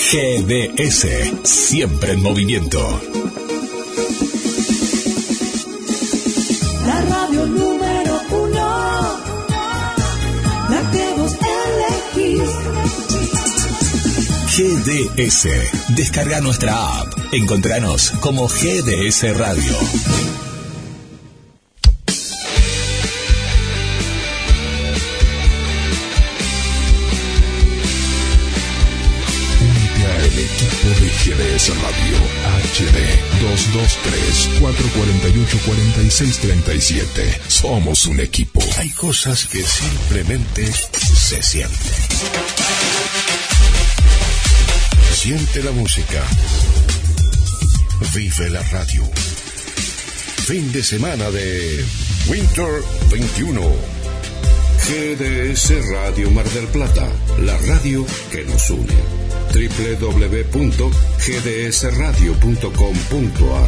GDS, siempre en movimiento. La radio número 1, la que vos elegís. GDS, descarga nuestra app. Encontranos como GDS Radio. GDS Radio HD 223-448-4637. Somos un equipo. Hay cosas que simplemente se sienten. Siente la música. Vive la radio. Fin de semana de Winter 21. GDS Radio Mar del Plata, la radio que nos une. www.gdsradio.com.ar.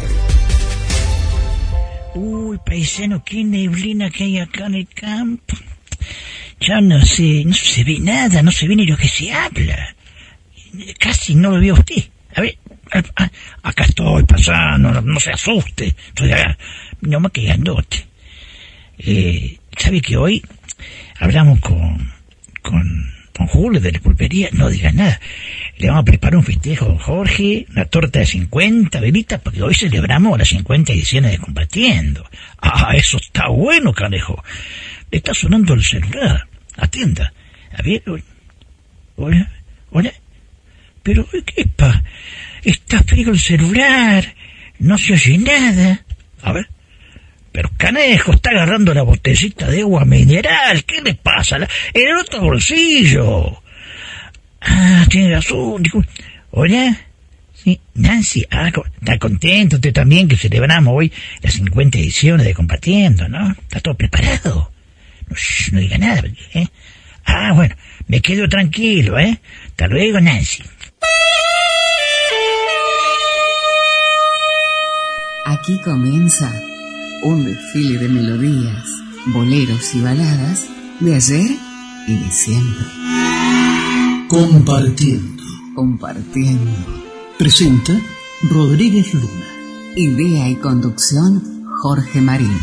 Uy, paisano, qué neblina que hay acá en el campo. Ya no se ve nada, no se ve ni lo que se habla. Casi no lo veo usted. A ver, acá estoy pasando, no se asuste. Estoy acá, no me quedé grandote. ¿Sabe que hoy hablamos con Julio de la pulpería? No diga nada. Le vamos a preparar un festejo a don Jorge, una torta de 50 bebitas, porque hoy celebramos las 50 ediciones de Compartiendo. Ah, eso está bueno, canejo. Le está sonando el celular. Atienda. A ver, hola. Pero, ¿qué pa? Está frío el celular. No se oye nada. A ver. Pero canejo, está agarrando la botellita de agua mineral. ¿Qué le pasa? En el otro bolsillo. Ah, tiene razón. Hola. Sí, Nancy. Ah, está contento usted también que celebramos hoy las 50 ediciones de Compartiendo, ¿no? Está todo preparado. No diga nada, ¿eh? Ah, bueno, me quedo tranquilo, ¿eh? Hasta luego, Nancy. Aquí comienza un desfile de melodías, boleros y baladas de ayer y de siempre. Compartiendo. Presenta Rodríguez Luna. Idea y conducción Jorge Marín.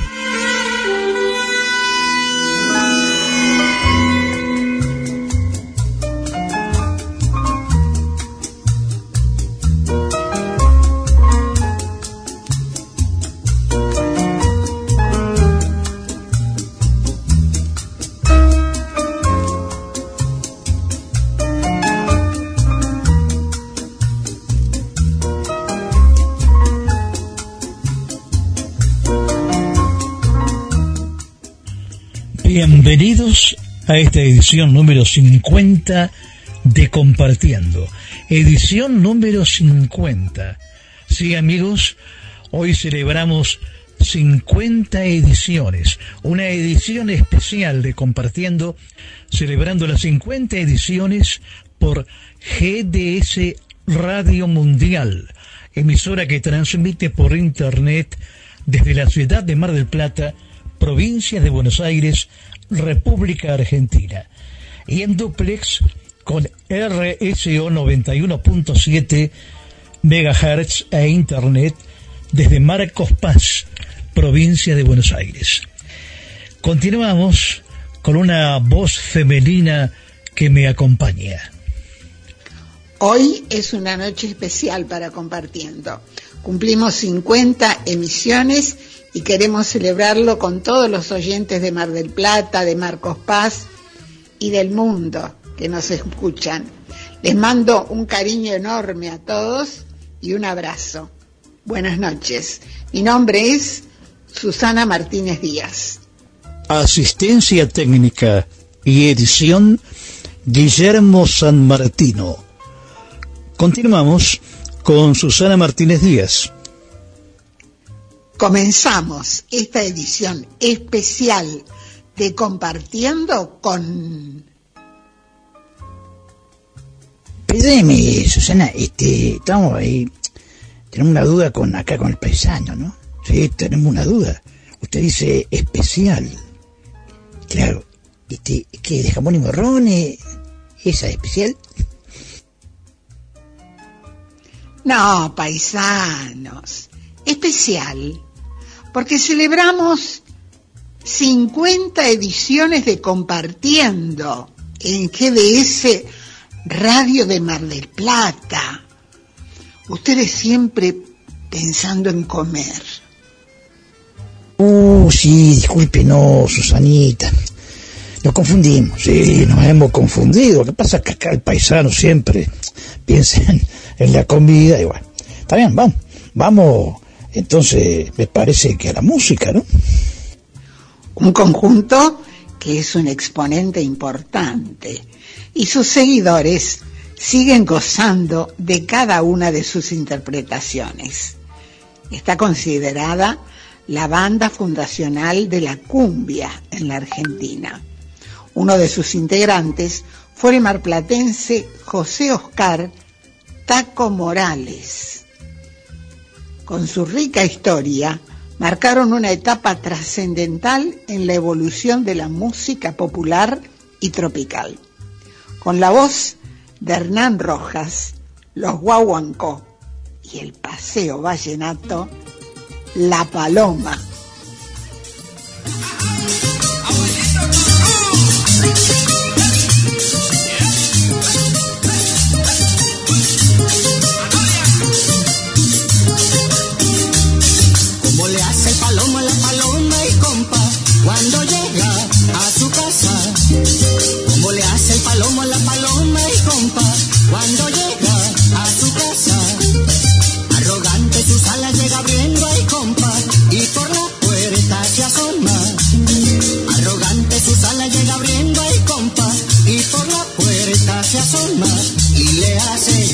Bienvenidos a esta edición número 50 de Compartiendo. Edición número 50. Sí, amigos, hoy celebramos 50 ediciones. Una edición especial de Compartiendo, celebrando las 50 ediciones por GDS Radio Mundial, emisora que transmite por internet desde la ciudad de Mar del Plata, provincia de Buenos Aires, República Argentina, y en duplex con RSO 91.7 MHz e internet desde Marcos Paz, provincia de Buenos Aires. Continuamos con una voz femenina que me acompaña. Hoy es una noche especial para Compartiendo. Cumplimos 50 emisiones y queremos celebrarlo con todos los oyentes de Mar del Plata, de Marcos Paz y del mundo que nos escuchan. Les mando un cariño enorme a todos y un abrazo. Buenas noches. Mi nombre es Susana Martínez Díaz. Asistencia técnica y edición Guillermo San Martino. Continuamos con Susana Martínez Díaz. Comenzamos esta edición especial de Compartiendo con... Perdóneme, Susana, estamos ahí, tenemos una duda con el paisano, ¿no? Sí, tenemos una duda. Usted dice especial. Claro, ¿qué de jamón y morrones? ¿Esa es especial? No, paisanos, especial, porque celebramos 50 ediciones de Compartiendo en GDS Radio de Mar del Plata. Ustedes siempre pensando en comer. Sí, disculpe, no, Susanita. Nos confundimos, sí, nos hemos confundido. Lo que pasa es que acá el paisano siempre piensa en la comida y bueno. Está bien, vamos. Entonces, me parece que a la música, ¿no? Un conjunto que es un exponente importante y sus seguidores siguen gozando de cada una de sus interpretaciones. Está considerada la banda fundacional de la cumbia en la Argentina. Uno de sus integrantes fue el marplatense José Oscar Taco Morales. Con su rica historia, marcaron una etapa trascendental en la evolución de la música popular y tropical. Con la voz de Hernán Rojas, los Guaguancó y el Paseo Vallenato, La Paloma. ¿Cómo le hace el palomo a la paloma y compa cuando llega a su casa? ¿Cómo le hace el palomo a la paloma y compa cuando llega a su casa? Arrogante sus alas llega abriendo ay compa y por la puerta se asoma. Arrogante sus alas llega abriendo ay compa y por la puerta se asoma y le hace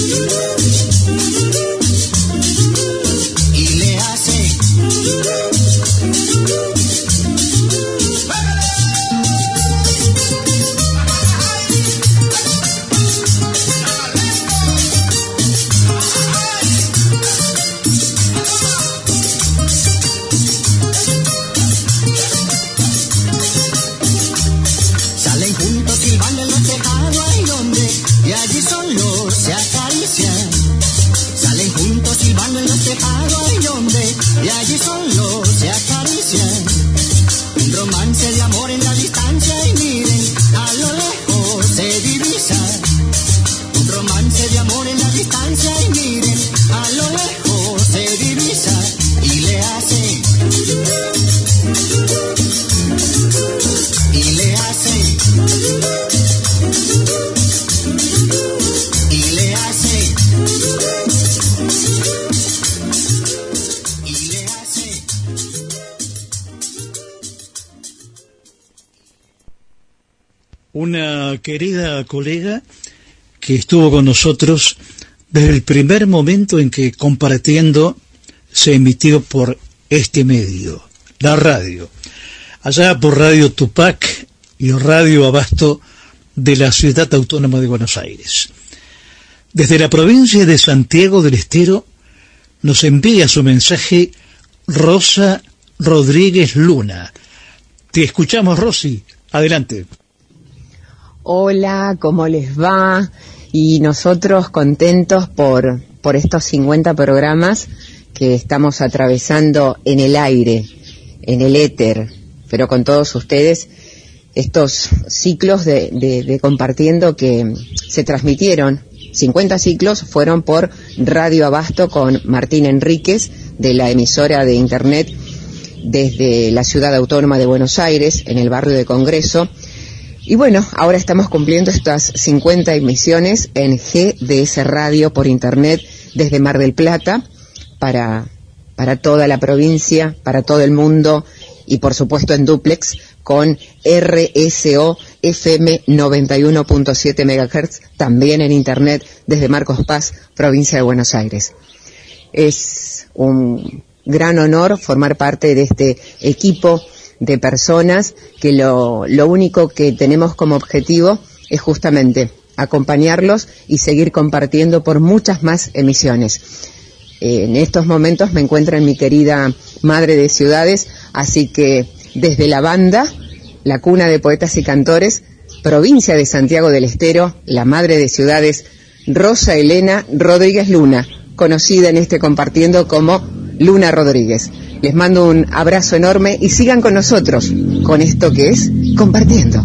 salen juntos silbando en los tejados ay donde y allí solo se acarician. Salen juntos silbando en los tejados ay donde y allí solo se acarician. Un romance de amor en la distancia y miren a lo lejos se divisa. Un romance de amor en la distancia y miren a lo lejos se divisa y le hace y le hace y le hace y le hace. Una querida colega que estuvo con nosotros desde el primer momento en que Compartiendo se emitió por este medio, la radio, allá por Radio Tupac y Radio Abasto de la Ciudad Autónoma de Buenos Aires. Desde la provincia de Santiago del Estero nos envía su mensaje Rosa Rodríguez Luna. Te escuchamos, Rosy. Adelante. Hola, ¿cómo les va? Y nosotros contentos por estos 50 programas que estamos atravesando en el aire, en el éter, pero con todos ustedes, estos ciclos de Compartiendo que se transmitieron. 50 ciclos fueron por Radio Abasto con Martín Enríquez, de la emisora de internet desde la Ciudad Autónoma de Buenos Aires, en el barrio de Congreso. Y bueno, ahora estamos cumpliendo estas 50 emisiones en GDS Radio por internet desde Mar del Plata para toda la provincia, para todo el mundo y por supuesto en duplex con RSO FM 91.7 MHz, también en internet desde Marcos Paz, provincia de Buenos Aires. Es un gran honor formar parte de este equipo de personas que lo único que tenemos como objetivo es justamente acompañarlos y seguir compartiendo por muchas más emisiones. En estos momentos me encuentro en mi querida Madre de Ciudades, así que desde la banda, la cuna de poetas y cantores, provincia de Santiago del Estero, la Madre de Ciudades, Rosa Elena Rodríguez Luna. conocida en este compartiendo como Luna Rodríguez. Les mando un abrazo enorme y sigan con nosotros con esto que es Compartiendo.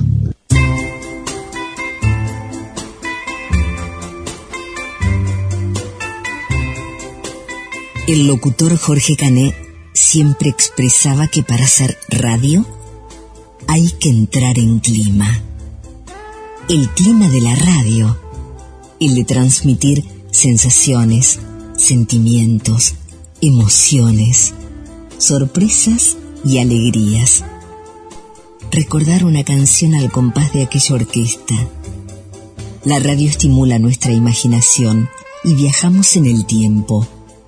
El locutor Jorge Cané siempre expresaba que para hacer radio hay que entrar en clima. El clima de la radio, el de transmitir sensaciones, sentimientos, emociones, sorpresas y alegrías. Recordar una canción al compás de aquella orquesta. La radio estimula nuestra imaginación y viajamos en el tiempo.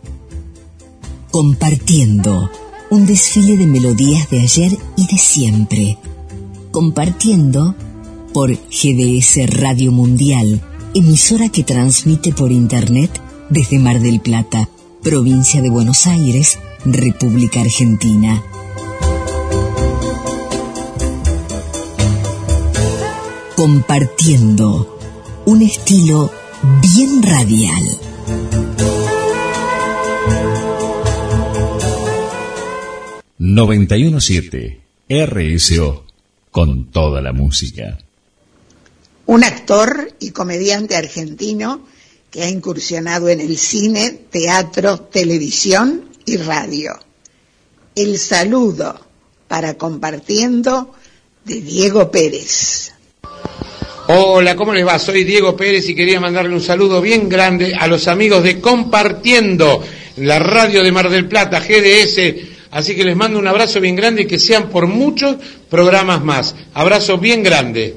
Compartiendo, un desfile de melodías de ayer y de siempre. Compartiendo por GDS Radio Mundial, emisora que transmite por internet desde Mar del Plata, provincia de Buenos Aires, República Argentina. Compartiendo, un estilo bien radial. ...91.7 RSO, con toda la música. Un actor y comediante argentino que ha incursionado en el cine, teatro, televisión y radio. El saludo para Compartiendo de Diego Pérez. Hola, ¿cómo les va? Soy Diego Pérez y quería mandarle un saludo bien grande a los amigos de Compartiendo, la radio de Mar del Plata, GDS. Así que les mando un abrazo bien grande y que sean por muchos programas más. Abrazo bien grande.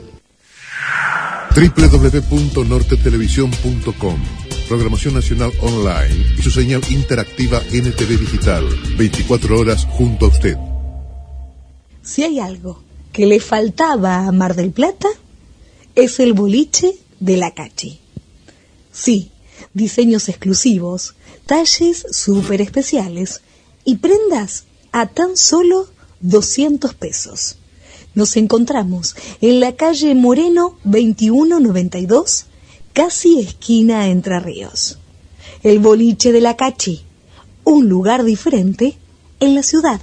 www.nortetelevisión.com, programación nacional online y su señal interactiva NTV Digital, 24 horas junto a usted. Si hay algo que le faltaba a Mar del Plata, es el boliche de la Cachi. Sí, diseños exclusivos, talles súper especiales y prendas a tan solo 200 pesos. Nos encontramos en la calle Moreno 2192, casi esquina Entre Ríos. El boliche de la Cachi, un lugar diferente en la ciudad.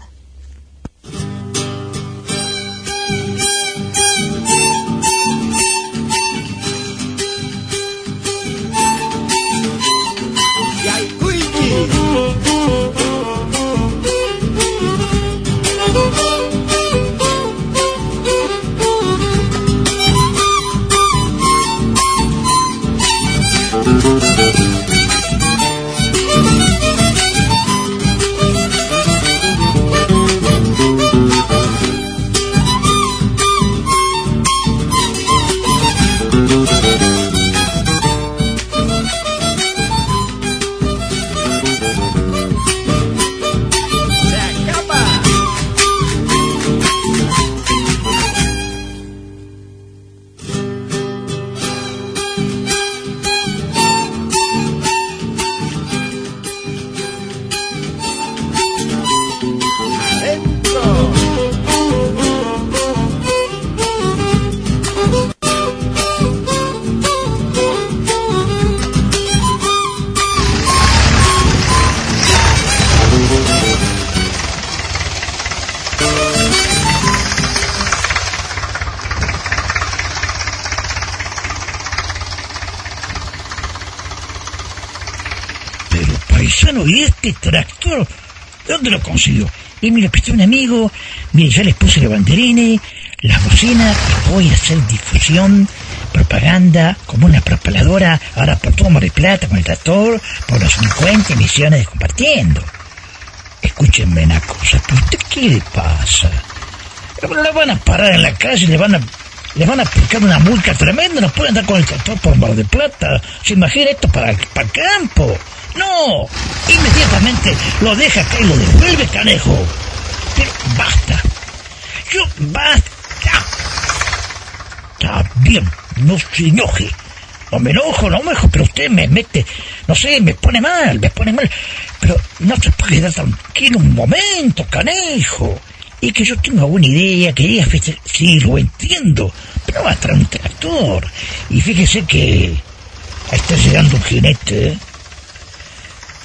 ¿Y este tractor? ¿De dónde lo consiguió? Y me lo prestó un amigo. Mire, ya les puse los banderines, las bocinas, y voy a hacer difusión, propaganda, como una propaladora, ahora por todo Mar del Plata con el tractor, por los 50 emisiones de Compartiendo. Escúchenme una cosa, ¿pero usted qué le pasa? Le van a parar en la calle, le van a aplicar una multa tremenda, no pueden andar con el tractor por Mar del Plata. ¿Se imagina esto para el campo? No, inmediatamente lo deja acá y lo devuelve, canejo. Pero basta. Basta. Está bien, no se enoje. No me enojo, pero usted me mete, no sé, me pone mal. Pero no se puede quedar tranquilo un momento, canejo. Y que yo tengo alguna idea, sí, lo entiendo, pero va a traer un tractor. Y fíjese que está llegando un jinete,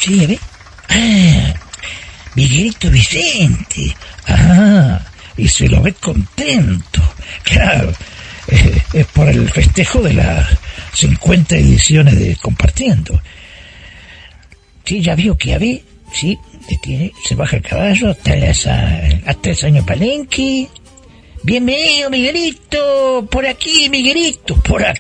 Sí, a ver. Miguelito Vicente. Y se lo ve contento. Claro, es por el festejo de las 50 ediciones de Compartiendo. Sí, ya vio que a ver, sí, se baja el caballo hasta el Señor Palenque. Bienvenido, Miguelito, por aquí, Miguelito,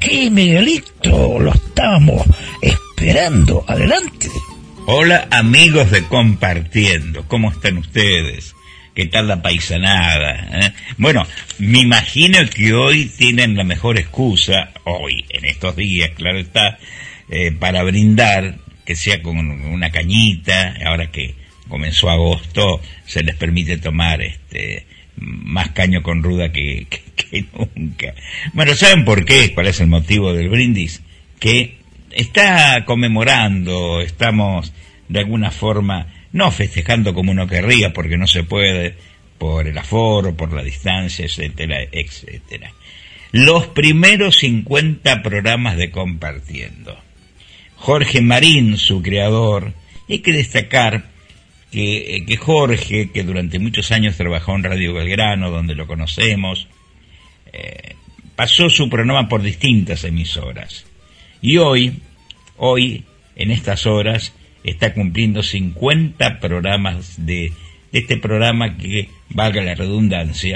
lo estamos esperando, adelante. Hola, amigos de Compartiendo, ¿cómo están ustedes? ¿Qué tal la paisanada? Bueno, me imagino que hoy tienen la mejor excusa, hoy, en estos días, claro está, para brindar, que sea con una cañita. Ahora que comenzó agosto, se les permite tomar más caño con ruda que nunca. Bueno, ¿saben por qué? ¿Cuál es el motivo del brindis? Que está conmemorando, estamos de alguna forma, no festejando como uno querría, porque no se puede, por el aforo, por la distancia, etcétera, etcétera. Los primeros 50 programas de Compartiendo. Jorge Marín, su creador. Hay que destacar que Jorge, que durante muchos años trabajó en Radio Belgrano, donde lo conocemos, pasó su programa por distintas emisoras. Y hoy, en estas horas, está cumpliendo 50 programas de este programa que, valga la redundancia,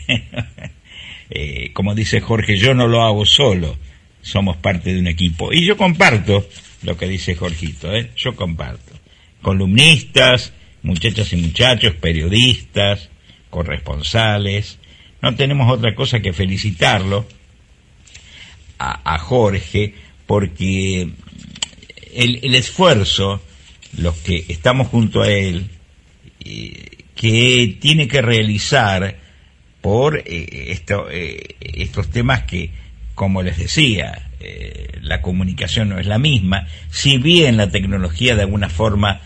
como dice Jorge, yo no lo hago solo, somos parte de un equipo. Y yo comparto lo que dice Jorgito, yo comparto. Columnistas, muchachas y muchachos, periodistas, corresponsales. No tenemos otra cosa que felicitarlo a Jorge, porque el esfuerzo, los que estamos junto a él, que tiene que realizar por estos temas que, como les decía, la comunicación no es la misma, si bien la tecnología de alguna forma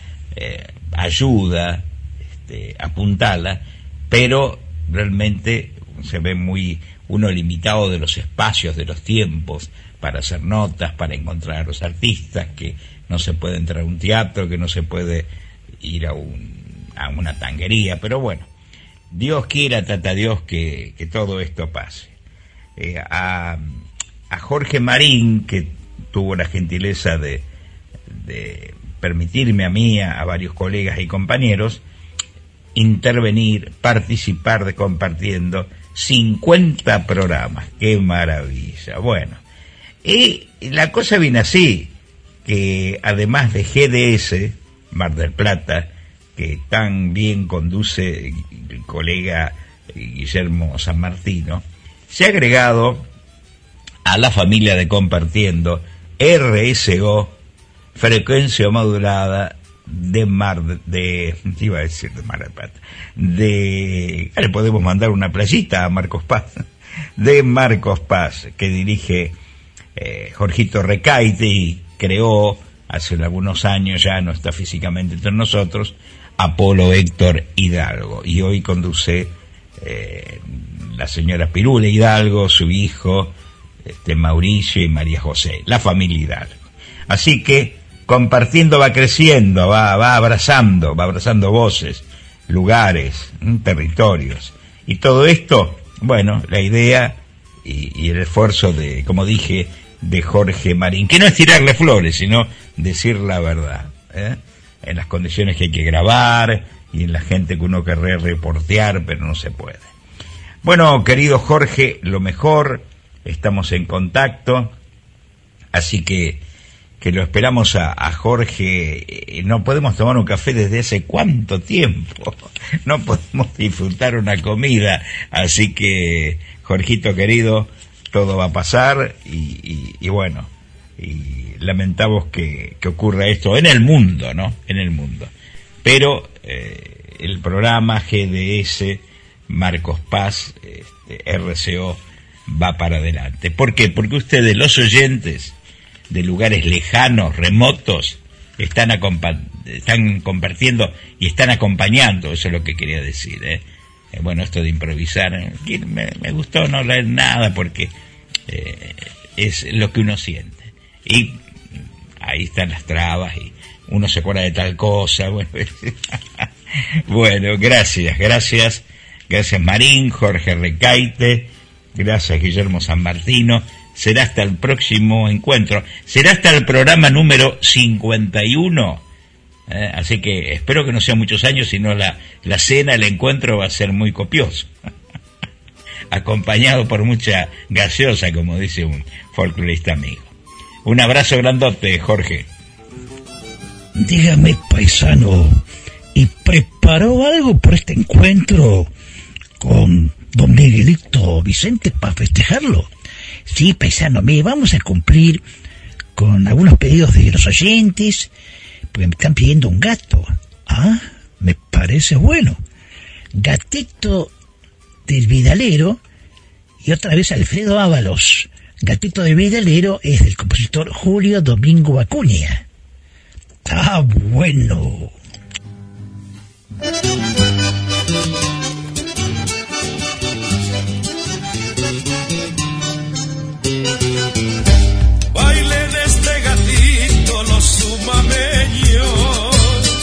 ayuda, apuntala, pero realmente se ve uno limitado de los espacios, de los tiempos para hacer notas, para encontrar a los artistas, que no se puede entrar a un teatro, que no se puede ir a una tanguería, pero bueno, Dios quiera, tata Dios, que todo esto pase. A Jorge Marín, que tuvo la gentileza de permitirme a mí, a varios colegas y compañeros, intervenir, participar de Compartiendo 50 programas. ¡Qué maravilla! Bueno, y la cosa viene así, que además de GDS, Mar del Plata, que tan bien conduce el colega Guillermo San Martino, se ha agregado a la familia de Compartiendo RSO, frecuencia modulada de Mar del Plata. Le podemos mandar una playita a Marcos Paz, de Marcos Paz, que dirige Jorgito Recaite y creó hace algunos años, ya no está físicamente entre nosotros, Apolo Héctor Hidalgo, y hoy conduce la señora Pirula Hidalgo, su hijo Mauricio y María José, la familia Hidalgo. Así que Compartiendo va creciendo, va abrazando voces, lugares, territorios, y todo esto, bueno, la idea y el esfuerzo de, como dije, de Jorge Marín, que no es tirarle flores, sino decir la verdad, en las condiciones que hay que grabar y en la gente que uno querría reportear, pero no se puede. Bueno, querido Jorge, lo mejor, estamos en contacto, así que lo esperamos a Jorge. No podemos tomar un café desde hace cuánto tiempo, no podemos disfrutar una comida, así que, Jorgito querido, todo va a pasar y bueno, y lamentamos que ocurra esto en el mundo, ¿no? En el mundo. Pero el programa GDS, Marcos Paz, RCO, va para adelante. ¿Por qué? Porque ustedes, los oyentes de lugares lejanos, remotos, están compartiendo y están acompañando, eso es lo que quería decir, bueno, esto de improvisar, me gustó no leer nada porque es lo que uno siente. Y ahí están las trabas y uno se acuerda de tal cosa. Bueno, gracias Marín, Jorge Recaite, gracias Guillermo San Martino. Será hasta el próximo encuentro, será hasta el programa número 51, así que espero que no sean muchos años, sino la cena, el encuentro va a ser muy copioso, acompañado por mucha gaseosa, como dice un folclorista amigo. Un abrazo grandote, Jorge. Dígame, paisano, ¿y preparó algo por este encuentro con don Miguelito Vicente para festejarlo? Sí, paisano, mire, vamos a cumplir con algunos pedidos de los oyentes, porque me están pidiendo un gato. Ah, me parece bueno. Gatito del Vidalero, y otra vez Alfredo Ábalos. Gatito del Vidalero es del compositor Julio Domingo Acuña. Está bueno. Bailen este gatito los sumameños,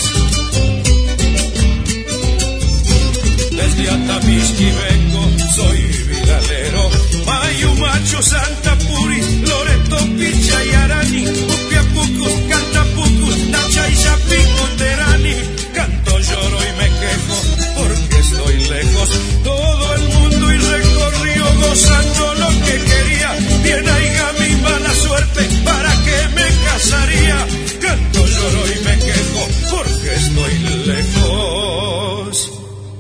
desde Atamisqui vengo, soy vidalero, Mayu Macho, Santa Puri, Loreto, Picha y Arani, Upiapucus, Cantapucus, Nacha y Chapico, Terani, canto, lloro y me quejo porque estoy lejos, todo el mundo y recorrió gozando lo que quería, bien haiga mi mala suerte, para que me casaría, canto, lloro y me quejo porque estoy lejos.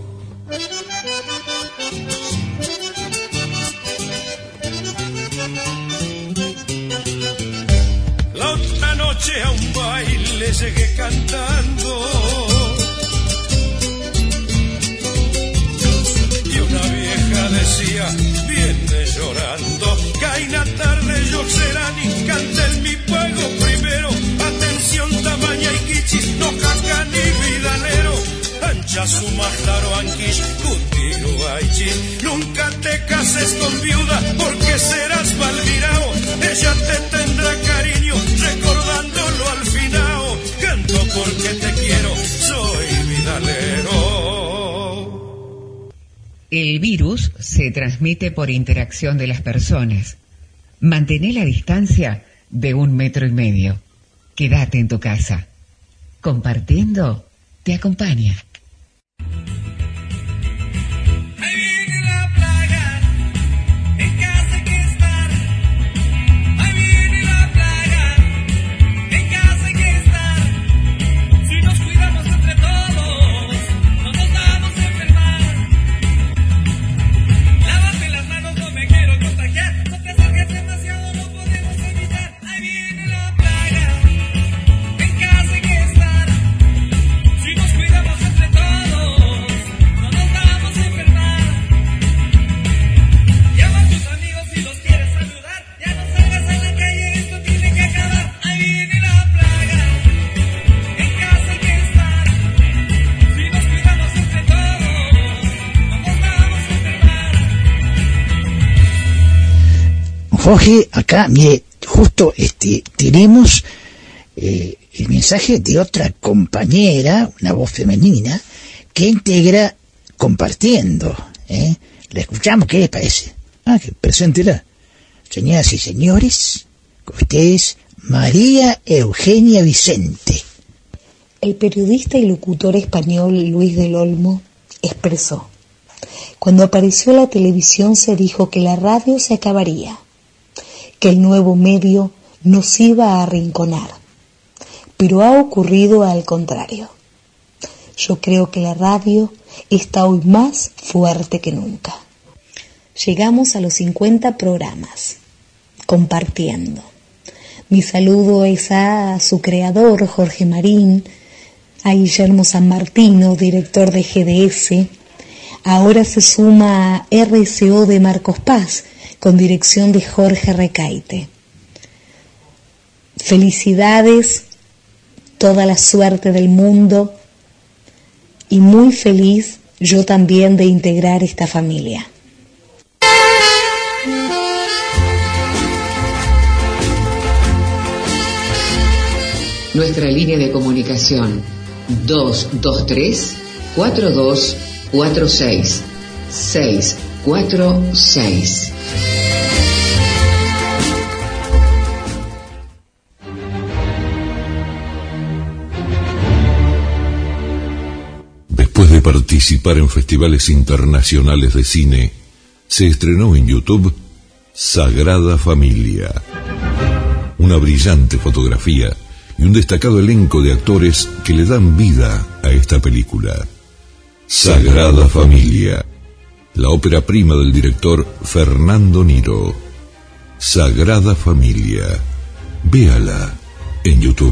La otra noche a un baile llegué cantando y una vieja decía, viene llorando, caina tarde yo serani, canta en mi pago primero, atención tamaña y quichis, no jaca ni vidalero, ancha su majlaro anquish, cutiru aichi, nunca te cases con viuda porque serás malvirao, ella te tendrá cariño recordándolo al finao, canto porque te quiero, soy vidalero. El virus se transmite por interacción de las personas. Mantén la distancia de 1,5 metros. Quédate en tu casa. Compartiendo te acompaña. Jorge, acá, mire, justo tenemos el mensaje de otra compañera, una voz femenina, que integra Compartiendo. La escuchamos, ¿qué les parece? Que preséntela. Señoras y señores, con ustedes, María Eugenia Vicente. El periodista y locutor español Luis del Olmo expresó: cuando apareció la televisión se dijo que la radio se acabaría, que el nuevo medio nos iba a arrinconar, pero ha ocurrido al contrario. Yo creo que la radio está hoy más fuerte que nunca. Llegamos a los 50 programas, Compartiendo. Mi saludo es a su creador, Jorge Marín, a Guillermo San Martino, director de GDS. Ahora se suma a RCO de Marcos Paz, con dirección de Jorge Recaite. Felicidades, toda la suerte del mundo y muy feliz yo también de integrar esta familia. Nuestra línea de comunicación 223-4246 646. Después de participar en festivales internacionales de cine, se estrenó en YouTube Sagrada Familia. Una brillante fotografía y un destacado elenco de actores que le dan vida a esta película. Sagrada Familia, la ópera prima del director Fernando Niro. Sagrada Familia, véala en YouTube.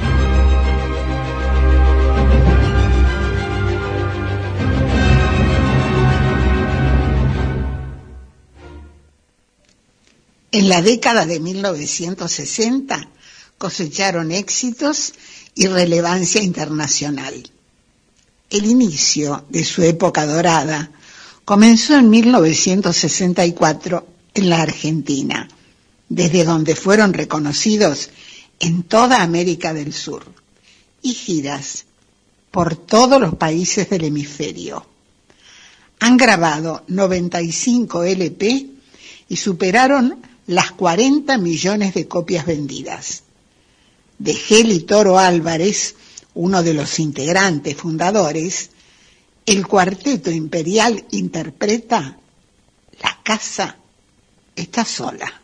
En la década de 1960 cosecharon éxitos y relevancia internacional. El inicio de su época dorada comenzó en 1964 en la Argentina, desde donde fueron reconocidos en toda América del Sur y giras por todos los países del hemisferio. Han grabado 95 LP y superaron las 40 millones de copias vendidas. De Geli Toro Álvarez, uno de los integrantes fundadores, el Cuarteto Imperial interpreta La casa está sola.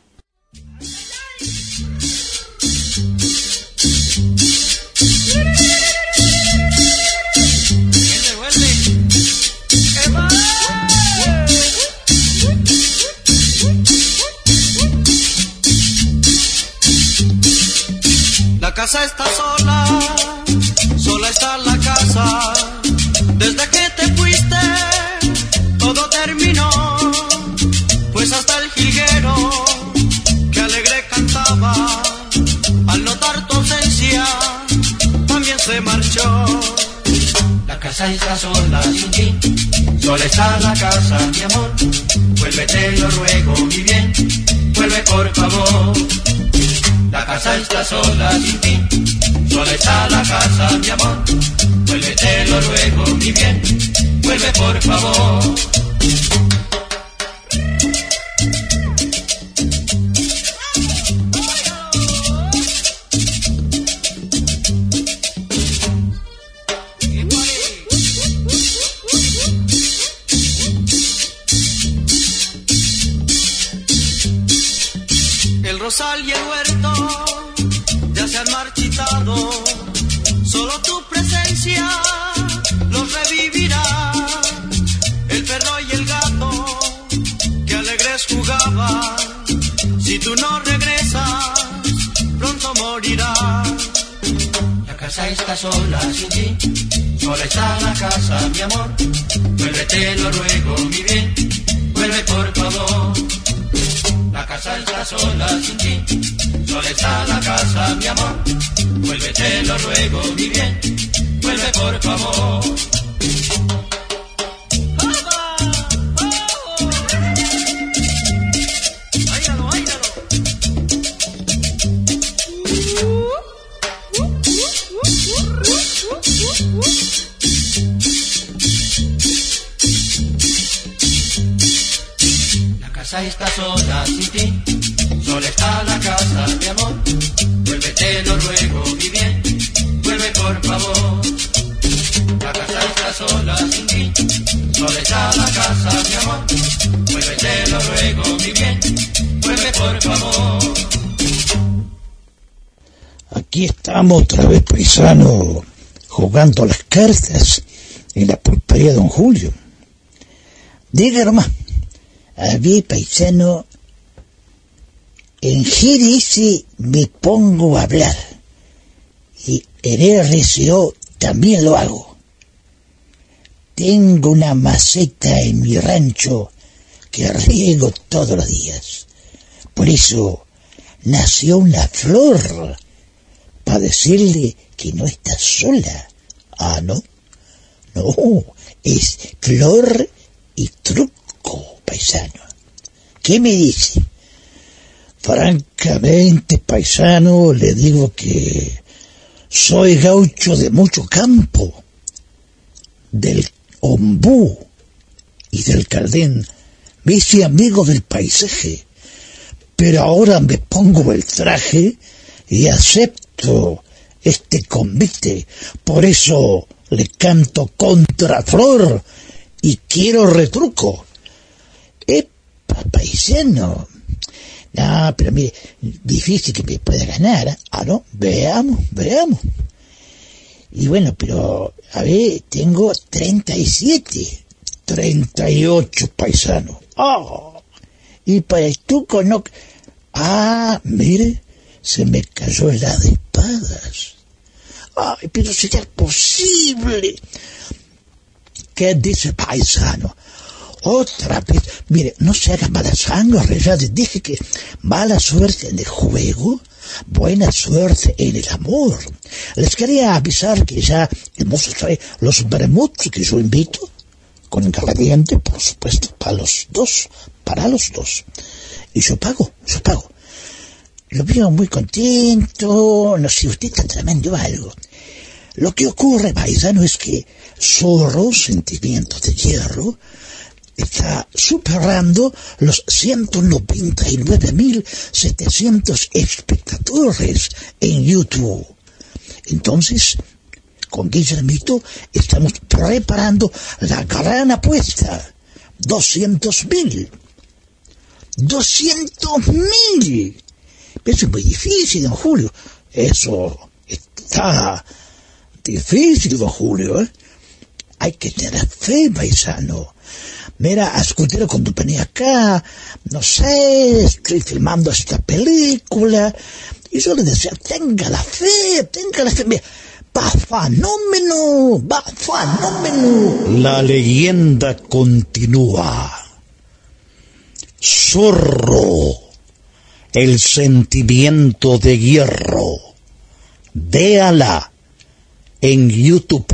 La casa está sola, sola está la casa. Desde que te fuiste, todo terminó. Pues hasta el jilguero, que alegre cantaba, al notar tu ausencia, también se marchó. La casa está sola sin ti, sola está la casa, mi amor. Vuelve, te lo ruego, mi bien, vuelve por favor. La casa está sola sin ti, sola está la casa, mi amor. Vuelve, te lo ruego, mi bien, vuelve por favor. El rosal y el huerto ya se han marchitado, solo tu presencia los revivirá. El perro y el gato que alegres jugaban, si tú no regresas pronto morirás. La casa está sola sin ti, sola está la casa, mi amor. Vuelve, te lo ruego, mi bien, vuelve por favor. La casa está sola sin ti, sola está la casa, mi amor. Vuelve, te lo ruego, mi bien, vuelve por favor. La casa está sola sin ti, sola está la casa, mi amor. Vuelve, te lo ruego, mi bien, vuelve por favor. La casa está sola sin ti, sola está la casa, mi amor. Vuelve, te lo ruego, mi bien, vuelve por favor. Aquí estamos otra vez, paisano, jugando las cartas en la pulpería Don Julio. Diga nomás, a ver, paisano, en GDS me pongo a hablar y en RCO también lo hago. Tengo una maceta en mi rancho que riego todos los días. Por eso nació una flor para decirle que no está sola. Ah, ¿no? No, es flor y truco, paisano. ¿Qué me dice? Francamente, paisano, le digo que Soy gaucho de mucho campo, del ombú y del caldén. Me hice amigo del paisaje, pero ahora me pongo el traje y acepto este convite. Por eso le canto contra flor y quiero retruco. ¡Epa, paisano! No, pero mire, difícil que me pueda ganar, ¿eh? Ah, no, veamos. Y bueno, pero, a ver, tengo 37, 38 paisanos. ¡Oh! Y para el truco no... Ah, mire, se me cayó el as de espadas. ¡Ay, pero sería posible! ¿Qué dice paisano? Otra vez, mire, no se haga mala sangre, ya les dije que mala suerte en el juego, buena suerte en el amor. Les quería avisar que ya el mozo trae los bermuds que yo invito, con ingrediente, por supuesto, para los dos. Y yo pago. Lo veo muy contento, no sé, usted está tramando algo. Lo que ocurre, paisano, es que Zorro, Sentimientos de Hierro, está superando los 199.700 espectadores en YouTube. Entonces, con Guillermito estamos preparando la gran apuesta. 200.000. ¡200.000! Eso es muy difícil, don Julio. Eso está difícil, don Julio, ¿eh? Hay que tener fe, paisano. Mira, escúchalo cuando venía acá, no sé, estoy filmando esta película, y yo le decía, tenga la fe, mira, va fenómeno. La leyenda continúa. Zorro, el sentimiento de hierro. Véala en YouTube.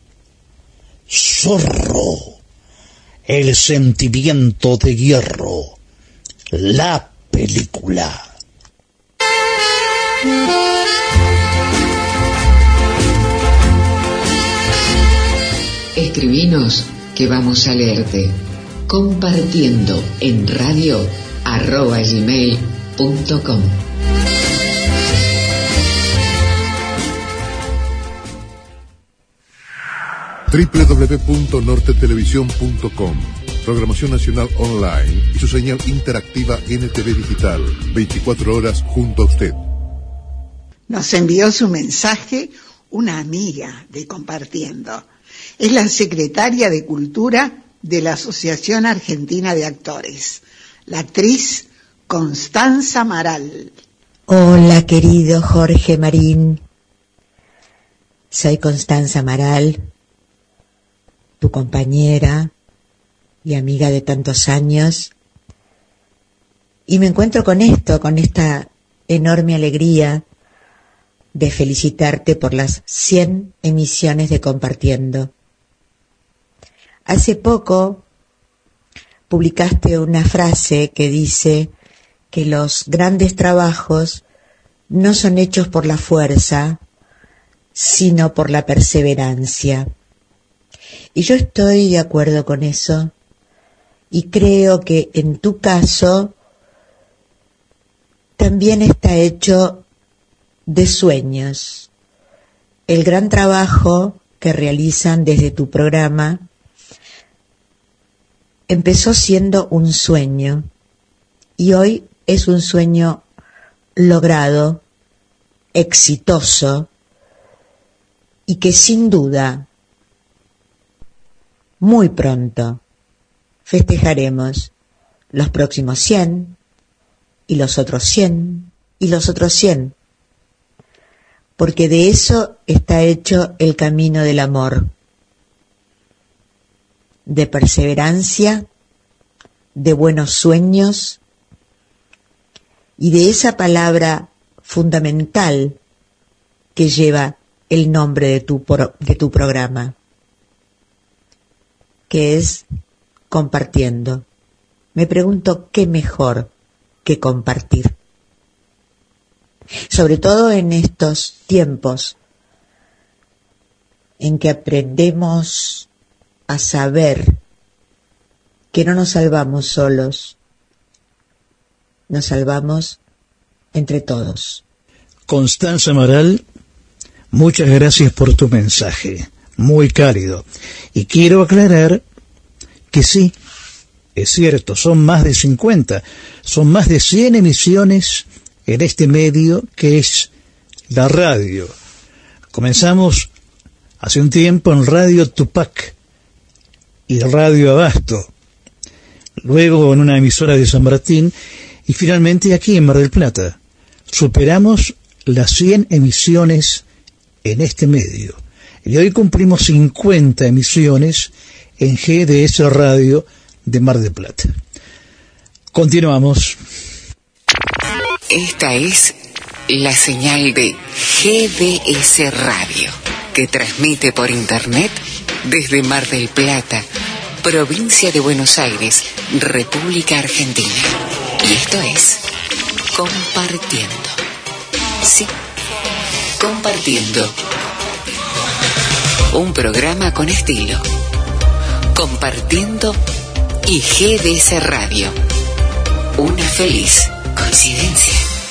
Zorro, el sentimiento de hierro, la película. Escribinos que vamos a leerte. Compartiendo en radio@gmail.com. www.nortetelevisión.com. Programación nacional online y su señal interactiva NTV Digital. 24 horas junto a usted. Nos envió su mensaje una amiga de Compartiendo. Es la secretaria de Cultura de la Asociación Argentina de Actores, la actriz Constanza Maral. Hola, querido Jorge Marín. Soy Constanza Maral, tu compañera y amiga de tantos años, y me encuentro con esta enorme alegría de felicitarte por las 100 emisiones de Compartiendo. Hace poco publicaste una frase que dice que los grandes trabajos no son hechos por la fuerza, sino por la perseverancia. Y yo estoy de acuerdo con eso, y creo que en tu caso también está hecho de sueños. El gran trabajo que realizan desde tu programa empezó siendo un sueño, y hoy es un sueño logrado, exitoso, y que sin duda muy pronto festejaremos los próximos 100 y los otros 100 y los otros 100, porque de eso está hecho el camino del amor, de perseverancia, de buenos sueños y de esa palabra fundamental que lleva el nombre de tu programa, que es compartiendo. Me pregunto qué mejor que compartir, sobre todo en estos tiempos en que aprendemos a saber que no nos salvamos solos, nos salvamos entre todos. Constanza Amaral, muchas gracias por tu mensaje, muy cálido. Y quiero aclarar que sí, es cierto, son más de 50, son más de 100 emisiones en este medio que es la radio. Comenzamos hace un tiempo en Radio Tupac y Radio Abasto, luego en una emisora de San Martín y finalmente aquí en Mar del Plata. Superamos las 100 emisiones en este medio y hoy cumplimos 50 emisiones en GDS Radio de Mar del Plata. Continuamos. Esta es la señal de GDS Radio, que transmite por internet desde Mar del Plata, provincia de Buenos Aires, República Argentina. Y esto es Compartiendo. Sí, Compartiendo. Un programa con estilo. Compartiendo y GDS Radio. Una feliz coincidencia.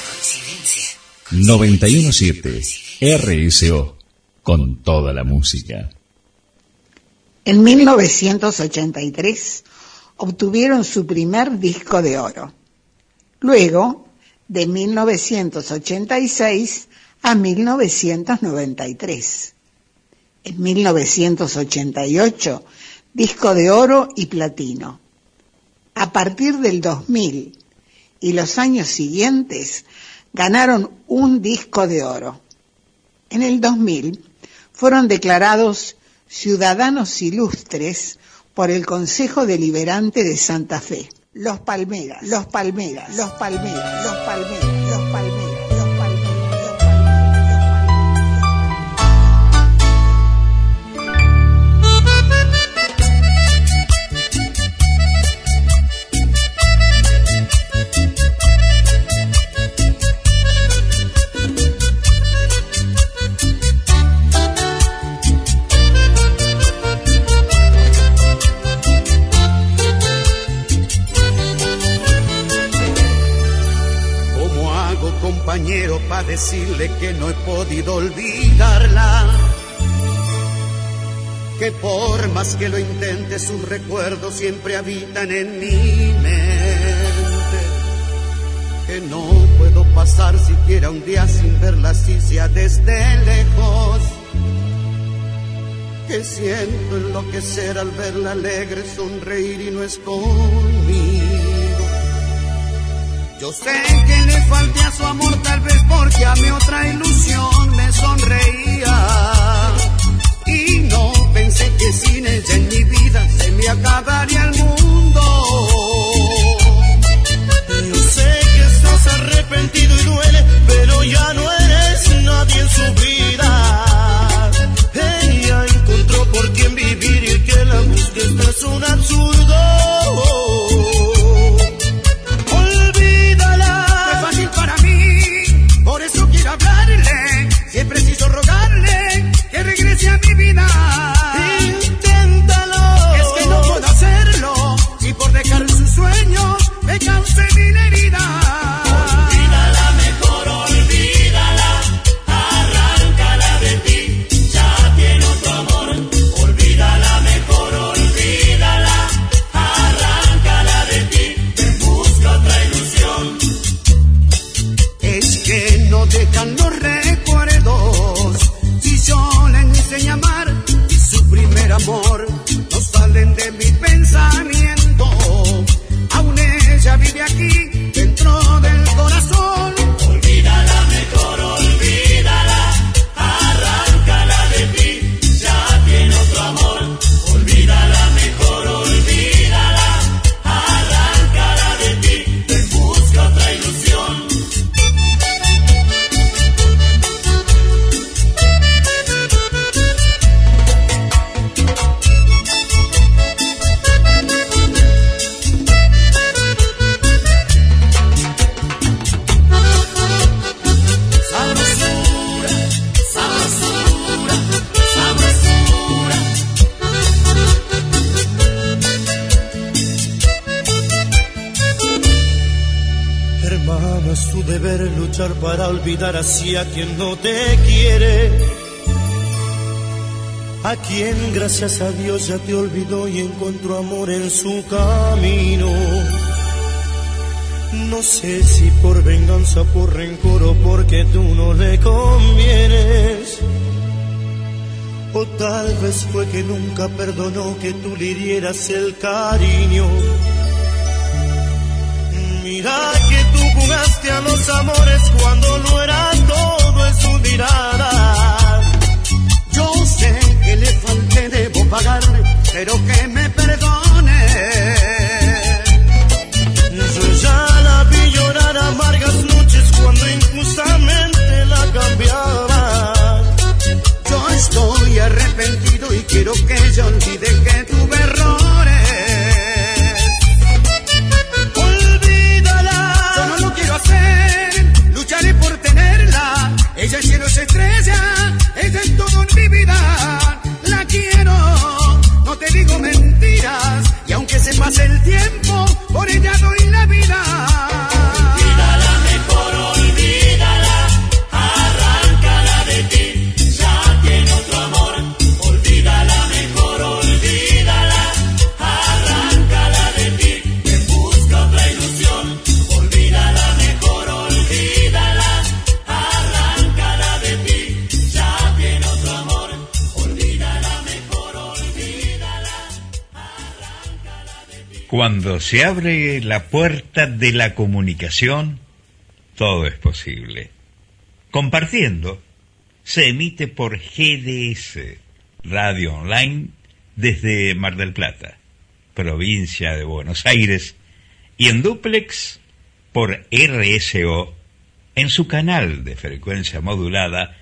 917 RSO, con toda la música. En 1983 obtuvieron su primer disco de oro. Luego, de 1986 a 1993. En 1988, disco de oro y platino. A partir del 2000 y los años siguientes, ganaron un disco de oro. En el 2000 fueron declarados ciudadanos ilustres por el Consejo Deliberante de Santa Fe. Los Palmeras, los Palmeras, los Palmeras, los Palmeras, los Palmeras. Para decirle que no he podido olvidarla, que por más que lo intente sus recuerdos siempre habitan en mi mente, que no puedo pasar siquiera un día sin verla así sea desde lejos, que siento enloquecer al verla alegre sonreír y no es conmigo. Yo sé que le falté a su amor tal vez porque a mi otra ilusión me sonreía y no pensé que sin ella en mi vida se me acabaría el mundo. Yo sé que estás arrepentido y duele, pero ya no eres nadie en su vida. Ella encontró por quien vivir y que la búsqueda es un absurdo. Para mí, por eso quiero hablarle luchar para olvidar así a quien no te quiere, a quien gracias a Dios ya te olvidó y encontró amor en su camino. No sé si por venganza, por rencor o porque tú no le convienes, o tal vez fue que nunca perdonó que tú le dieras el cariño. Mira que tú jugaste a los amores cuando no era todo en su mirada. Yo sé que le falté, debo pagarle, pero que me perdone. Yo ya la vi llorar amargas noches cuando injustamente la cambiaba. Yo estoy arrepentido y quiero que ella olvide que tuve errores. Olvídala, yo no lo quiero hacer, lucharé por tenerla. Ella es cielo, es estrella, ella es todo en mi vida. La quiero, no te digo mentiras, y aunque se pase el tiempo, por ella doy la vida. Olvídala, mejor olvídala, arráncala de ti, ya tiene otro amor. Olvídala, mejor olvídala, arráncala de ti, que busca otra ilusión. Olvídala, mejor olvídala, arráncala de ti, ya tiene otro amor. Olvídala, mejor olvídala, arráncala de ti. Cuando se abre la puerta de la comunicación, todo es posible. Compartiendo, se emite por GDS, Radio Online, desde Mar del Plata, provincia de Buenos Aires, y en dúplex por RSO, en su canal de frecuencia modulada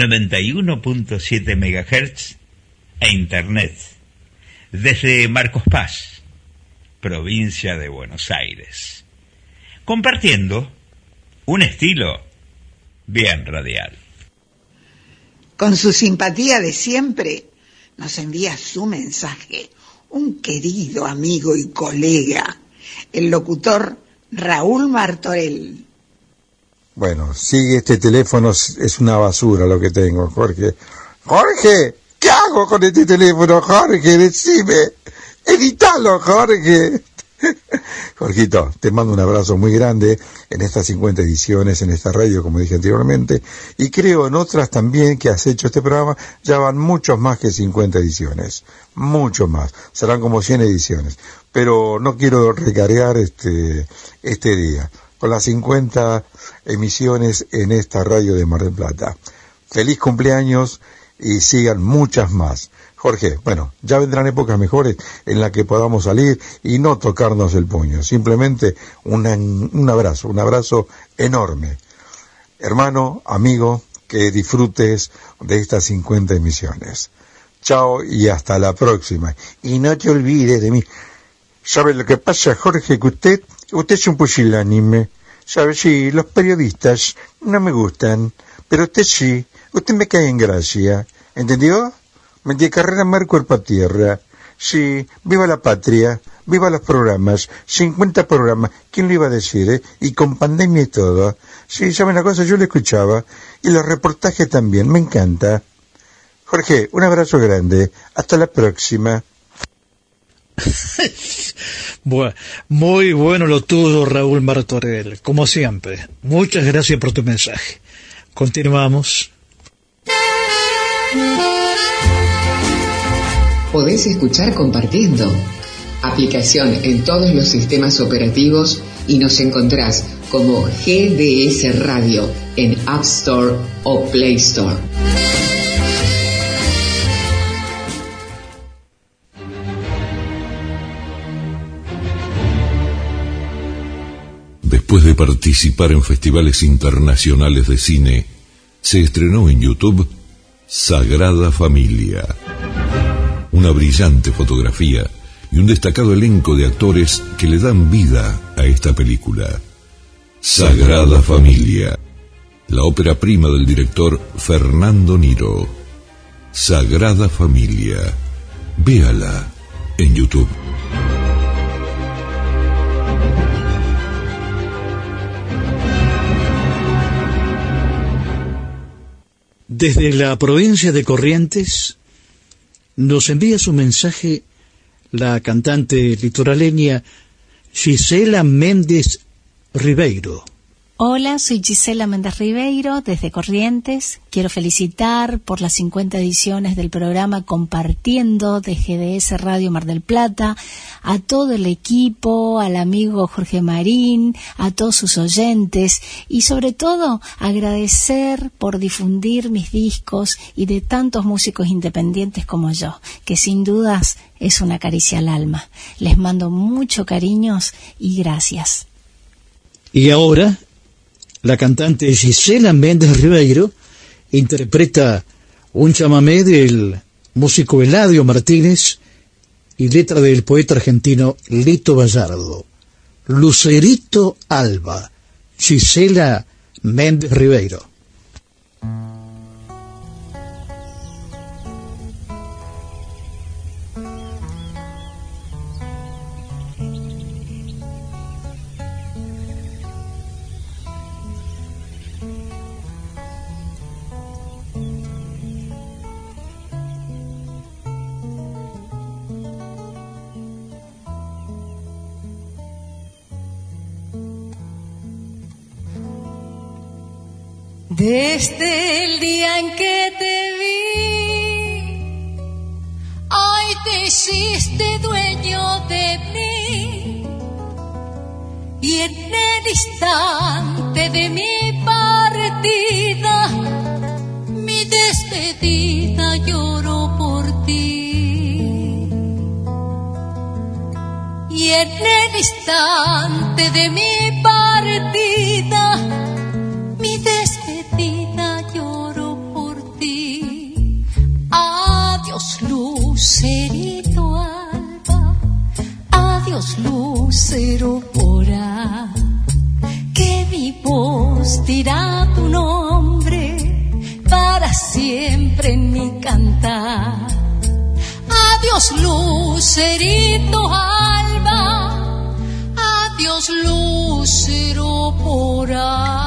91.7 MHz e Internet, desde Marcos Paz, provincia de Buenos Aires. Compartiendo un estilo bien radial. Con su simpatía de siempre, nos envía su mensaje un querido amigo y colega, el locutor Raúl Martorell. Bueno, sigue este teléfono, es una basura lo que tengo, Jorge. Jorge, ¿qué hago con este teléfono, Jorge? Decime, editalo, Jorge. Jorgito, te mando un abrazo muy grande en estas 50 ediciones, en esta radio, como dije anteriormente, y creo en otras también que has hecho este programa. Ya van muchos más que 50 ediciones, mucho más, serán como 100 ediciones, pero no quiero recargar este día con las 50 emisiones en esta radio de Mar del Plata. Feliz cumpleaños y sigan muchas más. Jorge, bueno, ya vendrán épocas mejores en las que podamos salir y no tocarnos el puño, simplemente un abrazo enorme. Hermano, amigo, que disfrutes de estas 50 emisiones. Chao y hasta la próxima. Y no te olvides de mí. ¿Sabe lo que pasa, Jorge? Que usted es un pusilánime. ¿Sabe? Sí, los periodistas no me gustan, pero usted sí, usted me cae en gracia. ¿Entendió? De carrera mar, cuerpo a tierra. Sí, viva la patria, viva los programas, 50 programas, ¿quién lo iba a decir, Y con pandemia y todo. Sí, ¿saben una cosa? Yo lo escuchaba, y los reportajes también, me encanta. Jorge, un abrazo grande, hasta la próxima. Bueno, muy bueno lo tuyo, Raúl Martorell, como siempre. Muchas gracias por tu mensaje. Continuamos. Podés escuchar Compartiendo, aplicación en todos los sistemas operativos, y nos encontrás como GDS Radio en App Store o Play Store. Después de participar en festivales internacionales de cine, se estrenó en YouTube Sagrada Familia. Una brillante fotografía y un destacado elenco de actores que le dan vida a esta película. Sagrada Familia, la ópera prima del director Fernando Niro. Sagrada Familia, véala en YouTube. Desde la provincia de Corrientes nos envía su mensaje la cantante litoraleña Gisela Méndez Ribeiro. Hola, soy Gisela Méndez Ribeiro desde Corrientes. Quiero felicitar por las 50 ediciones del programa Compartiendo de GDS Radio Mar del Plata, a todo el equipo, al amigo Jorge Marín, a todos sus oyentes y sobre todo agradecer por difundir mis discos y de tantos músicos independientes como yo, que sin dudas es una caricia al alma. Les mando mucho cariños y gracias. Y ahora, la cantante Gisela Méndez Ribeiro interpreta un chamamé del músico Eladio Martínez y letra del poeta argentino Lito Vallardo. Lucerito Alba, Gisela Méndez Ribeiro. Desde el día en que te vi, ay, te hiciste dueño de mí, y en el instante de mi partida, mi despedida lloro por ti, y en el instante de mi partida, mi despedida lloro por ti. Adiós, lucerito alba, adiós, lucero pura, que mi voz dirá tu nombre para siempre en mi cantar. Adiós, lucerito alba, adiós, lucero pura.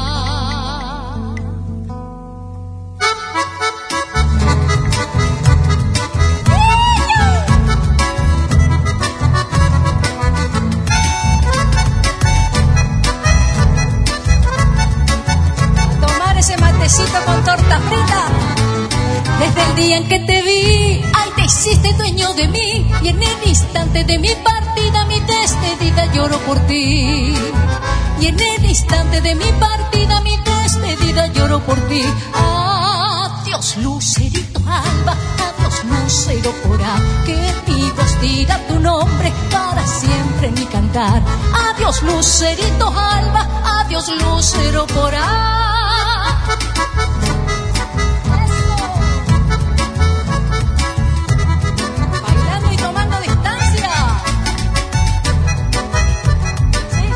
Con torta frita. Desde el día en que te vi, ay, te hiciste dueño de mí, y en el instante de mi partida, mi despedida lloro por ti, y en el instante de mi partida, mi despedida lloro por ti. Adiós, lucerito alba, adiós, lucero pura, que mi voz dirá tu nombre para siempre en mi cantar. Adiós, lucerito alba, adiós, lucero pura. Bailando y tomando distancia. ¿Sí?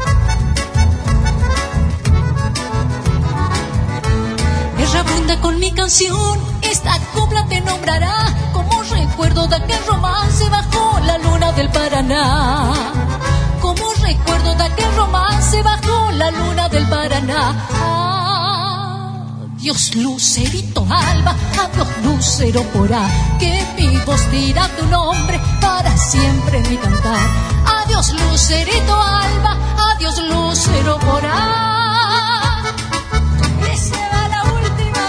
Errabunda con mi canción, esta copla te nombrará como recuerdo de aquel romance bajo la luna del Paraná. Como recuerdo de aquel romance bajo la luna del Paraná. Adiós, lucerito alba, adiós, lucero pura, que mi voz dirá tu nombre para siempre en mi cantar. Adiós, lucerito alba, adiós, lucero pura. Y se va la última.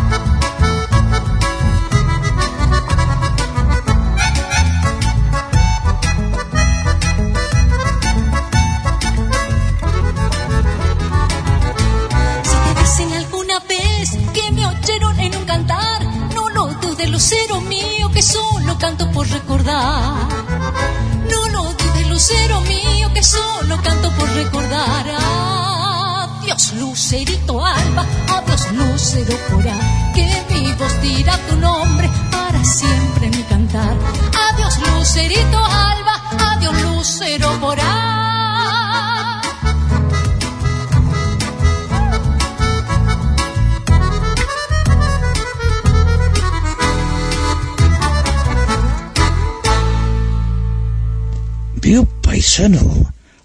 En un cantar, no lo dudes, lucero mío, que solo canto por recordar. No lo dudes, lucero mío, que solo canto por recordar. Adiós, lucerito alba, adiós, lucero pura, que mi voz dirá tu nombre para siempre en mi cantar. Adiós, lucerito alba, adiós, lucero pura. Vio, paisano,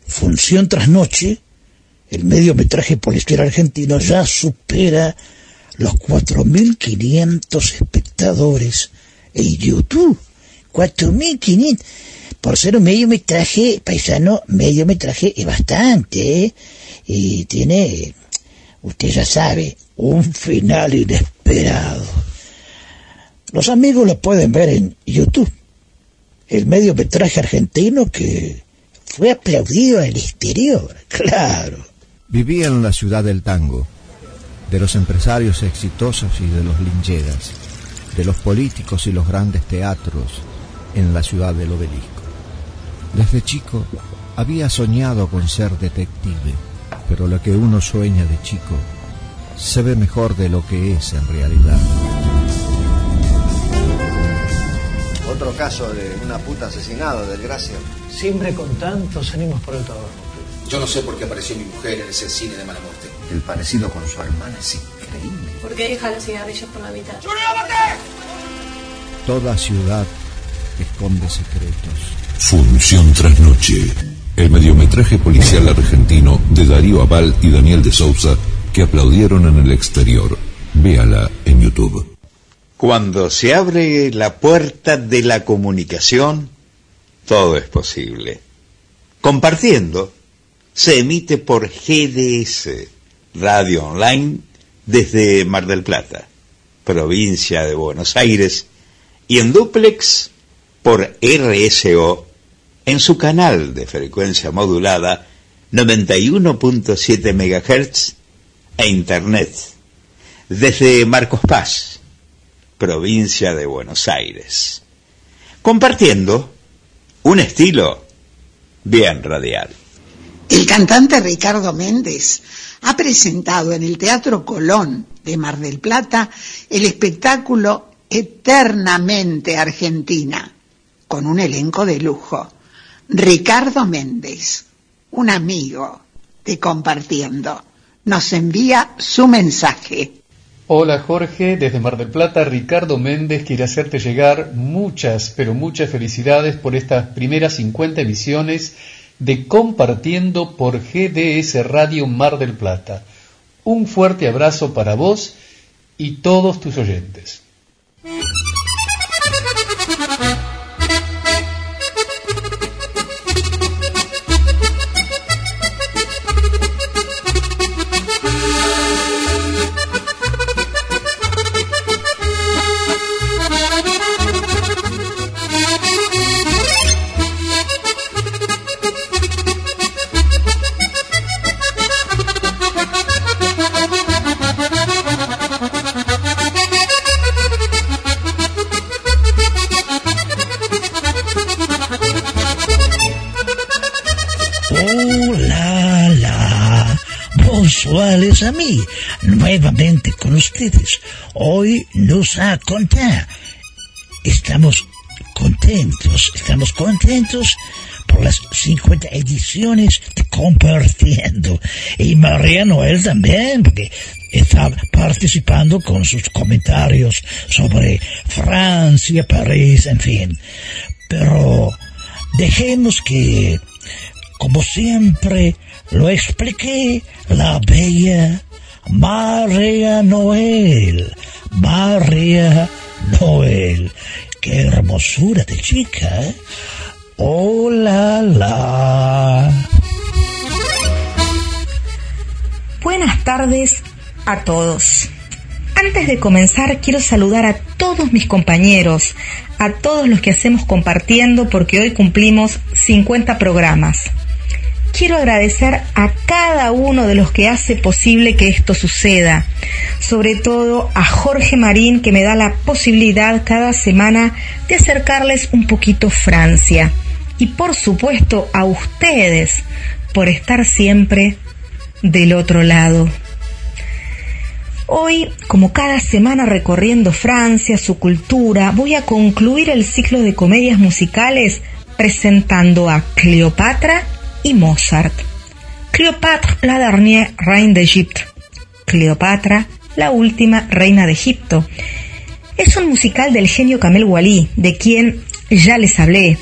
función tras noche, el mediometraje policial argentino ya supera los 4.500 espectadores en YouTube. 4.500. Por ser un mediometraje, paisano, mediometraje es bastante, ¿eh? Y tiene, usted ya sabe, un final inesperado. Los amigos lo pueden ver en YouTube. El mediometraje argentino que fue aplaudido en el exterior, claro. Vivía en la ciudad del tango, de los empresarios exitosos y de los lincheras, de los políticos y los grandes teatros en la ciudad del Obelisco. Desde chico había soñado con ser detective, pero lo que uno sueña de chico se ve mejor de lo que es en realidad. Otro caso de una puta asesinada, desgracia. Siempre con tantos ánimos por el trabajo. Yo no sé por qué apareció mi mujer en ese cine de mala muerte. El parecido con su hermana es increíble. ¿Por qué deja los cigarrillos por la mitad? Toda ciudad esconde secretos. Función tras noche. El mediometraje policial argentino de Darío Aval y Daniel de Sousa, que aplaudieron en el exterior. Véala en YouTube. Cuando se abre la puerta de la comunicación, todo es posible. Compartiendo, se emite por GDS, Radio Online, desde Mar del Plata, provincia de Buenos Aires, y en dúplex por RSO, en su canal de frecuencia modulada 91.7 MHz e Internet, desde Marcos Paz, provincia de Buenos Aires. Compartiendo un estilo bien radial. El cantante Ricardo Méndez ha presentado en el Teatro Colón de Mar del Plata el espectáculo Eternamente Argentina, con un elenco de lujo. Ricardo Méndez, un amigo de Compartiendo, nos envía su mensaje. Hola Jorge, desde Mar del Plata, Ricardo Méndez quiere hacerte llegar muchas, pero muchas felicidades por estas primeras 50 emisiones de Compartiendo por GDS Radio Mar del Plata. Un fuerte abrazo para vos y todos tus oyentes. A mí, nuevamente con ustedes. Hoy nos a contar. Estamos contentos por las 50 ediciones de Compartiendo. Y María Noel también, porque está participando con sus comentarios sobre Francia, París, en fin. Pero dejemos que, como siempre, lo expliqué la bella María Noel. María Noel. Qué hermosura de chica, ¿eh? Hola. Buenas tardes a todos. Antes de comenzar, quiero saludar a todos mis compañeros, a todos los que hacemos Compartiendo, porque hoy cumplimos 50 programas. Quiero agradecer a cada uno de los que hace posible que esto suceda, sobre todo a Jorge Marín, que me da la posibilidad cada semana de acercarles un poquito Francia, y por supuesto a ustedes por estar siempre del otro lado. Hoy, como cada semana recorriendo Francia, su cultura, voy a concluir el ciclo de comedias musicales presentando a Cleopatra y Mozart. Cleopatra, la dernière reine d'Égypte. Cleopatra, la última reina de Egipto. Es un musical del genio Kamel Wally, de quien ya les hablé.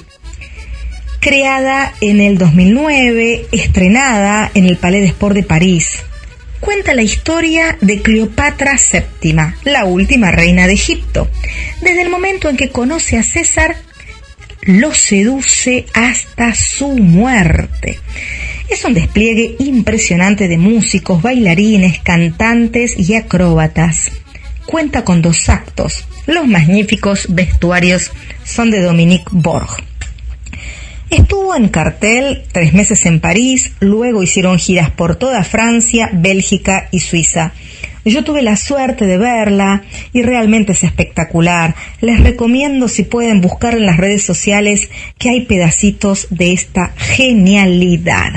Creada en el 2009, estrenada en el Palais des Sports de París. cuenta la historia de Cleopatra VII, la última reina de Egipto. Desde el momento en que conoce a César, lo seduce hasta su muerte. Es un despliegue impresionante de músicos, bailarines, cantantes y acróbatas. Cuenta con 2 actos. Los magníficos vestuarios son de Dominique Borg. Estuvo en cartel 3 meses en París, luego hicieron giras por toda Francia, Bélgica y Suiza. Yo tuve la suerte de verla y realmente es espectacular. Les recomiendo, si pueden, buscar en las redes sociales, que hay pedacitos de esta genialidad.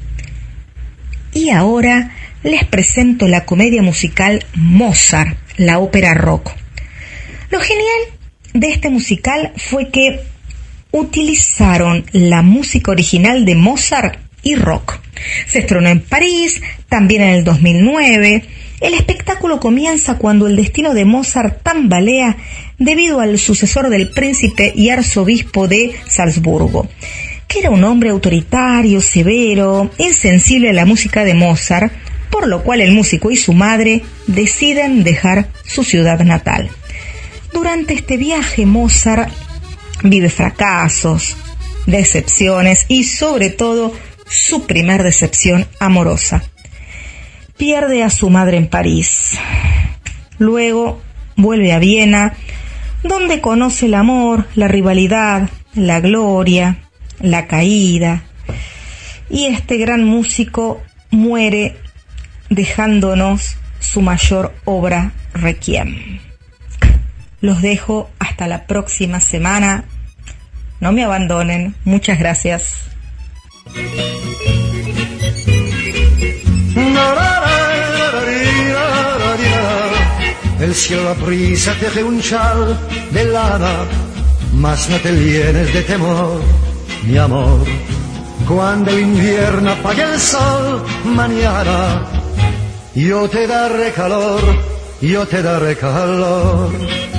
Y ahora les presento la comedia musical Mozart, la ópera rock. Lo genial de este musical fue que utilizaron la música original de Mozart y rock. Se estrenó en París, también en el 2009. El espectáculo comienza cuando el destino de Mozart tambalea debido al sucesor del príncipe y arzobispo de Salzburgo, que era un hombre autoritario, severo, insensible a la música de Mozart, por lo cual el músico y su madre deciden dejar su ciudad natal. Durante este viaje, Mozart vive fracasos, decepciones y, sobre todo, su primer decepción amorosa. Pierde a su madre en París. Luego vuelve a Viena, donde conoce el amor, la rivalidad, la gloria, la caída. Y este gran músico muere dejándonos su mayor obra, Requiem. Los dejo hasta la próxima semana. No me abandonen. Muchas gracias. El cielo a prisa teje un chal de lana, mas no te llenes de temor, mi amor. Cuando el invierno apague el sol, mañana yo te daré calor, yo te daré calor.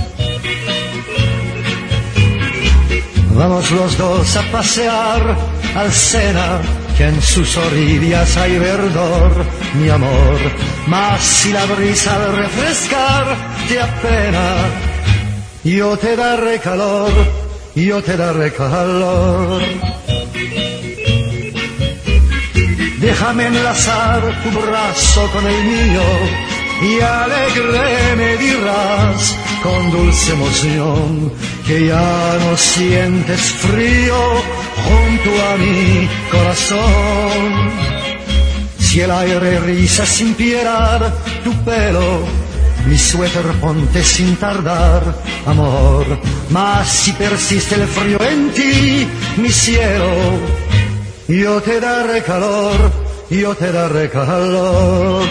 Vamos los dos a pasear al Sena, que en sus orillas hay verdor, mi amor. Mas si la brisa al refrescar te apena, yo te daré calor, yo te daré calor. Déjame enlazar tu brazo con el mío y alegre me dirás con dulce emoción que ya no sientes frío junto a mi corazón. Si el aire riza sin piedad tu pelo, mi suéter ponte sin tardar, amor. Mas si persiste el frío en ti, mi cielo, yo te daré calor, yo te daré calor.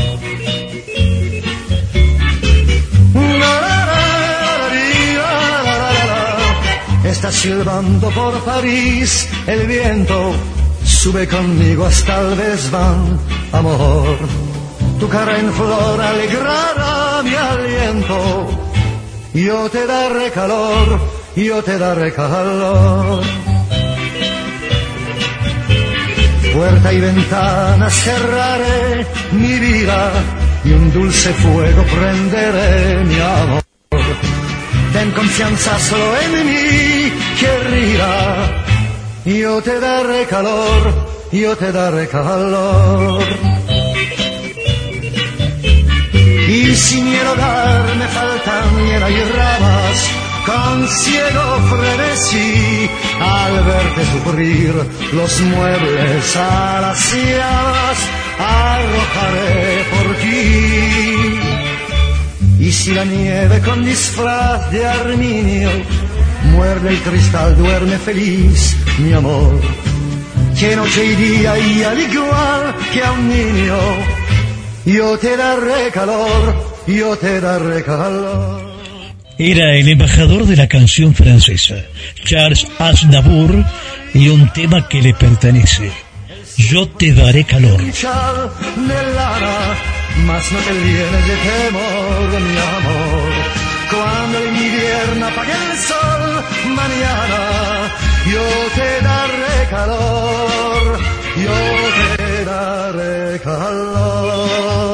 Está silbando por París el viento, sube conmigo hasta el desván, amor. Tu cara en flor alegrará mi aliento, yo te daré calor, yo te daré calor. Puerta y ventana cerraré mi vida y un dulce fuego prenderé, mi amor. Ten confianza solo en mí, querida, yo te daré calor, yo te daré calor. Y si mi hogar me faltan hiena y ramas, con ciego frenesí, al verte sufrir los muebles a las llamas, arrojaré por ti. Y si la nieve con disfraz de armiño muerde el cristal, duerme feliz, mi amor. Que noche y día y al igual que a un niño, yo te daré calor, yo te daré calor. Era el embajador de la canción francesa, Charles Aznavour, y un tema que le pertenece, Yo te daré calor. Mas no te llenes de temor, mi amor. Cuando el invierno apague el sol, mañana yo te daré calor, yo te daré calor.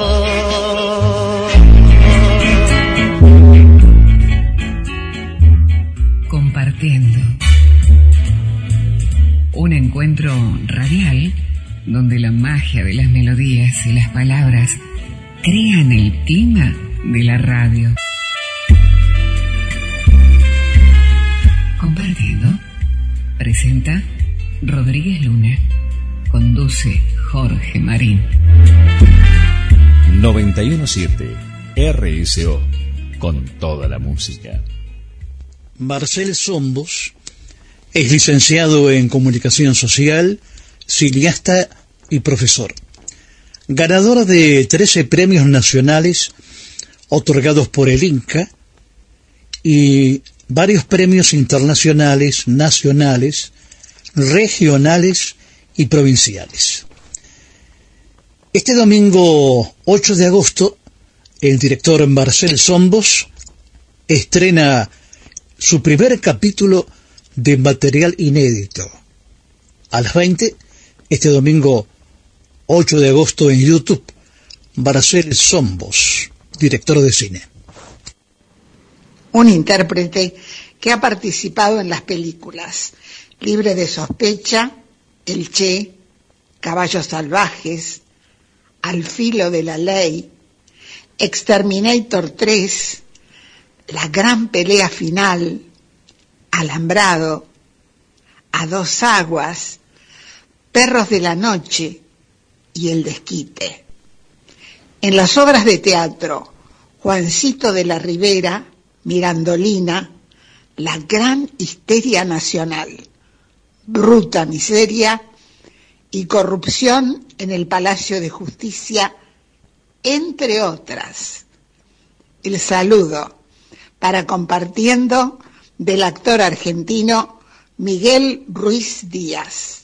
donde la magia de las melodías y las palabras crean el clima de la radio. Compartiendo, presenta Rodríguez Luna, conduce Jorge Marín. 917 RSO, con toda la música. Marcel Sombos es licenciado en Comunicación Social, cineasta y profesor. Ganador de 13 premios nacionales otorgados por el Inca y varios premios internacionales, nacionales, regionales y provinciales. Este domingo 8 de agosto, el director Marcel Sombos estrena su primer capítulo de material inédito. A las 20, este domingo 8 de agosto en YouTube, Marcel Sombos, director de cine. Un intérprete que ha participado en las películas Libre de sospecha, El Che, Caballos salvajes, Al filo de la ley, Exterminator 3, La gran pelea final, Alambrado, A dos aguas, Perros de la noche y El desquite. En las obras de teatro, Juancito de la Ribera, Mirandolina, La gran histeria nacional, Bruta miseria y Corrupción en el Palacio de Justicia, entre otras. El saludo para Compartiendo del actor argentino Miguel Ruiz Díaz.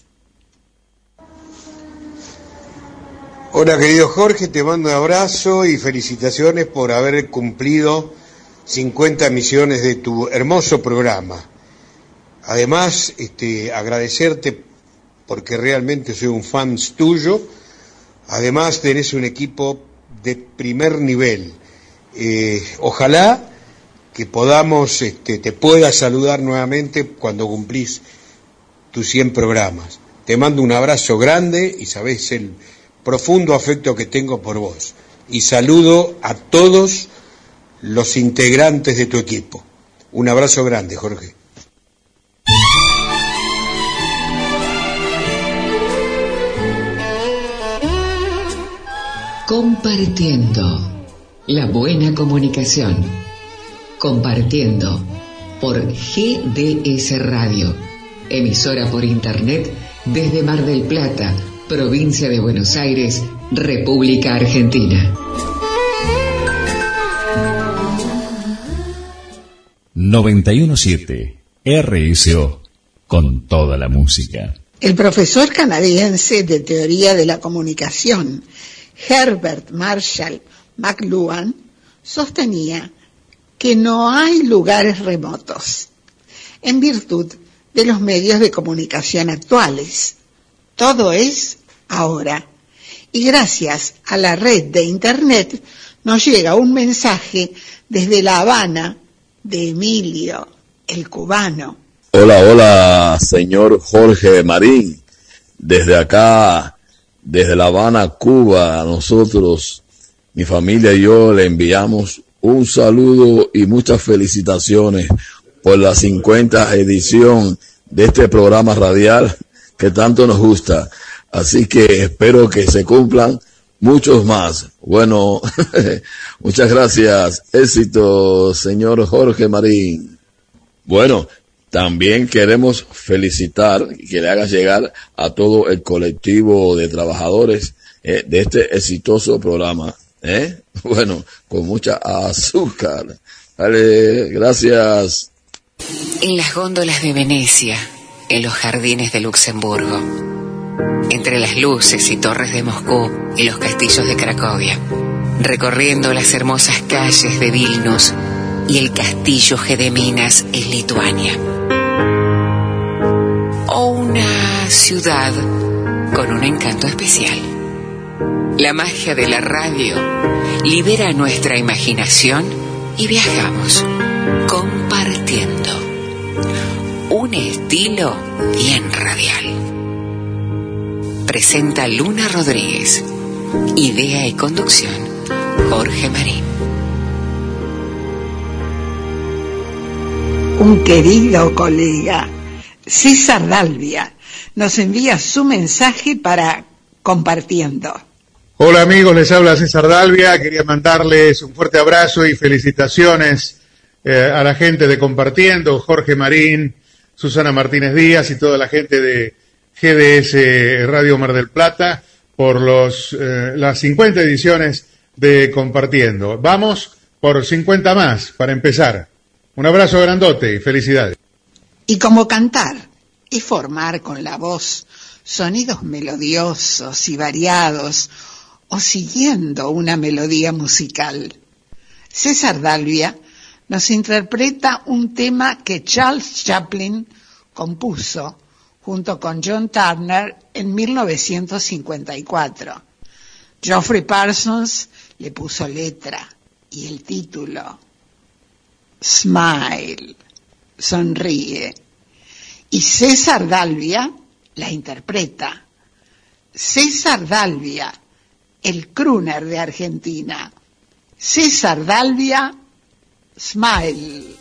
Hola querido Jorge, te mando un abrazo y felicitaciones por haber cumplido 50 emisiones de tu hermoso programa. Además, agradecerte porque realmente soy un fan tuyo. Además, tenés un equipo de primer nivel. Ojalá que podamos, te pueda saludar nuevamente cuando cumplís tus 100 programas. Te mando un abrazo grande y sabés el profundo afecto que tengo por vos. Y saludo a todos los integrantes de tu equipo. Un abrazo grande, Jorge. Compartiendo la buena comunicación. Compartiendo por GDS Radio, emisora por internet desde Mar del Plata, provincia de Buenos Aires, República Argentina. 917 RSO, con toda la música. El profesor canadiense de Teoría de la Comunicación, Herbert Marshall McLuhan, sostenía que no hay lugares remotos, en virtud de los medios de comunicación actuales. Todo es ahora. Y gracias a la red de Internet nos llega un mensaje desde La Habana de Emilio, el cubano. Hola, señor Jorge Marín. Desde acá, desde La Habana, Cuba, a nosotros, mi familia y yo le enviamos un saludo y muchas felicitaciones por la 50 edición de este programa radial que tanto nos gusta. Así que espero que se cumplan muchos más. Bueno, muchas gracias. Éxito, señor Jorge Marín. Bueno, también queremos felicitar y que le haga llegar a todo el colectivo de trabajadores de este exitoso programa. Bueno, con mucha azúcar. Dale, gracias. En las góndolas de Venecia, en los jardines de Luxemburgo, entre las luces y torres de Moscú y los castillos de Cracovia, recorriendo las hermosas calles de Vilnius y el castillo Gediminas en Lituania. O una ciudad con un encanto especial. La magia de la radio libera nuestra imaginación y viajamos compartiendo un estilo bien radial. presenta Luna Rodríguez. Idea y conducción, Jorge Marín. Un querido colega, César Dalvia, nos envía su mensaje para Compartiendo. Hola amigos, les habla César Dalvia. Quería mandarles un fuerte abrazo y felicitaciones a la gente de Compartiendo, Jorge Marín, Susana Martínez Díaz y toda la gente de GDS Radio Mar del Plata por las 50 ediciones de Compartiendo. Vamos por 50 más para empezar. Un abrazo grandote y felicidades. Y como cantar y formar con la voz sonidos melodiosos y variados o siguiendo una melodía musical. César Dalvia nos interpreta un tema que Charles Chaplin compuso junto con John Turner en 1954. Geoffrey Parsons le puso letra y el título Smile, sonríe. Y César Dalvia la interpreta. César Dalvia, el crooner de Argentina. César Dalvia, Smile.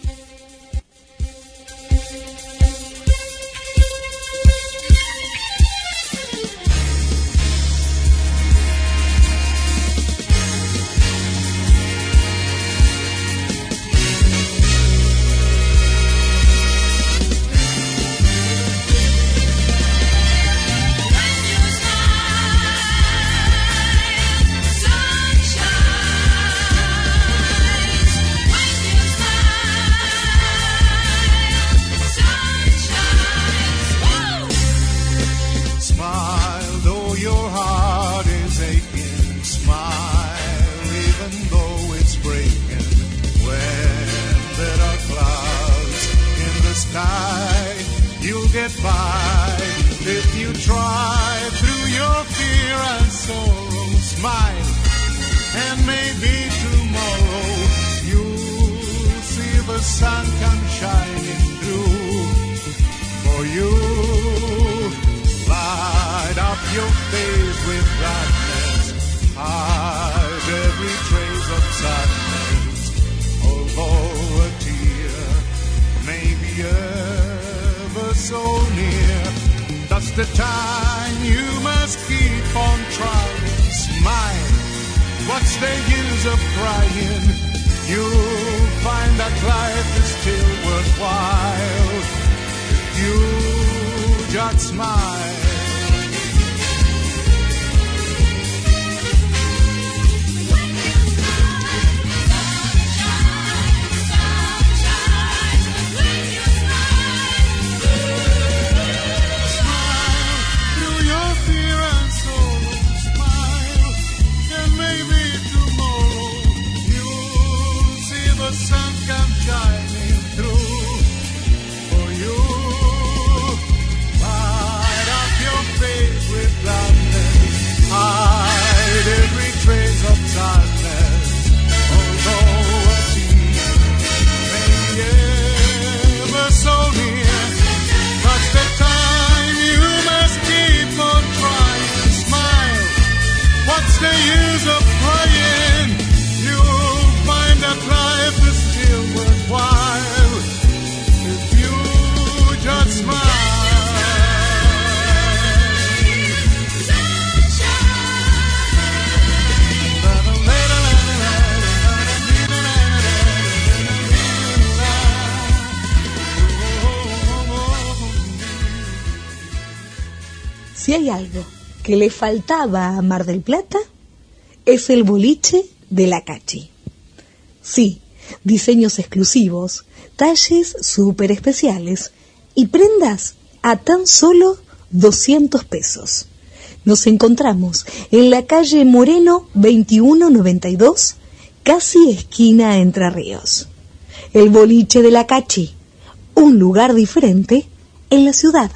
Si hay algo que le faltaba a Mar del Plata, es el boliche de la Cachi. Sí, diseños exclusivos, talles súper especiales y prendas a tan solo 200 pesos. Nos encontramos en la calle Moreno 2192, casi esquina Entre Ríos. El boliche de la Cachi, un lugar diferente en la ciudad.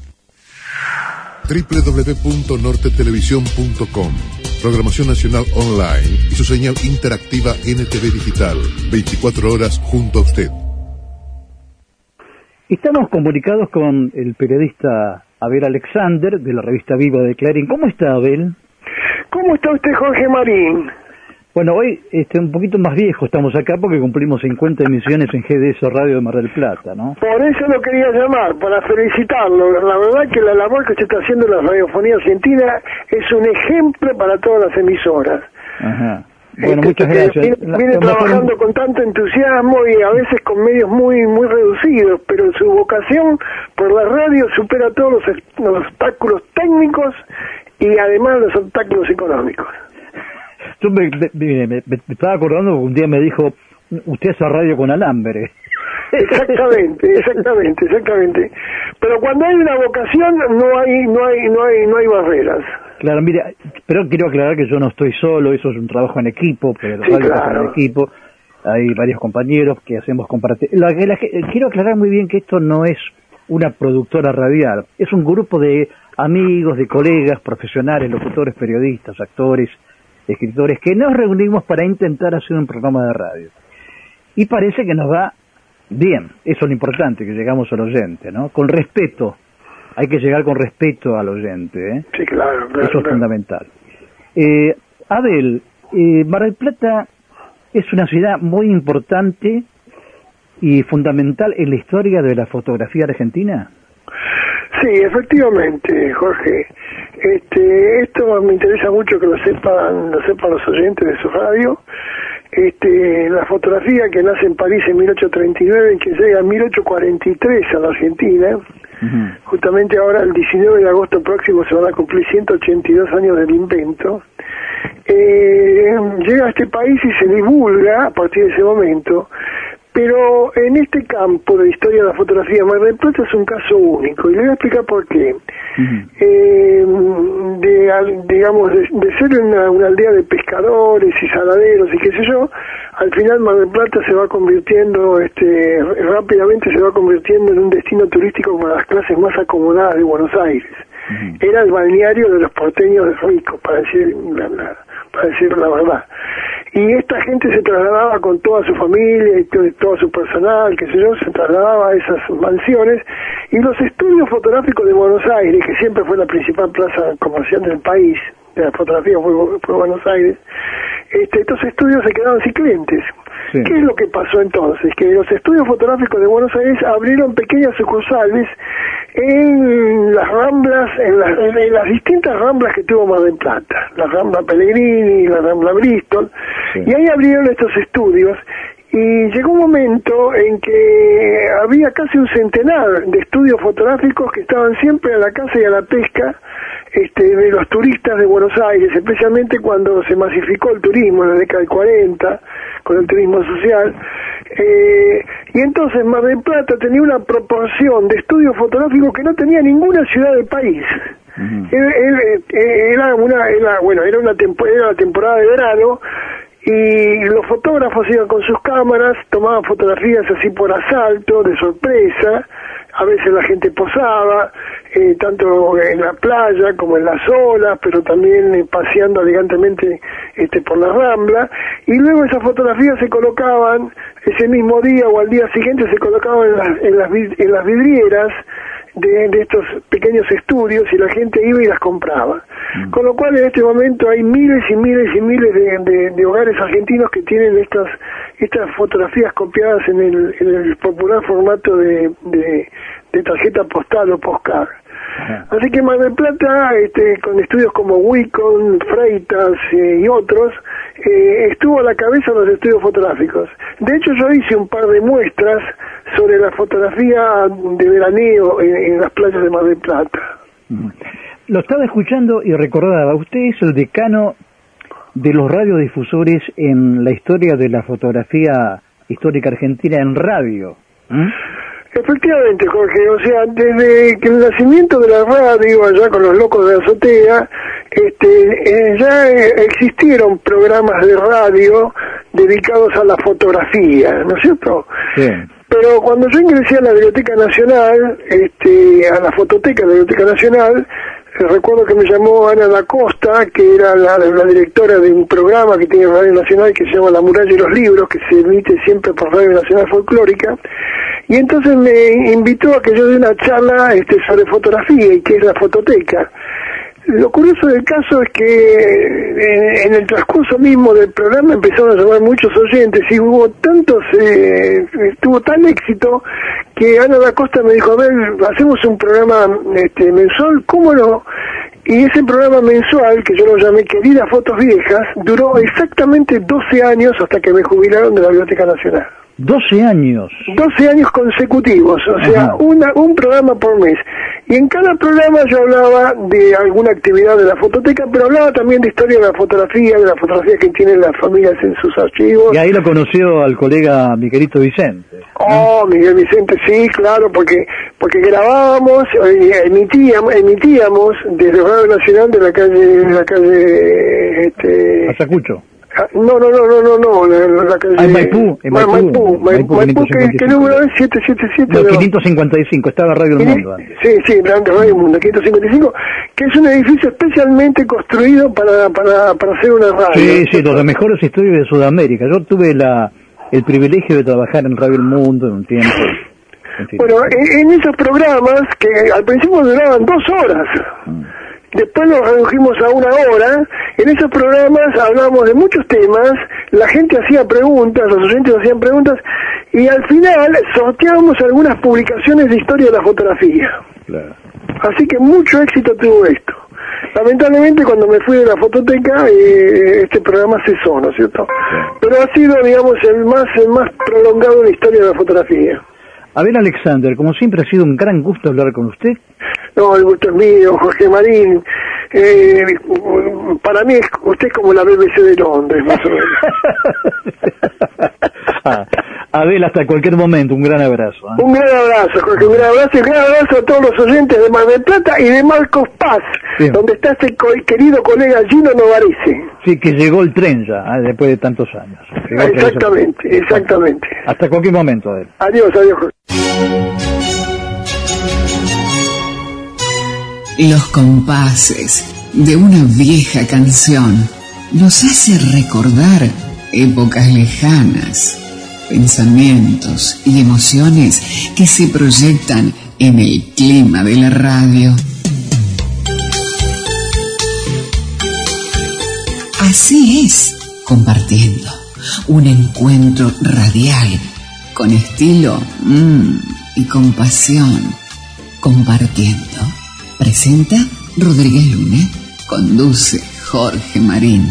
www.nortetelevisión.com. Programación nacional online y su señal interactiva NTV Digital. 24 horas junto a usted. Estamos comunicados con el periodista Abel Alexander, de la revista Viva de Clarín. ¿Cómo está, Abel? ¿Cómo está usted, Jorge Marín? Bueno, hoy un poquito más viejo estamos acá porque cumplimos 50 emisiones en GDS Radio de Mar del Plata, ¿no? Por eso lo quería llamar, para felicitarlo. La verdad que la labor que usted está haciendo en la radiofonía argentina es un ejemplo para todas las emisoras. Ajá. Bueno, muchas gracias. Viene trabajando con tanto entusiasmo y a veces con medios muy reducidos, pero su vocación por la radio supera todos los obstáculos técnicos y además los obstáculos económicos. Yo me estaba acordando porque un día me dijo, usted hace radio con alambre. Exactamente. Pero cuando hay una vocación no hay barreras. Claro, mira, pero quiero aclarar que yo no estoy solo, eso es un trabajo en equipo, pero sí, claro. En equipo, hay varios compañeros que hacemos compartir. Quiero aclarar muy bien que esto no es una productora radial, es un grupo de amigos, de colegas, profesionales, locutores, periodistas, actores, escritores, que nos reunimos para intentar hacer un programa de radio. Y parece que nos va bien, eso es lo importante, que llegamos al oyente, ¿no? Con respeto. Hay que llegar con respeto al oyente, ¿eh? Sí, claro. Eso es fundamental. Abel, Mar del Plata es una ciudad muy importante y fundamental en la historia de la fotografía argentina. Sí, efectivamente, Jorge. Esto me interesa mucho que lo sepan los oyentes de su radio. La fotografía que nace en París en 1839 y que llega en 1843 a la Argentina. Uh-huh. Justamente ahora, el 19 de agosto próximo, se van a cumplir 182 años del invento. Llega a este país y se divulga a partir de ese momento. Pero en este campo de la historia de la fotografía, Mar del Plata es un caso único, y le voy a explicar por qué. Uh-huh. De ser una aldea de pescadores y saladeros y qué sé yo, al final Mar del Plata se va convirtiendo, rápidamente se va convirtiendo en un destino turístico para las clases más acomodadas de Buenos Aires. Uh-huh. Era el balneario de los porteños ricos, para decir la verdad. Y esta gente se trasladaba con toda su familia y todo su personal, qué sé yo, se trasladaba a esas mansiones, y los estudios fotográficos de Buenos Aires, que siempre fue la principal plaza comercial del país, de la fotografía fue Buenos Aires, estos estudios se quedaban sin clientes. Sí. ¿Qué es lo que pasó entonces? Que los estudios fotográficos de Buenos Aires abrieron pequeñas sucursales en las ramblas, en las distintas ramblas que tuvo Mar del Plata, la Rambla Pellegrini, la Rambla Bristol, sí. Y ahí abrieron estos estudios, y llegó un momento en que había casi un centenar de estudios fotográficos que estaban siempre a la caza y a la pesca de los turistas de Buenos Aires, especialmente cuando se masificó el turismo en la década del 40, con el turismo social, y entonces Mar del Plata tenía una proporción de estudios fotográficos que no tenía ninguna ciudad del país. Uh-huh. Era la temporada de verano, y los fotógrafos iban con sus cámaras, tomaban fotografías así por asalto, de sorpresa. A veces la gente posaba, tanto en la playa como en las olas, pero también paseando elegantemente por la rambla, y luego esas fotografías se colocaban ese mismo día o al día siguiente, se colocaban en las vidrieras de estos pequeños estudios, y la gente iba y las compraba. Con lo cual en este momento hay miles y miles y miles de hogares argentinos que tienen estas fotografías copiadas en el popular formato de tarjeta postal o postcard. Así que Mar del Plata, con estudios como Wicon, Freitas y otros, estuvo a la cabeza de los estudios fotográficos. De hecho, yo hice un par de muestras sobre la fotografía de veraneo en las playas de Mar del Plata. Lo estaba escuchando y recordaba, usted es el decano de los radiodifusores en la historia de la fotografía histórica argentina en radio. Efectivamente, Jorge, o sea, desde que el nacimiento de la radio, allá con los locos de azotea, ya existieron programas de radio dedicados a la fotografía, ¿no es cierto? Sí. Pero cuando yo ingresé a la Biblioteca Nacional, a la Fototeca de la Biblioteca Nacional, recuerdo que me llamó Ana da Costa, que era la directora de un programa que tiene Radio Nacional que se llama La Muralla y los Libros, que se emite siempre por Radio Nacional Folclórica, y entonces me invitó a que yo dé una charla sobre fotografía y qué es la fototeca. Lo curioso del caso es que en el transcurso mismo del programa empezaron a llamar muchos oyentes y hubo tuvo tal éxito que Ana da Costa me dijo, a ver, hacemos un programa mensual, ¿cómo no? Y ese programa mensual, que yo lo llamé Queridas Fotos Viejas, duró exactamente 12 años hasta que me jubilaron de la Biblioteca Nacional. 12 años. 12 años consecutivos, o sea, un programa por mes. Y en cada programa yo hablaba de alguna actividad de la fototeca, pero hablaba también de historia de la fotografía que tienen las familias en sus archivos. Y ahí lo conoció al colega Miguelito Vicente. Oh, Miguel Vicente, sí, claro, porque grabábamos, emitíamos desde Radio Nacional de la calle Ayacucho. No, la calle... Maipú, ¿qué número es? 777. No, 555, estaba Radio El Mundo antes. Sí, Radio El Mundo, 555, que es un edificio especialmente construido para hacer una radio. Sí, los mejores estudios de Sudamérica. Yo tuve el privilegio de trabajar en Radio El Mundo en un tiempo. Bueno, en esos programas, que al principio duraban 2 horas, después nos redujimos a 1 hora. En esos programas hablamos de muchos temas, la gente hacía preguntas, los oyentes hacían preguntas, y al final sorteábamos algunas publicaciones de historia de la fotografía. Claro. Así que mucho éxito tuvo esto. Lamentablemente cuando me fui de la fototeca, este programa cesó, ¿no es cierto? Pero ha sido, digamos, el más prolongado en la historia de la fotografía. A ver, Alexander, como siempre ha sido un gran gusto hablar con usted. No, el gusto es mío, Jorge Marín. Para mí usted es como la BBC de Londres, más o menos. Abel, hasta cualquier momento, un gran abrazo. Un gran abrazo, Jorge, un gran abrazo, y un gran abrazo a todos los oyentes de Mar del Plata y de Marcos Paz, donde está este querido colega Gino Novarese. Sí, que llegó el tren ya, después de tantos años. Exactamente. Hasta cualquier momento, Abel. Adiós, Jorge. Los compases de una vieja canción nos hace recordar épocas lejanas, pensamientos y emociones que se proyectan en el clima de la radio. Así es, compartiendo un encuentro radial con estilo y con pasión. Compartiendo. Presenta Rodríguez Luna, conduce Jorge Marín.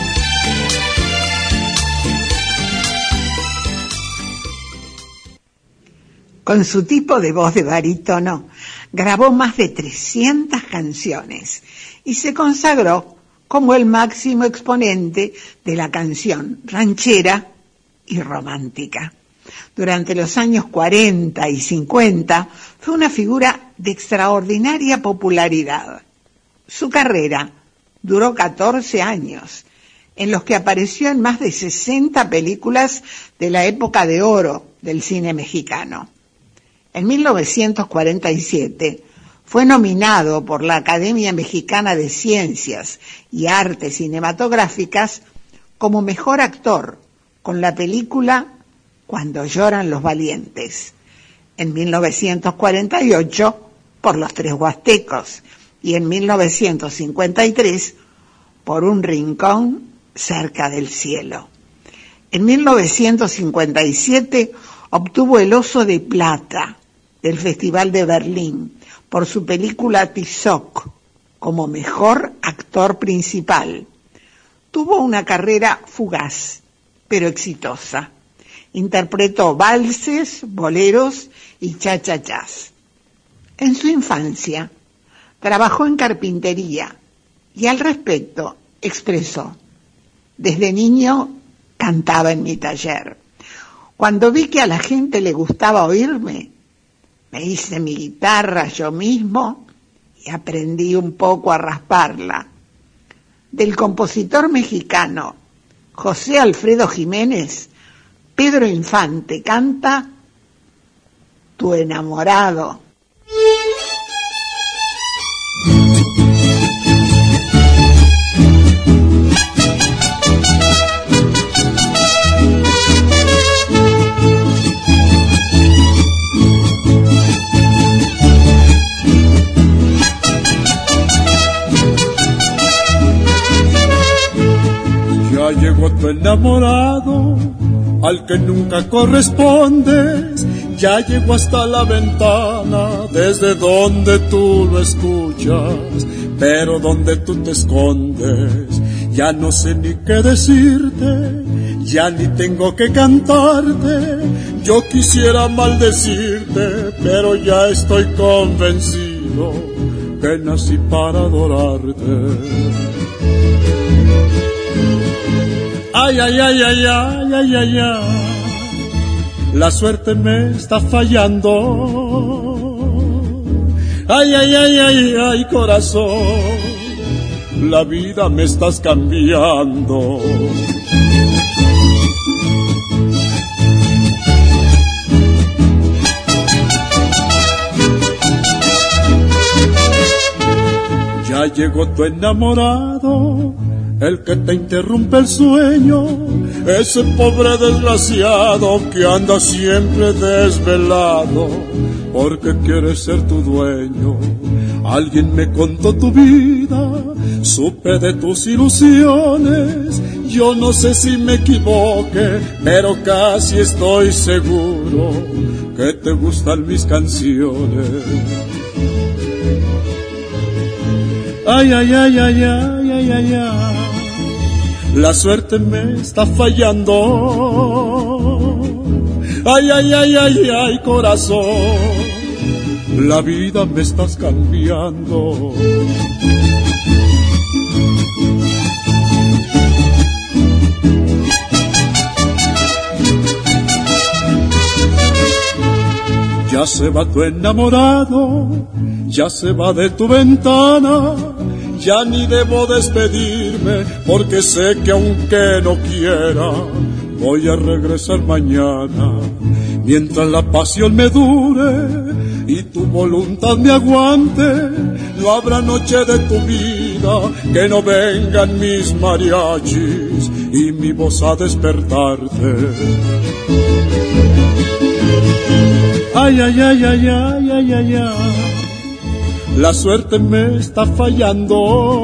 Con su tipo de voz de barítono, grabó más de 300 canciones y se consagró como el máximo exponente de la canción ranchera y romántica. Durante los años 40 y 50 fue una figura de extraordinaria popularidad. Su carrera duró 14 años, en los que apareció en más de 60 películas de la época de oro del cine mexicano. En 1947 fue nominado por la Academia Mexicana de Ciencias y Artes Cinematográficas como mejor actor con la película Cuando lloran los valientes. En 1948 por Los Tres Huastecos y en 1953 por Un rincón cerca del cielo. En 1957 obtuvo el Oso de Plata del Festival de Berlín por su película Tizoc como mejor actor principal. Tuvo una carrera fugaz, pero exitosa. Interpretó valses, boleros y cha-cha-chas. En su infancia trabajó en carpintería y al respecto expresó: desde niño cantaba en mi taller. Cuando vi que a la gente le gustaba oírme, me hice mi guitarra yo mismo y aprendí un poco a rasparla. Del compositor mexicano José Alfredo Jiménez, Pedro Infante canta Tu enamorado. enamorado, al que nunca correspondes, ya llegó hasta la ventana, desde donde tú lo escuchas, pero donde tú te escondes. Ya no sé ni qué decirte, ya ni tengo que cantarte. Yo quisiera maldecirte, pero ya estoy convencido que nací para adorarte. Ay, ay, ay, ay, ay, ay, ay, ay, la suerte me está fallando. Ay, ay, ay, ay, ay, corazón, la vida me estás cambiando. Ya llegó tu enamorado, el que te interrumpe el sueño, ese pobre desgraciado que anda siempre desvelado, porque quiere ser tu dueño. Alguien me contó tu vida, supe de tus ilusiones. Yo no sé si me equivoque, pero casi estoy seguro que te gustan mis canciones. Ay, ay, ay, ay, ay, ay, ay, ay, la suerte me está fallando. Ay, ay, ay, ay, ay, corazón, la vida me estás cambiando. Ya se va tu enamorado, ya se va de tu ventana. Ya ni debo despedirme, porque sé que aunque no quiera, voy a regresar mañana. Mientras la pasión me dure y tu voluntad me aguante, no habrá noche de tu vida que no vengan mis mariachis y mi voz a despertarte. Ay, ay, ay, ay, ay, ay, ay, ay, la suerte me está fallando.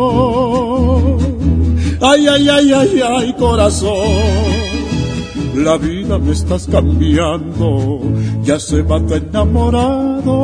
Ay, ay, ay, ay, ay, corazón, la vida me estás cambiando. Ya se va tu enamorado.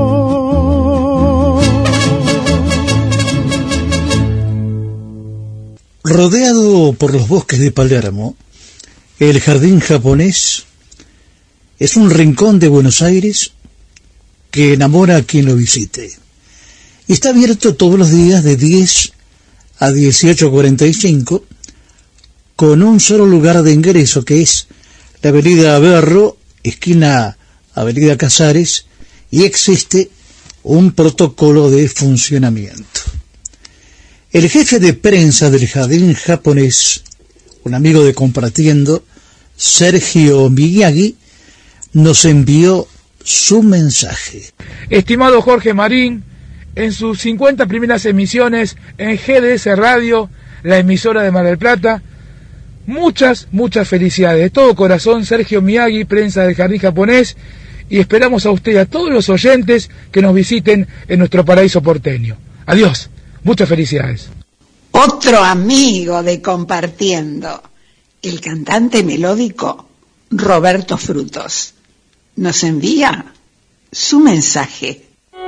Rodeado por los bosques de Palermo, el Jardín Japonés es un rincón de Buenos Aires que enamora a quien lo visite. Está abierto todos los días de 10 a 18:45 con un solo lugar de ingreso, que es la avenida Berro, esquina avenida Casares, y existe un protocolo de funcionamiento. El jefe de prensa del Jardín Japonés, un amigo de Compartiendo, Sergio Miyagi, nos envió su mensaje. Estimado Jorge Marín, en sus 50 primeras emisiones en GDS Radio, la emisora de Mar del Plata, muchas felicidades. De todo corazón, Sergio Miyagi, prensa del Jardín Japonés, y esperamos a usted y a todos los oyentes que nos visiten en nuestro paraíso porteño. Adiós, muchas felicidades. Otro amigo de Compartiendo, el cantante melódico Roberto Frutos, nos envía su mensaje.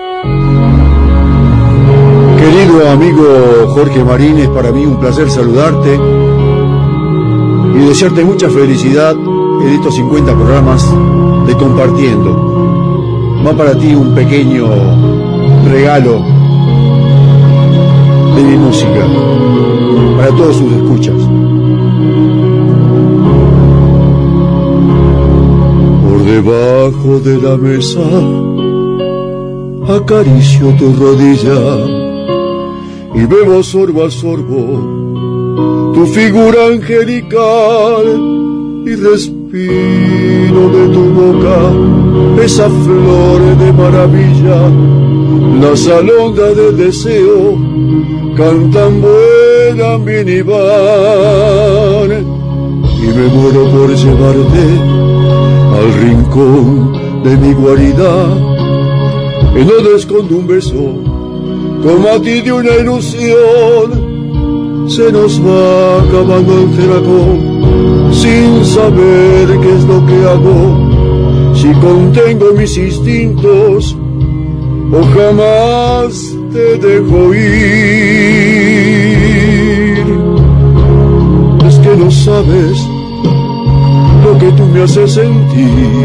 Querido amigo Jorge Marín, es para mí un placer saludarte y desearte mucha felicidad en estos 50 programas de Compartiendo. Va para ti un pequeño regalo de mi música para todos sus escuchas. Por debajo de la mesa acaricio tu rodilla y bebo sorbo a sorbo tu figura angelical y respiro de tu boca esa flor de maravilla. Las alondras del deseo cantan buena minivan y me muero por llevarte al rincón de mi guarida, en donde escondo un beso como a ti de una ilusión. Se nos va acabando el dragón sin saber qué es lo que hago, si contengo mis instintos o jamás te dejo ir. Es que no sabes lo que tú me haces sentir.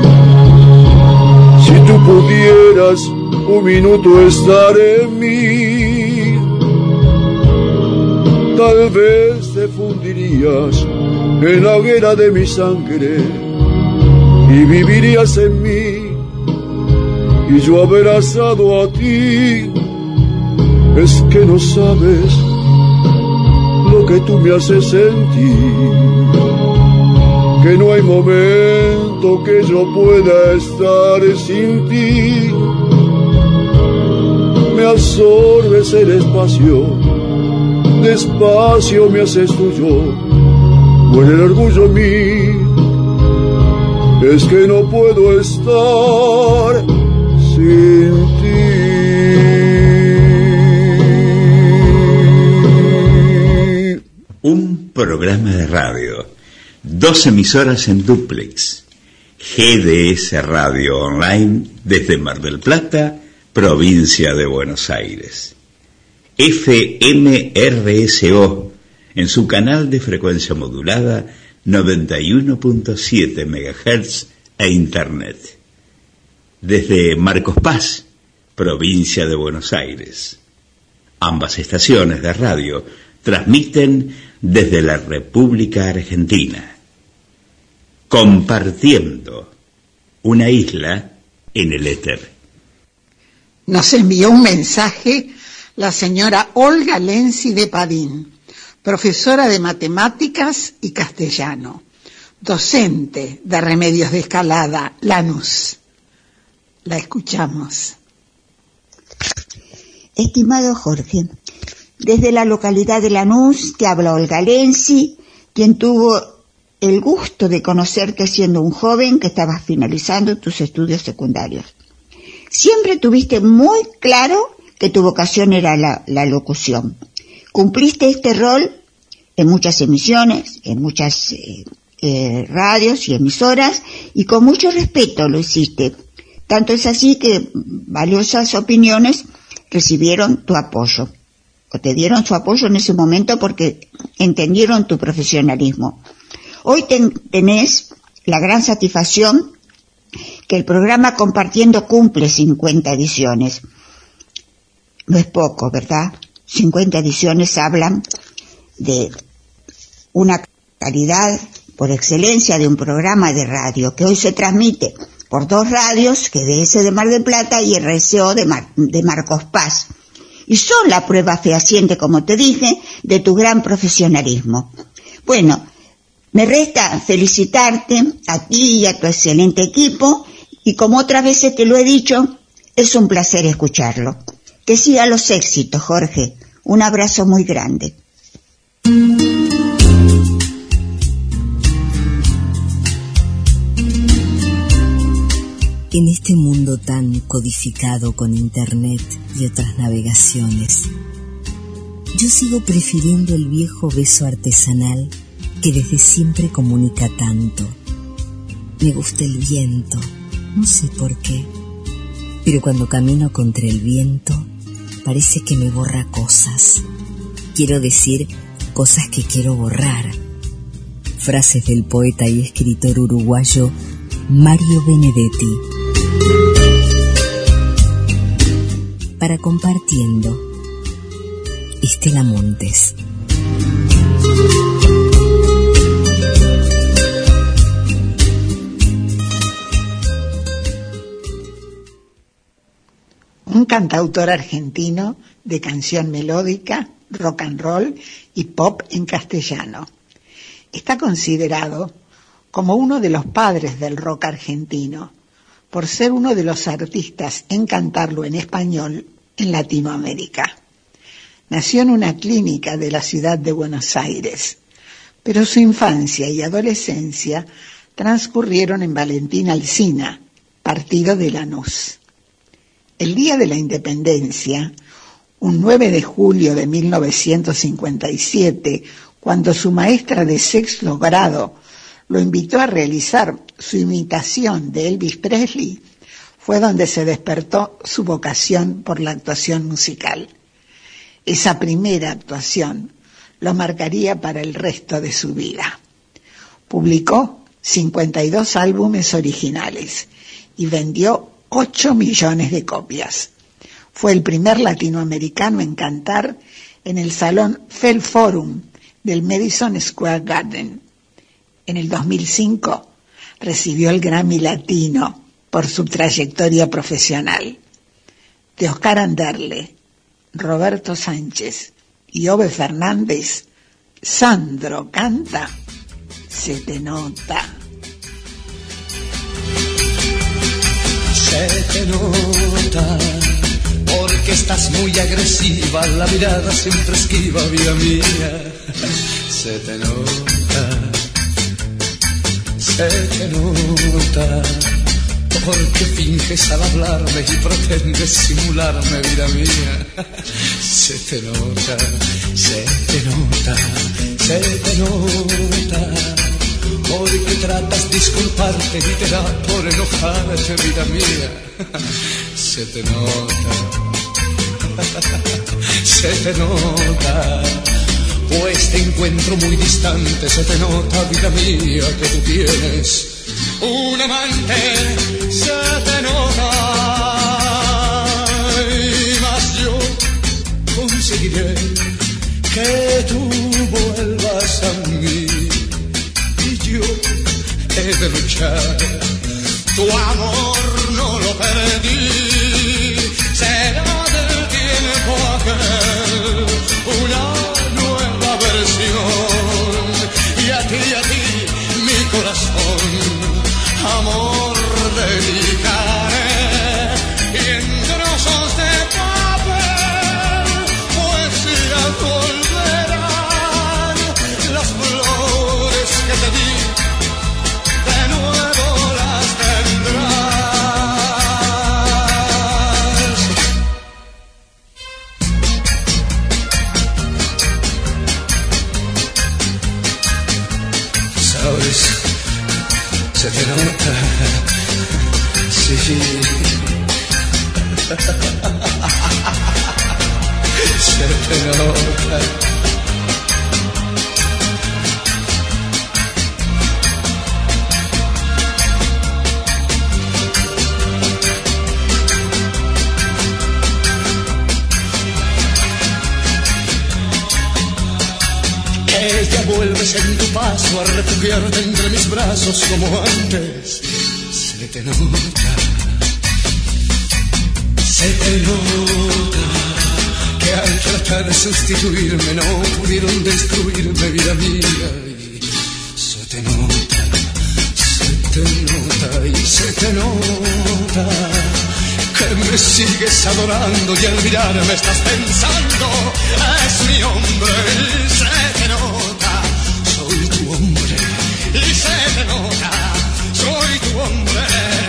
Si tú pudieras un minuto estar en mí, tal vez te fundirías en la hoguera de mi sangre y vivirías en mí y yo abrazado a ti. Es que no sabes lo que tú me haces sentir, que no hay momento que yo pueda estar sin ti. Me absorbes el espacio, despacio me haces tuyo, con el orgullo mío. Es que no puedo estar sin ti. Un programa de radio, 2 emisoras en dúplex. GDS Radio Online desde Mar del Plata, provincia de Buenos Aires. FMRSO en su canal de frecuencia modulada 91.7 MHz e Internet. Desde Marcos Paz, provincia de Buenos Aires. Ambas estaciones de radio transmiten desde la República Argentina. Compartiendo una isla en el éter. Nos envió un mensaje la señora Olga Lenzi de Padín, profesora de matemáticas y castellano, docente de Remedios de Escalada, Lanús. La escuchamos. Estimado Jorge, desde la localidad de Lanús te habla Olga Lenzi, quien tuvo el gusto de conocerte siendo un joven que estabas finalizando tus estudios secundarios. Siempre tuviste muy claro que tu vocación era la locución. Cumpliste este rol en muchas emisiones, en muchas radios y emisoras, y con mucho respeto lo hiciste. Tanto es así que valiosas opiniones recibieron tu apoyo, o te dieron su apoyo en ese momento porque entendieron tu profesionalismo. Hoy tenés la gran satisfacción que el programa Compartiendo cumple 50 ediciones. No es poco, ¿verdad? 50 ediciones hablan de una calidad por excelencia de un programa de radio que hoy se transmite por 2 radios, GDS de Mar del Plata y RCO de Marcos Paz. Y son la prueba fehaciente, como te dije, de tu gran profesionalismo. Bueno, me resta felicitarte a ti y a tu excelente equipo, y como otras veces te lo he dicho, es un placer escucharlo. Que sigan los éxitos, Jorge. Un abrazo muy grande. En este mundo tan codificado con internet y otras navegaciones, yo sigo prefiriendo el viejo beso artesanal que desde siempre comunica tanto. Me gusta el viento, no sé por qué, pero cuando camino contra el viento parece que me borra cosas. Quiero decir, cosas que quiero borrar. Frases del poeta y escritor uruguayo Mario Benedetti. Para Compartiendo, Estela Montes. Un cantautor argentino de canción melódica, rock and roll y pop en castellano. Está considerado como uno de los padres del rock argentino, por ser uno de los artistas en cantarlo en español en Latinoamérica. Nació en una clínica de la ciudad de Buenos Aires, pero su infancia y adolescencia transcurrieron en Valentín Alsina, partido de Lanús. El día de la Independencia, un 9 de julio de 1957, Cuando su maestra de sexto grado lo invitó a realizar su imitación de Elvis Presley, fue donde se despertó su vocación por la actuación musical. Esa primera actuación lo marcaría para el resto de su vida. Publicó 52 álbumes originales y vendió 8 millones de copias. Fue el primer latinoamericano en cantar en el Salón Fell Forum del Madison Square Garden. En el 2005 recibió el Grammy Latino por su trayectoria profesional. De Oscar Anderle, Roberto Sánchez y Ove Fernández, Sandro canta Se te nota. Se te nota, porque estás muy agresiva, la mirada siempre esquiva, vida mía. Se te nota, se te nota, porque finges al hablarme y pretendes simularme, vida mía. Se te nota, se te nota, se te nota, porque tratas de disculparte y te da por enojarte, vida mía. Se te nota, se te nota, pues te encuentro muy distante. Se te nota, vida mía, que tú tienes un amante. Se te nota, y más yo conseguiré que tú vuelvas a mí. Yo he de luchar, tu amor no lo perdí, será del tiempo aquel una nueva versión, y a ti, mi corazón, amor dedicaré, y en trozos de papel, poesía volverán las flores que te di. Se te nota, sí, se te nota. Que ya vuelves en tu paso a refugiarte entre mis brazos como antes. Se te nota, se te nota, que al tratar de sustituirme no pudieron destruirme, vida mía. Y se te nota, y se te nota, que me sigues adorando y al mirarme estás pensando, es mi hombre. Y se te nota, soy tu hombre. Y se te nota, soy tu hombre.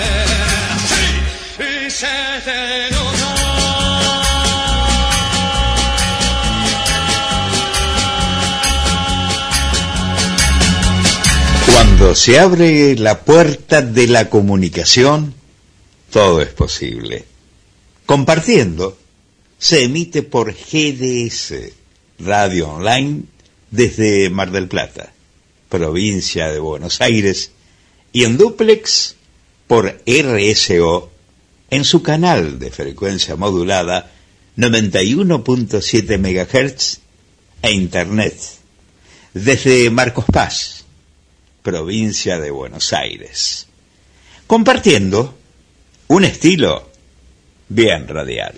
Sí, y se te nota. Cuando se abre la puerta de la comunicación, todo es posible. Compartiendo, se emite por GDS, Radio Online, desde Mar del Plata, provincia de Buenos Aires, y en dúplex por RSO, en su canal de frecuencia modulada 91.7 MHz e Internet, desde Marcos Paz, provincia de Buenos Aires. Compartiendo un estilo bien radial.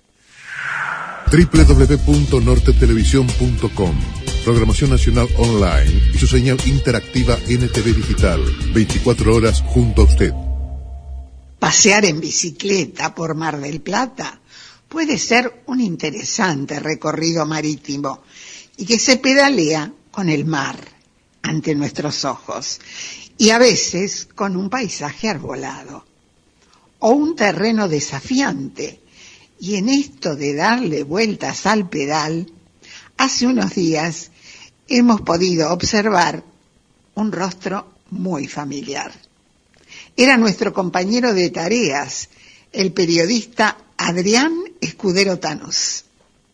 www.nortetelevisión.com, programación nacional online y su señal interactiva NTV Digital, 24 horas junto a usted. Pasear en bicicleta por Mar del Plata puede ser un interesante recorrido marítimo y que se pedalea con el mar ante nuestros ojos y a veces con un paisaje arbolado o un terreno desafiante. Y en esto de darle vueltas al pedal, hace unos días hemos podido observar un rostro muy familiar. Era nuestro compañero de tareas, el periodista Adrián Escudero Tanús.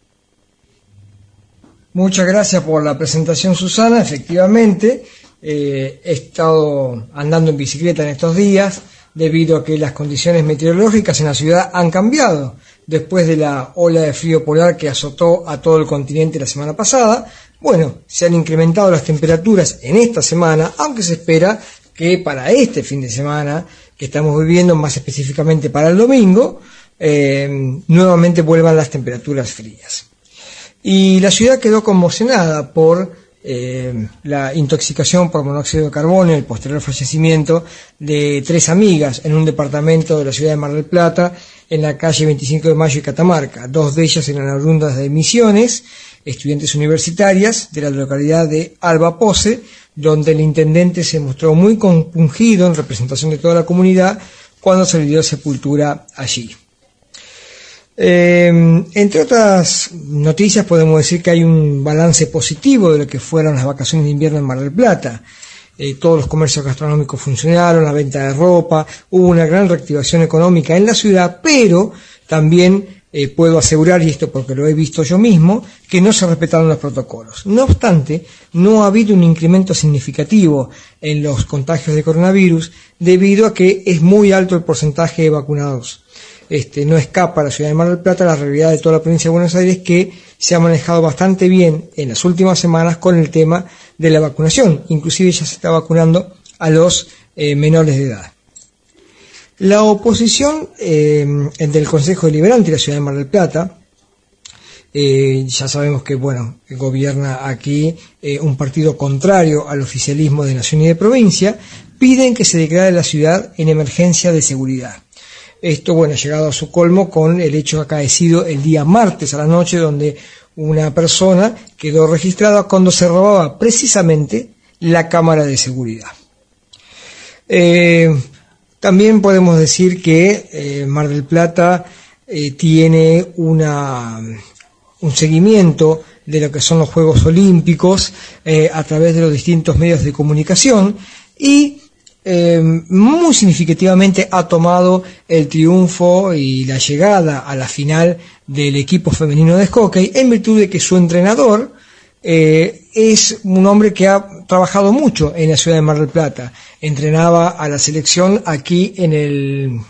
Muchas gracias por la presentación, Susana. Efectivamente, he estado andando en bicicleta en estos días debido a que las condiciones meteorológicas en la ciudad han cambiado después de la ola de frío polar que azotó a todo el continente la semana pasada. Bueno, se han incrementado las temperaturas en esta semana, aunque se espera que para este fin de semana que estamos viviendo, más específicamente para el domingo, nuevamente vuelvan las temperaturas frías. Y la ciudad quedó conmocionada por la intoxicación por monóxido de carbono y el posterior fallecimiento de 3 amigas en un departamento de la ciudad de Mar del Plata, en la calle 25 de Mayo y Catamarca. 2 de ellas eran oriundas de Misiones, estudiantes universitarias de la localidad de Alba Pose, donde el intendente se mostró muy compungido en representación de toda la comunidad cuando se le dio sepultura allí. Entre otras noticias podemos decir que hay un balance positivo de lo que fueron las vacaciones de invierno en Mar del Plata. Todos los comercios gastronómicos funcionaron, la venta de ropa, hubo una gran reactivación económica en la ciudad, pero también puedo asegurar, y esto porque lo he visto yo mismo, que no se respetaron los protocolos. No obstante, no ha habido un incremento significativo en los contagios de coronavirus debido a que es muy alto el porcentaje de vacunados. No escapa a la ciudad de Mar del Plata la realidad de toda la provincia de Buenos Aires, que se ha manejado bastante bien en las últimas semanas con el tema de la vacunación. Inclusive ya se está vacunando a los menores de edad. La oposición del Consejo Deliberante de la ciudad de Mar del Plata, ya sabemos que gobierna aquí un partido contrario al oficialismo de nación y de provincia, piden que se declare la ciudad en emergencia de seguridad. Esto, ha llegado a su colmo con el hecho acaecido el día martes a la noche, donde una persona quedó registrada cuando se robaba precisamente la cámara de seguridad. También podemos decir que Mar del Plata tiene un seguimiento de lo que son los Juegos Olímpicos a través de los distintos medios de comunicación y muy significativamente ha tomado el triunfo y la llegada a la final del equipo femenino de hockey en virtud de que su entrenador es un hombre que ha trabajado mucho en la ciudad de Mar del Plata. Entrenaba a la selección aquí en el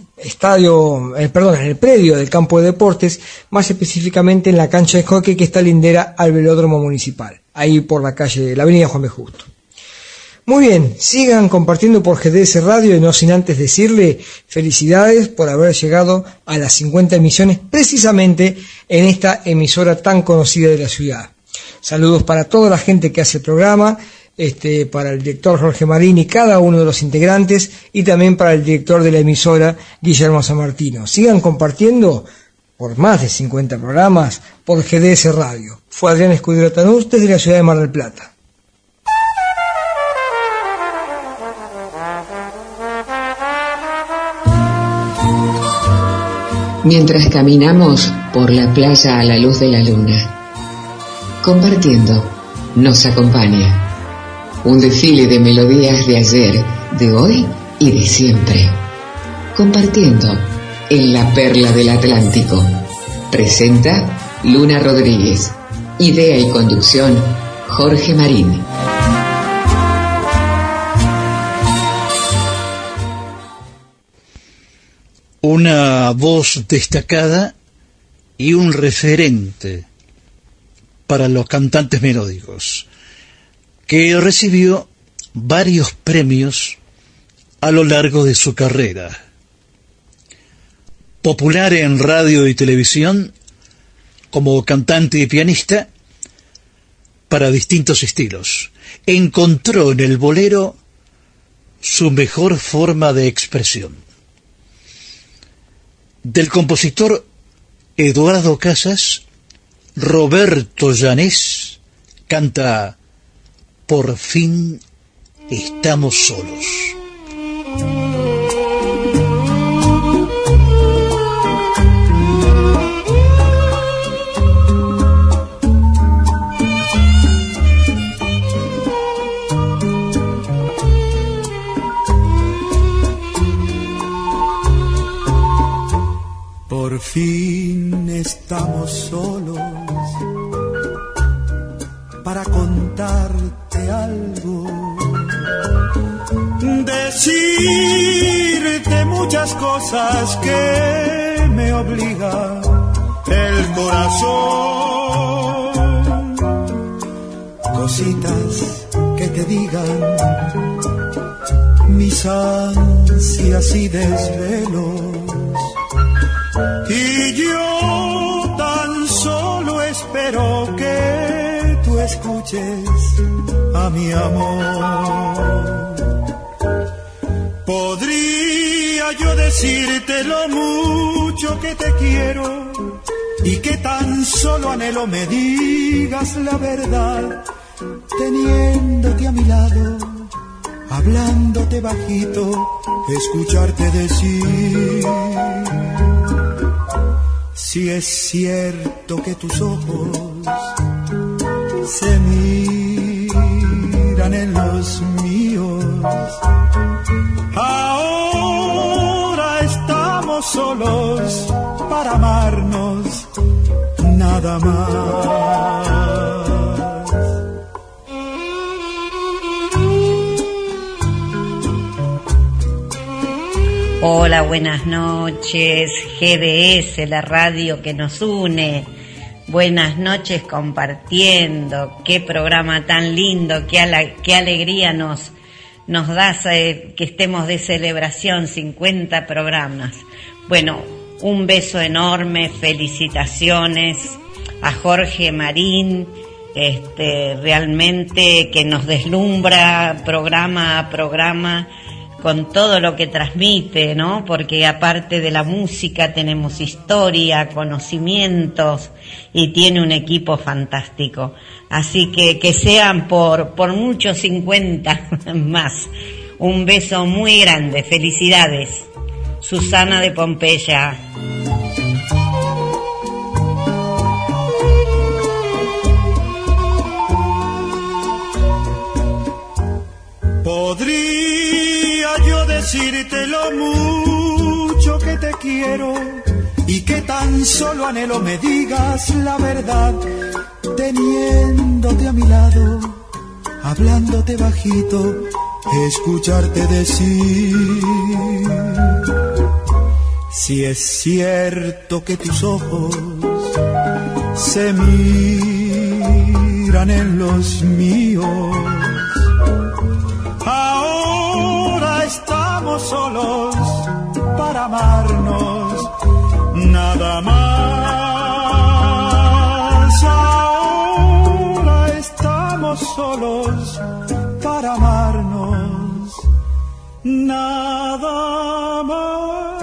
en el predio del campo de deportes, más específicamente en la cancha de hockey que está lindera al velódromo municipal, ahí por la avenida Juan B. Justo. Muy bien, sigan compartiendo por GDS Radio y no sin antes decirle felicidades por haber llegado a las 50 emisiones precisamente en esta emisora tan conocida de la ciudad. Saludos para toda la gente que hace el programa, para el director Jorge Marín y cada uno de los integrantes, y también para el director de la emisora Guillermo San Martino. Sigan compartiendo por más de 50 programas por GDS Radio. Fue Adrián Escudero Tanús desde la ciudad de Mar del Plata. Mientras caminamos por la playa a la luz de la luna, compartiendo, nos acompaña un desfile de melodías de ayer, de hoy y de siempre. Compartiendo en la perla del Atlántico. Presenta Luna Rodríguez. Idea y conducción, Jorge Marín. Una voz destacada y un referente para los cantantes melódicos, que recibió varios premios a lo largo de su carrera. Popular en radio y televisión como cantante y pianista para distintos estilos, encontró en el bolero su mejor forma de expresión. Del compositor Eduardo Casas, Roberto Llanés canta Por fin estamos solos. Por fin estamos solos para contarte algo, decirte muchas cosas que me obliga el corazón, cositas que te digan mis ansias y desvelos. Y yo tan solo espero que tú escuches a mi amor. Podría yo decirte lo mucho que te quiero y que tan solo anhelo me digas la verdad, teniéndote a mi lado, hablándote bajito, escucharte decir. Si es cierto que tus ojos se miran en los míos, ahora estamos solos para amarnos, nada más. Hola, buenas noches, GDS, la radio que nos une. Buenas noches compartiendo. Qué programa tan lindo, qué alegría nos da que estemos de celebración, 50 programas. Bueno, un beso enorme, felicitaciones a Jorge Marín, realmente que nos deslumbra programa a programa con todo lo que transmite, ¿no? Porque aparte de la música tenemos historia, conocimientos y tiene un equipo fantástico. Así que sean por muchos 50 más. Un beso muy grande, felicidades. Susana de Pompeya. Podría yo decirte lo mucho que te quiero y que tan solo anhelo me digas la verdad, teniéndote a mi lado, hablándote bajito, escucharte decir. Si es cierto que tus ojos se miran en los míos, ahora estamos solos para amarnos, nada más. Ahora estamos solos para amarnos, nada más.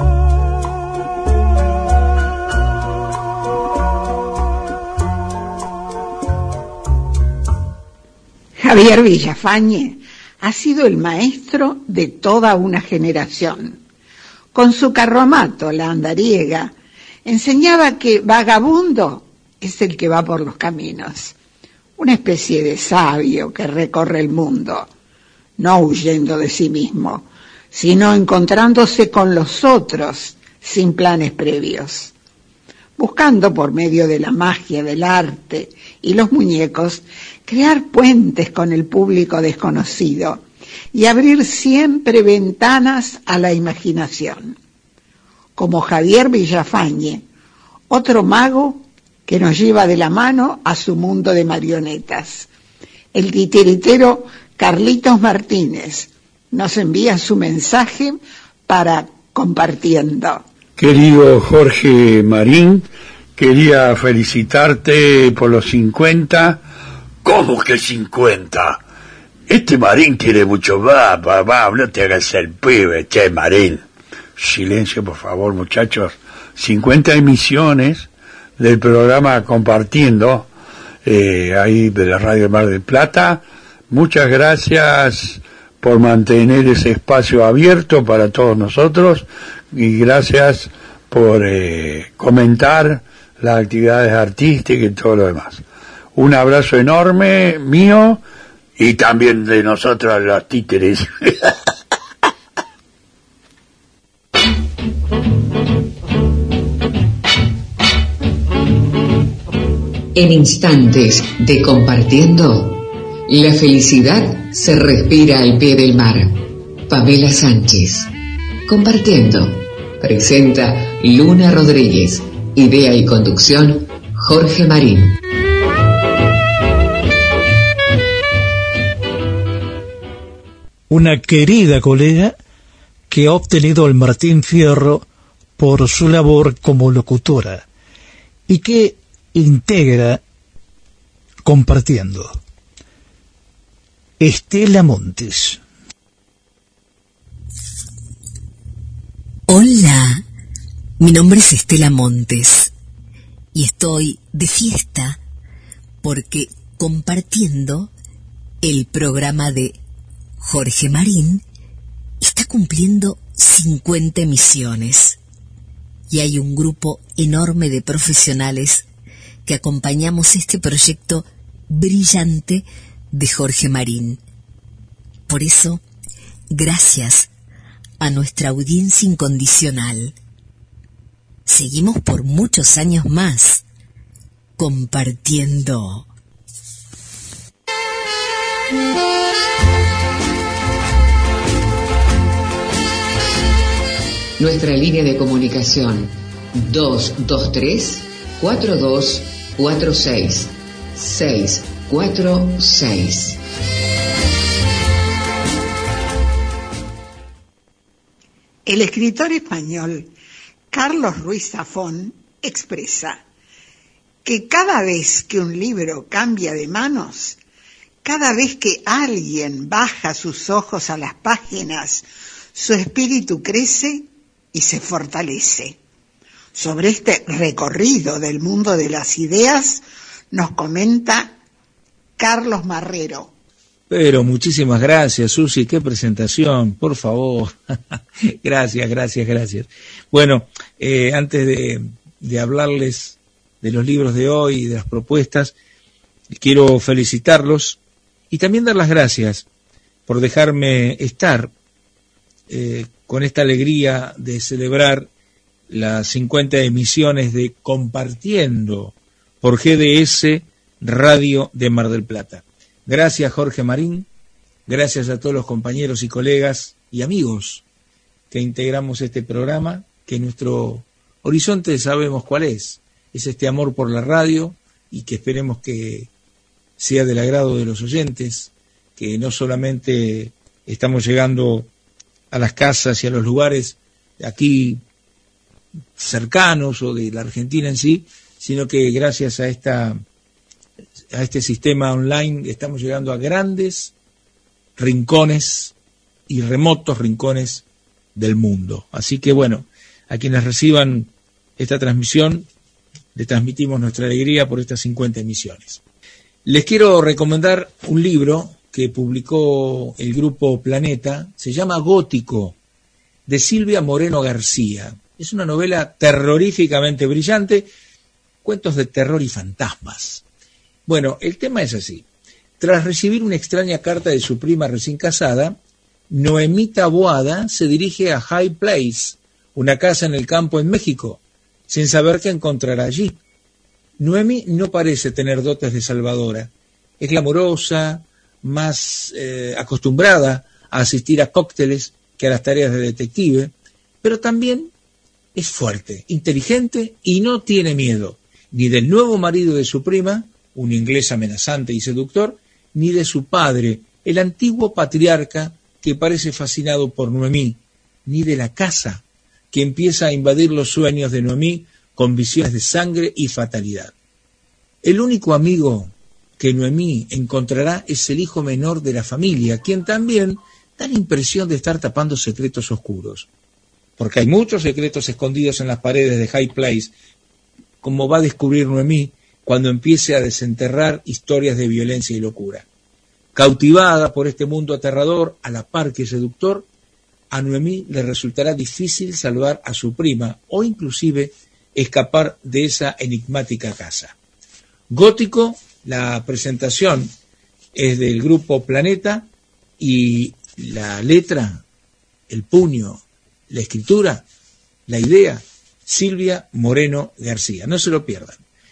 Javier Villafañe ha sido el maestro de toda una generación. Con su carromato, la andariega, enseñaba que vagabundo es el que va por los caminos, una especie de sabio que recorre el mundo, no huyendo de sí mismo, sino encontrándose con los otros sin planes previos, buscando por medio de la magia del arte y los muñecos crear puentes con el público desconocido y abrir siempre ventanas a la imaginación. Como Javier Villafañe, otro mago que nos lleva de la mano a su mundo de marionetas. El titiritero Carlitos Martínez nos envía su mensaje para Compartiendo. Querido Jorge Marín, quería felicitarte por los 50. ¿Cómo que 50? Este Marín tiene mucho más, papá, no te hagas el pibe, che, Marín. Silencio, por favor, muchachos. 50 emisiones del programa Compartiendo, ahí de la Radio Mar del Plata. Muchas gracias por mantener ese espacio abierto para todos nosotros y gracias por comentar las actividades artísticas y todo lo demás. Un abrazo enorme mío y también de nosotros los títeres. En instantes de compartiendo, la felicidad se respira al pie del mar. Pamela Sánchez. Compartiendo. Presenta Luna Rodríguez. Idea y conducción, Jorge Marín. Una querida colega que ha obtenido el Martín Fierro por su labor como locutora y que integra Compartiendo. Estela Montes. Hola, mi nombre es Estela Montes y estoy de fiesta porque Compartiendo, el programa de Jorge Marín, está cumpliendo 50 emisiones y hay un grupo enorme de profesionales que acompañamos este proyecto brillante de Jorge Marín. Por eso, gracias a nuestra audiencia incondicional. Seguimos por muchos años más compartiendo. Nuestra línea de comunicación 223-4246 646. El escritor español Carlos Ruiz Zafón expresa que cada vez que un libro cambia de manos, cada vez que alguien baja sus ojos a las páginas, su espíritu crece y se fortalece. Sobre este recorrido del mundo de las ideas nos comenta Carlos Marrero. Pero muchísimas gracias, Susi, qué presentación, por favor. Gracias. Bueno, antes de hablarles de los libros de hoy y de las propuestas, quiero felicitarlos y también dar las gracias por dejarme estar con esta alegría de celebrar las 50 emisiones de Compartiendo por GDS Radio de Mar del Plata. Gracias, Jorge Marín, gracias a todos los compañeros y colegas y amigos que integramos este programa, que nuestro horizonte sabemos cuál es este amor por la radio y que esperemos que sea del agrado de los oyentes, que no solamente estamos llegando a las casas y a los lugares aquí cercanos o de la Argentina en sí, sino que gracias a este sistema online estamos llegando a grandes rincones y remotos rincones del mundo. Así que bueno, a quienes reciban esta transmisión, le transmitimos nuestra alegría por estas 50 emisiones. Les quiero recomendar un libro que publicó el grupo Planeta, se llama Gótico, de Silvia Moreno García. Es una novela terroríficamente brillante, cuentos de terror y fantasmas. Bueno, el tema es así. Tras recibir una extraña carta de su prima recién casada, Noemí Taboada se dirige a High Place, una casa en el campo en México, sin saber qué encontrará allí. Noemí no parece tener dotes de salvadora. Es glamorosa, más acostumbrada a asistir a cócteles que a las tareas de detective, pero también es fuerte, inteligente y no tiene miedo, ni del nuevo marido de su prima, un inglés amenazante y seductor, ni de su padre, el antiguo patriarca que parece fascinado por Noemí, ni de la casa que empieza a invadir los sueños de Noemí con visiones de sangre y fatalidad. El único amigo que Noemí encontrará es el hijo menor de la familia, quien también da la impresión de estar tapando secretos oscuros. Porque hay muchos secretos escondidos en las paredes de High Place, como va a descubrir Noemí cuando empiece a desenterrar historias de violencia y locura. Cautivada por este mundo aterrador, a la par que seductor, a Noemí le resultará difícil salvar a su prima o inclusive escapar de esa enigmática casa. Gótico, la presentación es del grupo Planeta y la letra, el puño, la escritura, la idea, Silvia Moreno García. No se lo pierdan.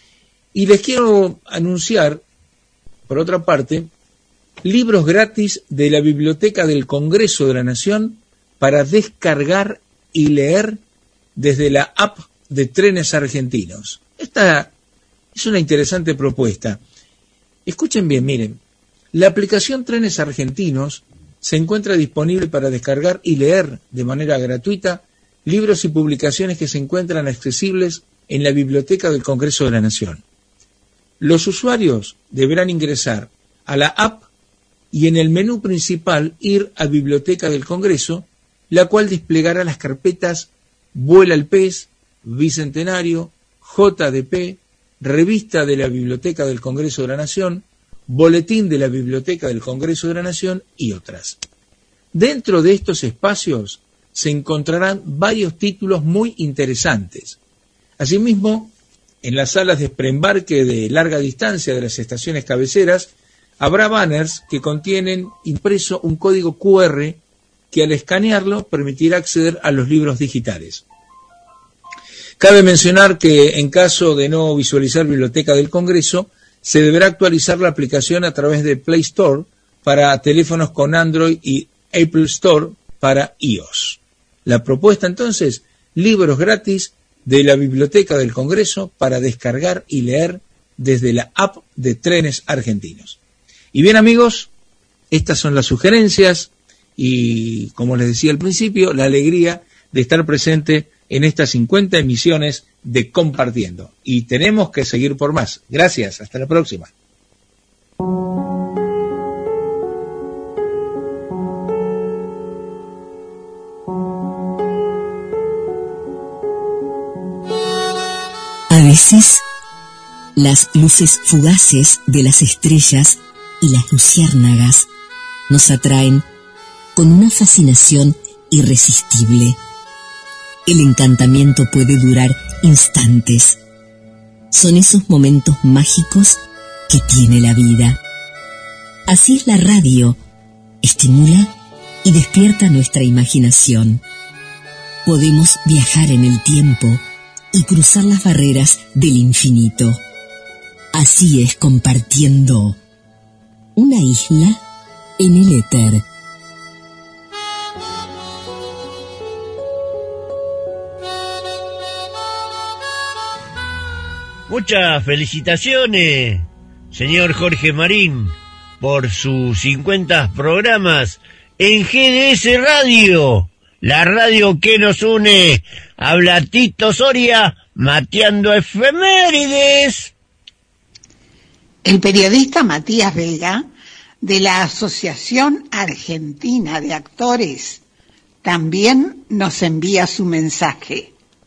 Y les quiero anunciar, por otra parte, libros gratis de la Biblioteca del Congreso de la Nación para descargar y leer desde la app de Trenes Argentinos. Esta es una interesante propuesta. Escuchen bien, miren. La aplicación Trenes Argentinos se encuentra disponible para descargar y leer de manera gratuita libros y publicaciones que se encuentran accesibles en la Biblioteca del Congreso de la Nación. Los usuarios deberán ingresar a la app y en el menú principal ir a Biblioteca del Congreso, la cual desplegará las carpetas Vuela el Pez, Bicentenario, JDP, Revista de la Biblioteca del Congreso de la Nación, Boletín de la Biblioteca del Congreso de la Nación y otras. Dentro de estos espacios se encontrarán varios títulos muy interesantes. Asimismo, en las salas de preembarque de larga distancia de las estaciones cabeceras, habrá banners que contienen impreso un código QR que al escanearlo permitirá acceder a los libros digitales. Cabe mencionar que en caso de no visualizar Biblioteca del Congreso, se deberá actualizar la aplicación a través de Play Store para teléfonos con Android y Apple Store para iOS. La propuesta entonces, libros gratis de la Biblioteca del Congreso para descargar y leer desde la app de Trenes Argentinos. Y bien amigos, estas son las sugerencias y como les decía al principio, la alegría de estar presente en estas 50 emisiones de Compartiendo. Y tenemos que seguir por más. Gracias, hasta la próxima. A veces, las luces fugaces de las estrellas y las luciérnagas nos atraen con una fascinación irresistible. El encantamiento puede durar instantes. Son esos momentos mágicos que tiene la vida. Así es la radio. Estimula y despierta nuestra imaginación. Podemos viajar en el tiempo y cruzar las barreras del infinito. Así es Compartiendo. Una isla en el éter. Muchas felicitaciones, señor Jorge Marín, por sus 50 programas en GDS Radio, la radio que nos une. Habla Tito Soria, mateando efemérides. El periodista Matías Vega, de la Asociación Argentina de Actores, también nos envía su mensaje.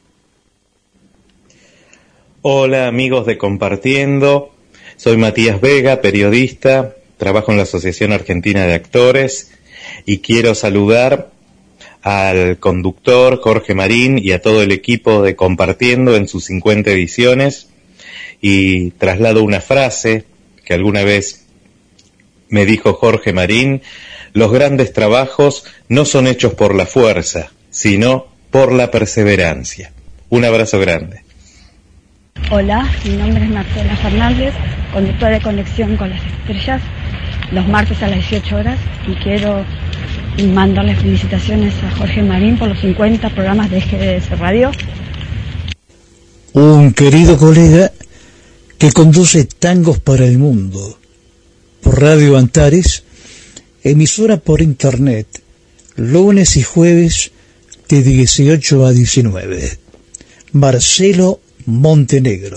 Hola amigos de Compartiendo, soy Matías Vega, periodista, trabajo en la Asociación Argentina de Actores y quiero saludar al conductor Jorge Marín y a todo el equipo de Compartiendo en sus 50 ediciones y traslado una frase que alguna vez me dijo Jorge Marín: los grandes trabajos no son hechos por la fuerza, sino por la perseverancia. Un abrazo grande. Hola, mi nombre es Marcela Fernández, conductora de Conexión con las Estrellas, los martes a las 18 horas, y quiero mandarle felicitaciones a Jorge Marín por los 50 programas de GDS Radio. Un querido colega que conduce Tangos para el Mundo por Radio Antares, emisora por internet, lunes y jueves de 18 a 19. Marcelo Montenegro.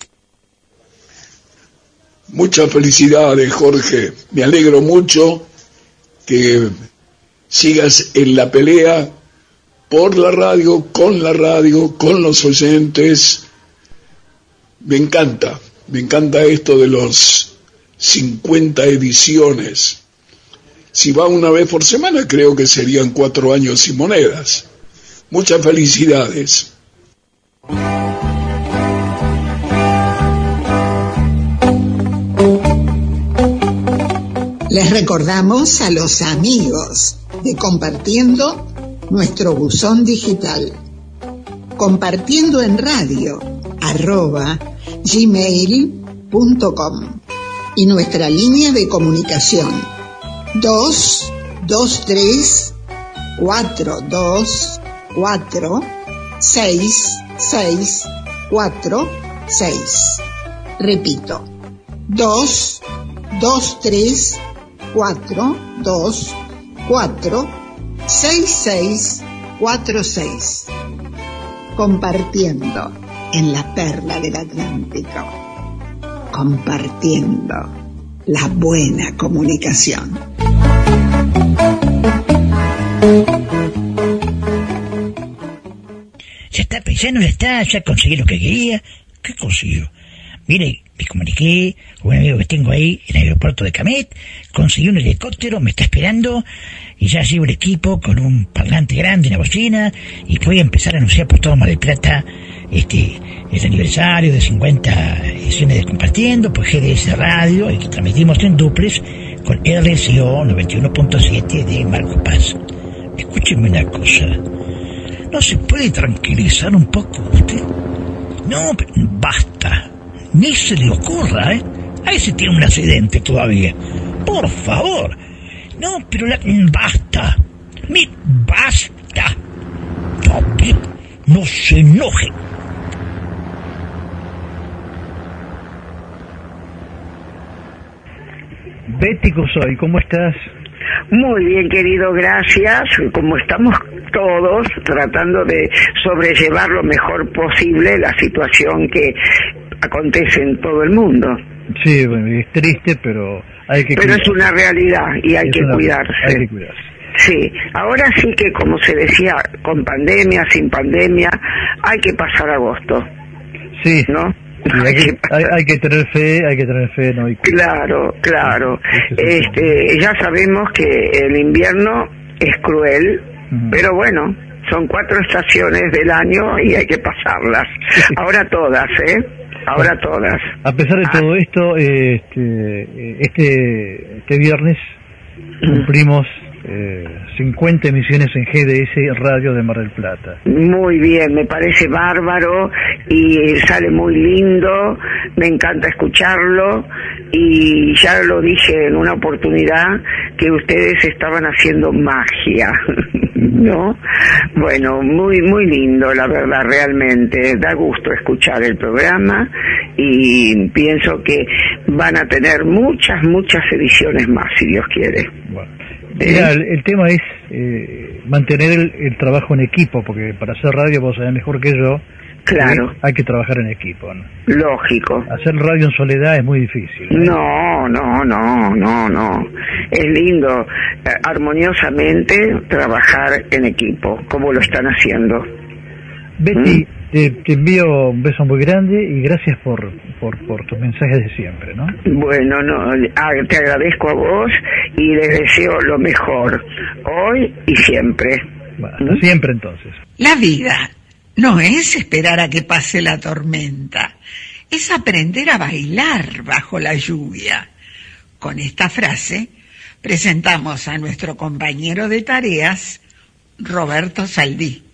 Muchas felicidades, Jorge. Me alegro mucho que sigas en la pelea por la radio, con los oyentes. Me encanta esto de los 50 ediciones. Si va una vez por semana, creo que serían 4 años y monedas. Muchas felicidades. Les recordamos a los amigos de Compartiendo nuestro buzón digital. Compartiendo en radio gmail.com y nuestra línea de comunicación 223 424 6646. Repito, 223 424 6646. Compartiendo en la perla del Atlántico. Compartiendo la buena comunicación. Ya está, paisano, ya conseguí lo que quería. ¿Qué consiguió? Mire, me comuniqué con un amigo que tengo ahí en el aeropuerto de Camet, conseguí un helicóptero, me está esperando, y ya llevo el equipo con un parlante grande, una bocina, y voy a empezar a anunciar por todo Mar del Plata el aniversario de 50 ediciones de Compartiendo, por GDS Radio, y que transmitimos en duplex con RCO 91.7 de Marco Paz. Escúcheme una cosa, ¿no se puede tranquilizar un poco usted? No, basta. Ni se le ocurra, ¿eh? Ahí se tiene un accidente todavía. Por favor. No, pero basta. Basta. No se enoje. Betty Cosoy, ¿cómo estás? Muy bien, querido, gracias. Como estamos todos tratando de sobrellevar lo mejor posible la situación que acontece en todo el mundo. Sí, bueno, es triste, pero hay que cuidarse. Es una realidad y hay que cuidarse. Hay que cuidarse. Sí, ahora sí que, como se decía, con pandemia, sin pandemia, hay que pasar agosto. Sí. ¿No? Hay que tener fe, ¿no? Claro. Ya sabemos que el invierno es cruel, pero bueno, son 4 estaciones del año y hay que pasarlas. Ahora todas, Ahora todas. A pesar de todo esto, este viernes cumplimos 50 emisiones en GDS Radio de Mar del Plata. Muy bien, me parece bárbaro y sale muy lindo, me encanta escucharlo y ya lo dije en una oportunidad que ustedes estaban haciendo magia, ¿no? Bueno, muy muy lindo, la verdad, realmente da gusto escuchar el programa y pienso que van a tener muchas ediciones más, si Dios quiere. Bueno. Mira, el tema es mantener el trabajo en equipo, porque para hacer radio vos sabés mejor que yo. Claro. Hay que trabajar en equipo, ¿no? Lógico. Hacer radio en soledad es muy difícil, ¿no? No. Es lindo armoniosamente trabajar en equipo, como lo están haciendo. Betty, te envío un beso muy grande y gracias por tus mensajes de siempre, ¿no? Bueno, te agradezco a vos y les deseo lo mejor, hoy y siempre. Bueno, hasta siempre entonces. La vida no es esperar a que pase la tormenta, es aprender a bailar bajo la lluvia. Con esta frase presentamos a nuestro compañero de tareas, Roberto Saldí.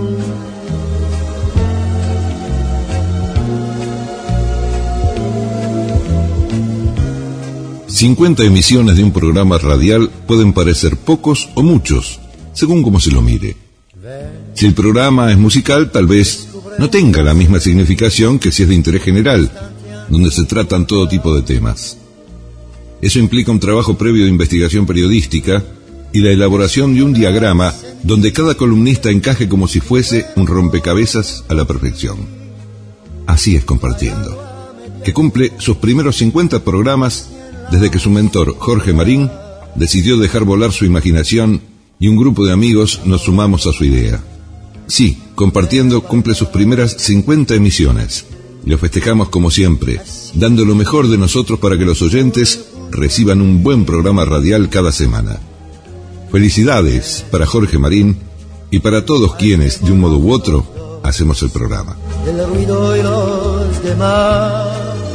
50 emisiones de un programa radial pueden parecer pocos o muchos, según como se lo mire. Si el programa es musical, tal vez no tenga la misma significación que si es de interés general, donde se tratan todo tipo de temas. Eso implica un trabajo previo de investigación periodística y la elaboración de un diagrama donde cada columnista encaje como si fuese un rompecabezas a la perfección. Así es Compartiendo, que cumple sus primeros 50 programas desde que su mentor, Jorge Marín, decidió dejar volar su imaginación y un grupo de amigos nos sumamos a su idea. Sí, Compartiendo cumple sus primeras 50 emisiones y lo festejamos como siempre, dando lo mejor de nosotros para que los oyentes reciban un buen programa radial cada semana. Felicidades para Jorge Marín y para todos quienes, de un modo u otro, hacemos el programa. El ruido y los demás.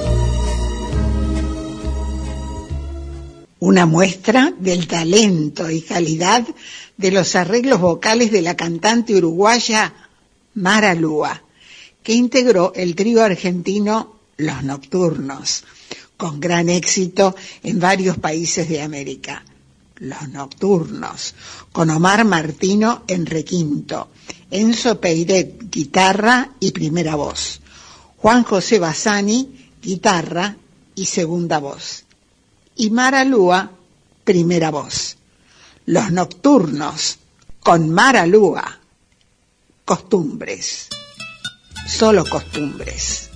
Una muestra del talento y calidad de los arreglos vocales de la cantante uruguaya Mara Lúa, que integró el trío argentino Los Nocturnos, con gran éxito en varios países de América. Los Nocturnos, con Omar Martino en requinto, Enzo Peiret, guitarra y primera voz, Juan José Bassani, guitarra y segunda voz, y Mara Lúa, primera voz. Los Nocturnos, con Mara Lúa, Costumbres, solo Costumbres.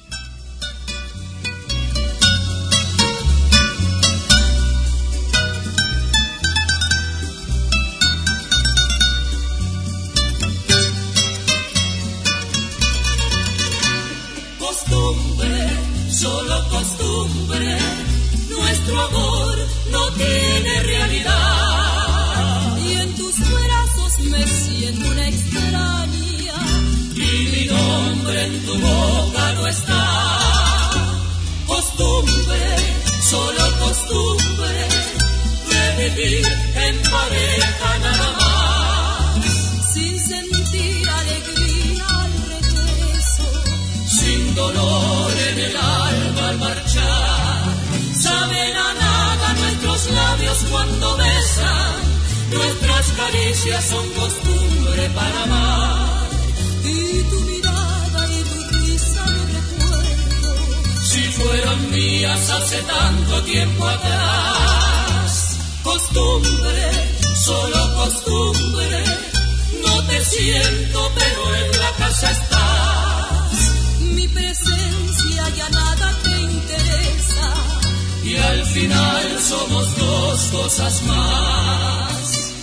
Costumbre, solo costumbre, nuestro amor no tiene realidad. Y en tus brazos me siento una extraña, y mi nombre en tu boca no está. Costumbre, solo costumbre, de vivir en pareja nada más, sin sentir alegría al regreso, sin dolor en el alma al marchar. Saben a nada nuestros labios cuando besan, nuestras caricias son costumbre para amar. Y tu mirada y tu risa me recuerdo, si fueron mías hace tanto tiempo atrás. Costumbre, solo costumbre, no te siento pero en la casa estás. Mi presencia ya nada te interesa, y al final somos dos cosas más.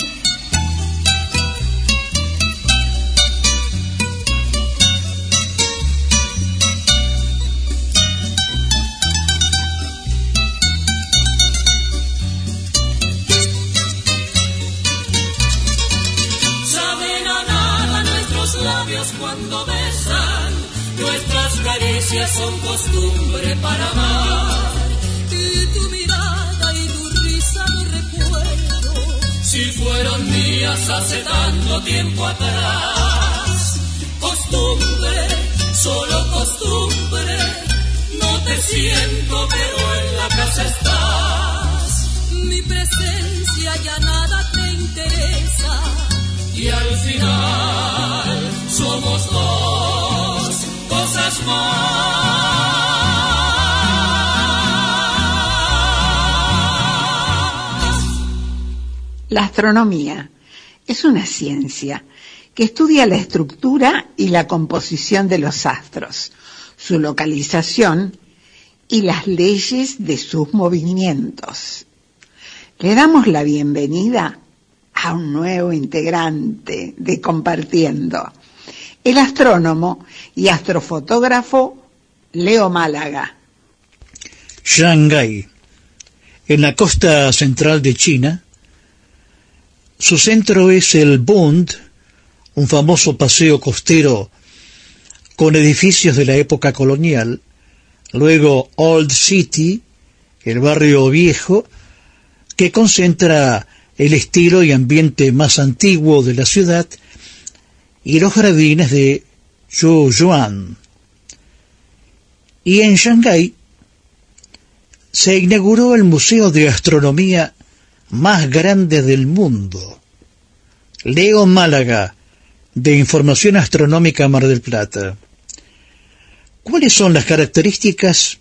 Saben a nada nuestros labios cuando besan, nuestras caricias son costumbre para amar. Y tu mirada y tu risa me recuerdo, si fueron mías hace tanto tiempo atrás. Costumbre, solo costumbre, no te siento pero en la casa estás. Mi presencia ya nada te interesa, y al final somos dos cosas más. La astronomía es una ciencia que estudia la estructura y la composición de los astros, su localización y las leyes de sus movimientos. Le damos la bienvenida a un nuevo integrante de Compartiendo, el astrónomo y astrofotógrafo Leo Málaga. Shanghái, en la costa central de China. Su centro es el Bund, un famoso paseo costero con edificios de la época colonial. Luego Old City, el barrio viejo, que concentra el estilo y ambiente más antiguo de la ciudad, y los jardines de Zhuoyuan. Y en Shanghái se inauguró el Museo de Astronomía más grande del mundo. Leo Málaga, de Información Astronómica Mar del Plata. ¿Cuáles son las características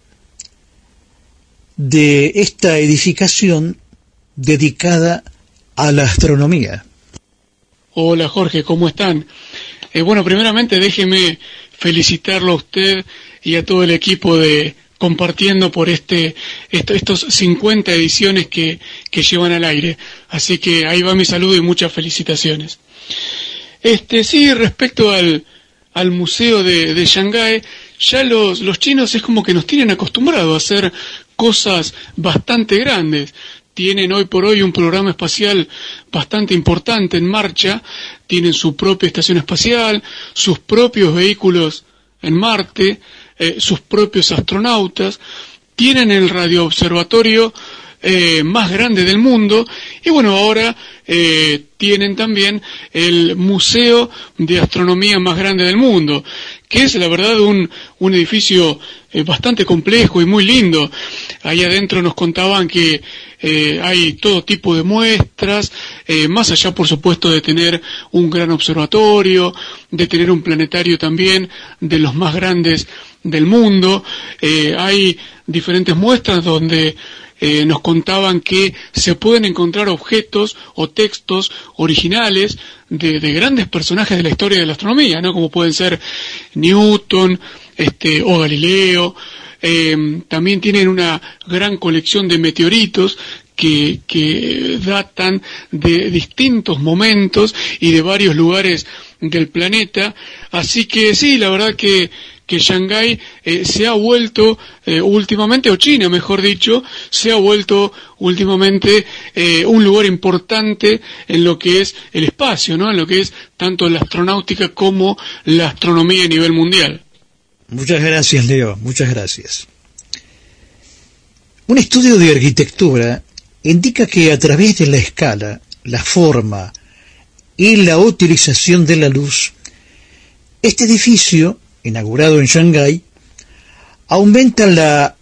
de esta edificación dedicada a la astronomía? Hola Jorge, ¿cómo están? Bueno, primeramente déjeme felicitarlo a usted y a todo el equipo de Compartiendo por estos 50 ediciones que llevan al aire. Así que ahí va mi saludo y muchas felicitaciones. Sí, respecto al museo de Shanghái, ya los chinos es como que nos tienen acostumbrados a hacer cosas bastante grandes. Tienen hoy por hoy un programa espacial bastante importante en marcha, tienen su propia estación espacial, sus propios vehículos en Marte, sus propios astronautas, tienen el radioobservatorio más grande del mundo, y bueno, ahora tienen también el Museo de Astronomía más grande del mundo, que es la verdad un edificio bastante complejo y muy lindo. Ahí adentro nos contaban que hay todo tipo de muestras, más allá por supuesto de tener un gran observatorio, de tener un planetario también de los más grandes del mundo. Hay diferentes muestras donde nos contaban que se pueden encontrar objetos o textos originales de grandes personajes de la historia de la astronomía, ¿no? Como pueden ser Newton, o Galileo. También tienen una gran colección de meteoritos que datan de distintos momentos y de varios lugares del planeta. Así que sí, la verdad que Shanghái se ha vuelto últimamente, o China mejor dicho, se ha vuelto últimamente un lugar importante en lo que es el espacio, ¿no? En lo que es tanto la astronáutica como la astronomía a nivel mundial. Muchas gracias, Leo, muchas gracias. Un estudio de arquitectura indica que a través de la escala, la forma y la utilización de la luz, este edificio, inaugurado en Shanghái, aumenta la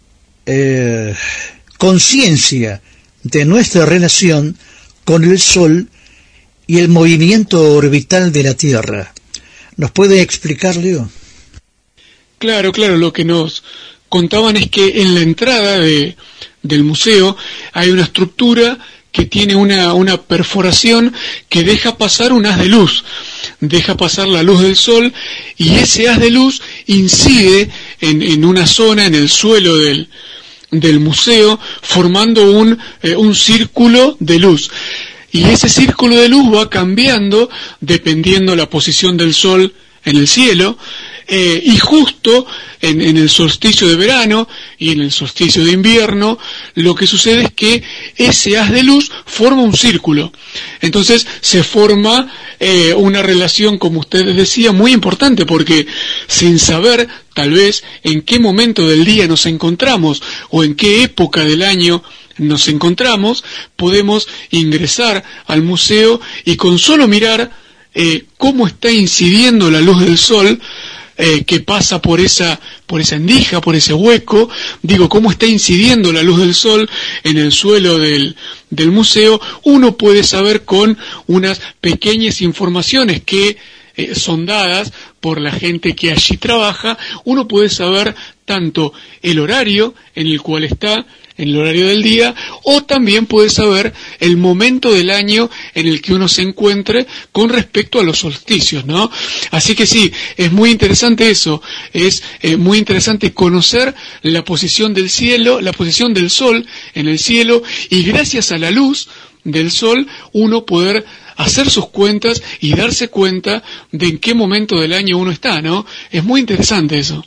conciencia de nuestra relación con el Sol y el movimiento orbital de la Tierra. ¿Nos puede explicar, Leo? Claro, lo que nos contaban es que en la entrada del museo hay una estructura que tiene una perforación que deja pasar un haz de luz, deja pasar la luz del sol, y ese haz de luz incide en una zona, en el suelo del museo, formando un círculo de luz. Y ese círculo de luz va cambiando dependiendo la posición del sol en el cielo, y justo en el solsticio de verano y en el solsticio de invierno, lo que sucede es que ese haz de luz forma un círculo. Entonces se forma una relación, como ustedes decían, muy importante, porque sin saber tal vez en qué momento del día nos encontramos o en qué época del año nos encontramos, podemos ingresar al museo y con solo mirar cómo está incidiendo la luz del sol que pasa por esa endija, por ese hueco, cómo está incidiendo la luz del sol en el suelo del museo, uno puede saber con unas pequeñas informaciones que son dadas por la gente que allí trabaja. Uno puede saber tanto el horario en el cual está, en el horario del día, o también puede saber el momento del año en el que uno se encuentre con respecto a los solsticios, ¿no? Así que sí, es muy interesante eso, es muy interesante conocer la posición del cielo, la posición del sol en el cielo, y gracias a la luz del sol uno poder hacer sus cuentas y darse cuenta de en qué momento del año uno está, ¿no? Es muy interesante eso.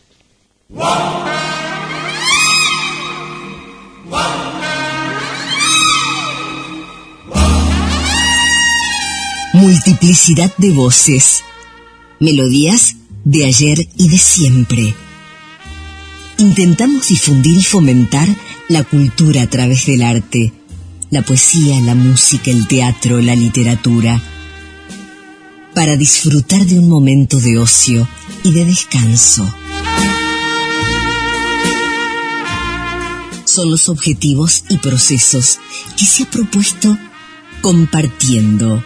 Multiplicidad de voces, melodías de ayer y de siempre. Intentamos difundir y fomentar la cultura a través del arte, la poesía, la música, el teatro, la literatura, para disfrutar de un momento de ocio y de descanso. Son los objetivos y procesos que se ha propuesto Compartiendo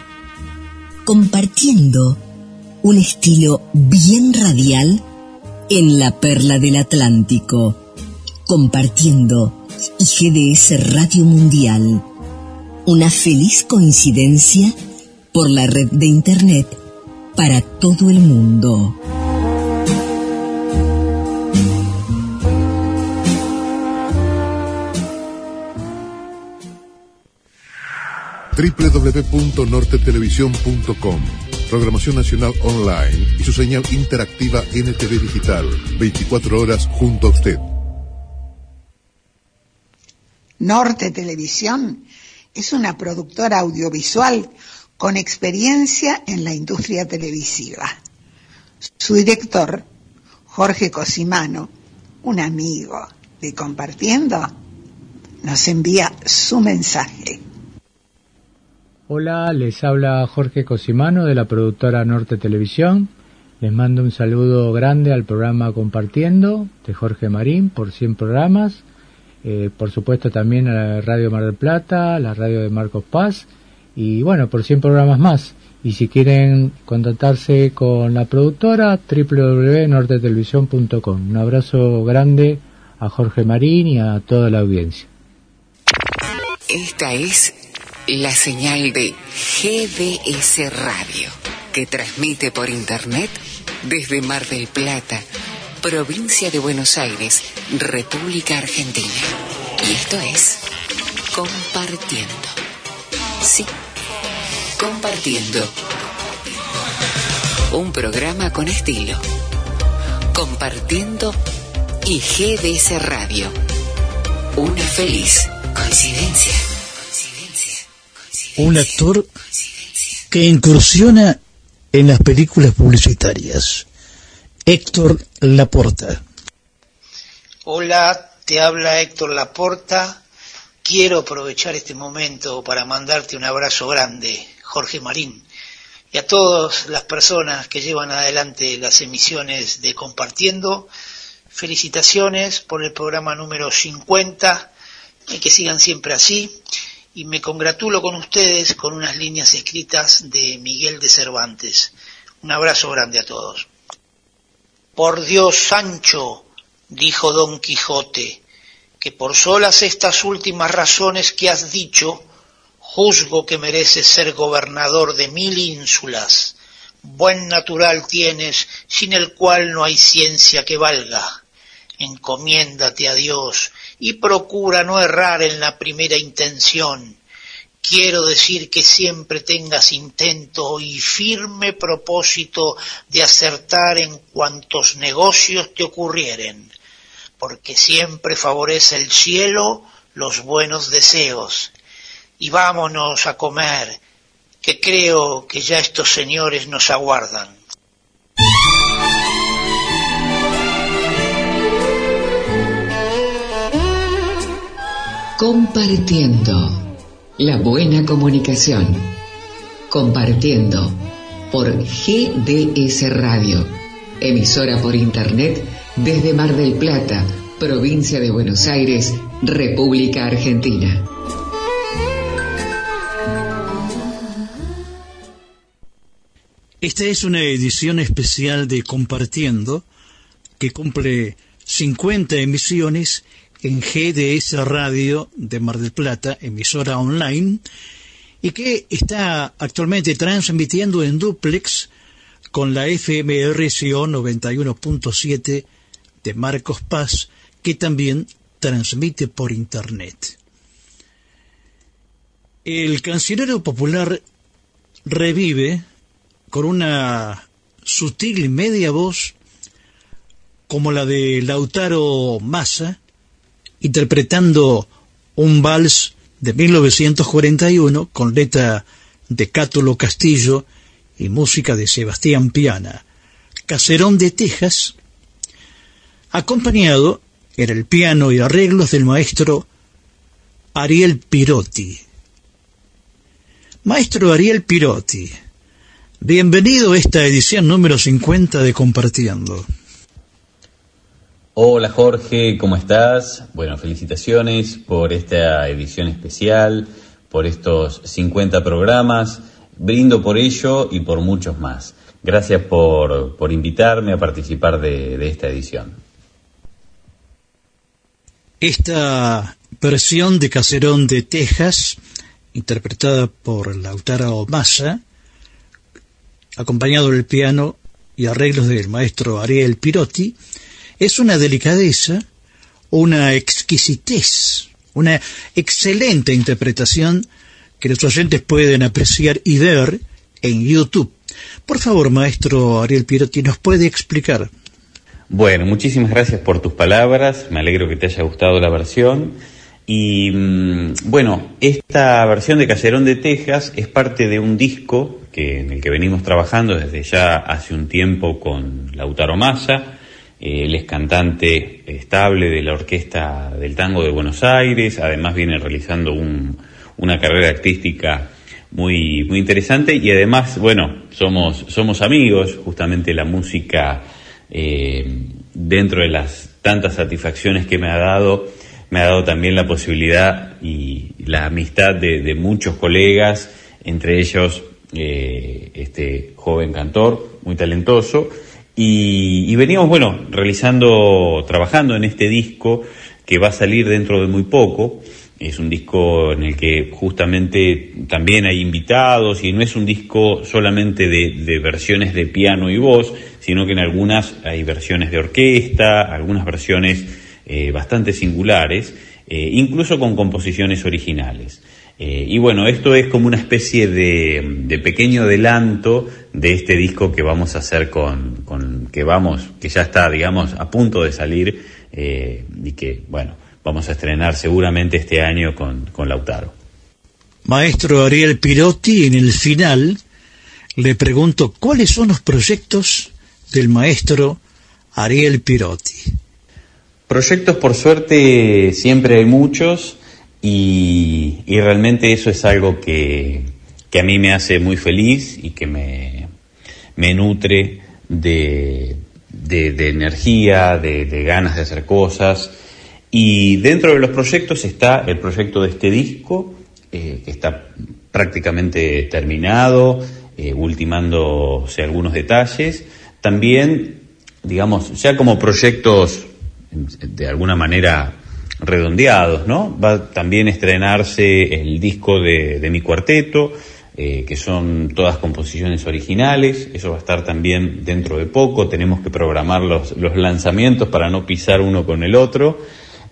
un estilo bien radial en la perla del Atlántico. Compartiendo y GDS Radio Mundial. Una feliz coincidencia por la red de Internet para todo el mundo. www.nortetelevisión.com. Programación nacional online y su señal interactiva NTV Digital, 24 horas junto a usted. Norte Televisión es una productora audiovisual con experiencia en la industria televisiva. Su director, Jorge Cosimano, un amigo de Compartiendo, nos envía su mensaje. Hola, les habla Jorge Cosimano de la productora Norte Televisión. Les mando un saludo grande al programa Compartiendo de Jorge Marín por 100 programas. Por supuesto también a la Radio Mar del Plata, la radio de Marcos Paz y bueno, por 100 programas más. Y si quieren contactarse con la productora, www.nortetelevisión.com. Un abrazo grande a Jorge Marín y a toda la audiencia. Esta es la señal de GDS Radio, que transmite por internet desde Mar del Plata, provincia de Buenos Aires, República Argentina. Y esto es Compartiendo. Sí, Compartiendo. Un programa con estilo. Compartiendo y GDS Radio. Una feliz coincidencia. Un actor que incursiona en las películas publicitarias. Héctor Laporta. Hola, te habla Héctor Laporta. Quiero aprovechar este momento para mandarte un abrazo grande, Jorge Marín, y a todas las personas que llevan adelante las emisiones de Compartiendo. Felicitaciones por el programa número 50 y que sigan siempre así. Y me congratulo con ustedes con unas líneas escritas de Miguel de Cervantes. Un abrazo grande a todos. Por Dios, Sancho, dijo Don Quijote, que por solas estas últimas razones que has dicho, juzgo que mereces ser gobernador de 1000 ínsulas. Buen natural tienes, sin el cual no hay ciencia que valga. Encomiéndate a Dios y procura no errar en la primera intención. Quiero decir que siempre tengas intento y firme propósito de acertar en cuantos negocios te ocurrieren, porque siempre favorece el cielo los buenos deseos. Y vámonos a comer, que creo que ya estos señores nos aguardan. Compartiendo. La buena comunicación. Compartiendo por GDS Radio, emisora por internet desde Mar del Plata, provincia de Buenos Aires, República Argentina. Esta es una edición especial de Compartiendo que cumple 50 emisiones en GDS Radio de Mar del Plata, emisora online, y que está actualmente transmitiendo en dúplex con la FMRCO 91.7 de Marcos Paz, que también transmite por internet. El cancionero popular revive con una sutil media voz como la de Lautaro Massa, interpretando un vals de 1941 con letra de Cátulo Castillo y música de Sebastián Piana, Caserón de Texas, acompañado en el piano y arreglos del maestro Ariel Pirotti. Maestro Ariel Pirotti, bienvenido a esta edición número 50 de Compartiendo. Hola Jorge, ¿cómo estás? Bueno, felicitaciones por esta edición especial, por estos 50 programas. Brindo por ello y por muchos más. Gracias por invitarme a participar de esta edición. Esta versión de Caserón de Texas, interpretada por Lautaro Massa, acompañado del piano y arreglos del maestro Ariel Pirotti, es una delicadeza, una exquisitez, una excelente interpretación que los oyentes pueden apreciar y ver en YouTube. Por favor, maestro Ariel Pirotti, ¿nos puede explicar? Bueno, muchísimas gracias por tus palabras, me alegro que te haya gustado la versión. Y bueno, esta versión de Caserón de Texas es parte de un disco en el que venimos trabajando desde ya hace un tiempo con Lautaro Massa. Él es cantante estable de la Orquesta del Tango de Buenos Aires, además viene realizando una carrera artística muy interesante, y además, bueno, somos amigos. Justamente la música, dentro de las tantas satisfacciones que me ha dado también la posibilidad y la amistad de muchos colegas, entre ellos este joven cantor muy talentoso, y veníamos, bueno, trabajando en este disco que va a salir dentro de muy poco. Es un disco en el que justamente también hay invitados, y no es un disco solamente de versiones de piano y voz, sino que en algunas hay versiones de orquesta, algunas versiones bastante singulares, incluso con composiciones originales. Y bueno, esto es como una especie de pequeño adelanto de este disco que vamos a hacer que ya está, digamos, a punto de salir, y que, bueno, vamos a estrenar seguramente este año con Lautaro. Maestro Ariel Pirotti, en el final le pregunto, ¿cuáles son los proyectos del maestro Ariel Pirotti? Proyectos, por suerte, siempre hay muchos, y realmente eso es algo que a mí me hace muy feliz y que me nutre de energía, de ganas de hacer cosas. Y dentro de los proyectos está el proyecto de este disco, que está prácticamente terminado, ultimándose algunos detalles. También, digamos, ya como proyectos de alguna manera redondeados, ¿no? Va también a estrenarse el disco de mi cuarteto, que son todas composiciones originales. Eso va a estar también dentro de poco. Tenemos que programar los lanzamientos para no pisar uno con el otro.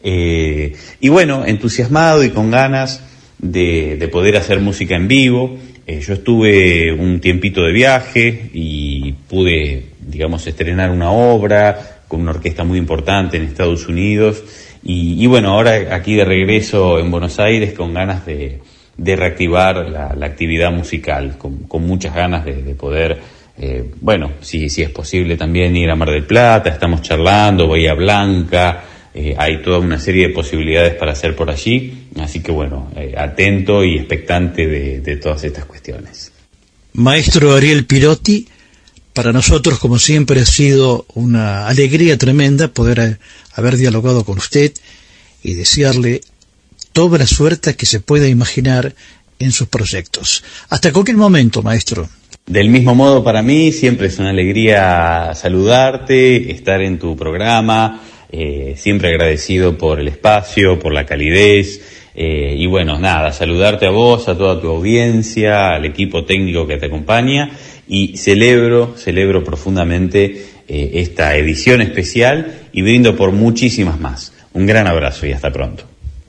Y bueno, entusiasmado y con ganas de poder hacer música en vivo. Yo estuve un tiempito de viaje y pude, digamos, estrenar una obra con una orquesta muy importante en Estados Unidos, y bueno, ahora aquí de regreso en Buenos Aires con ganas de reactivar la actividad musical, con muchas ganas de poder, bueno, si es posible también ir a Mar del Plata. Estamos charlando, Bahía Blanca. Hay toda una serie de posibilidades para hacer por allí, así que bueno, atento y expectante de todas estas cuestiones. Maestro Ariel Pirotti, para nosotros, como siempre, ha sido una alegría tremenda poder haber dialogado con usted y desearle toda la suerte que se pueda imaginar en sus proyectos. Hasta cualquier momento, maestro. Del mismo modo, para mí siempre es una alegría saludarte, estar en tu programa. Siempre agradecido por el espacio, por la calidez, y bueno, nada, saludarte a vos, a toda tu audiencia, al equipo técnico que te acompaña, y celebro profundamente esta edición especial, y brindo por muchísimas más. Un gran abrazo y hasta pronto.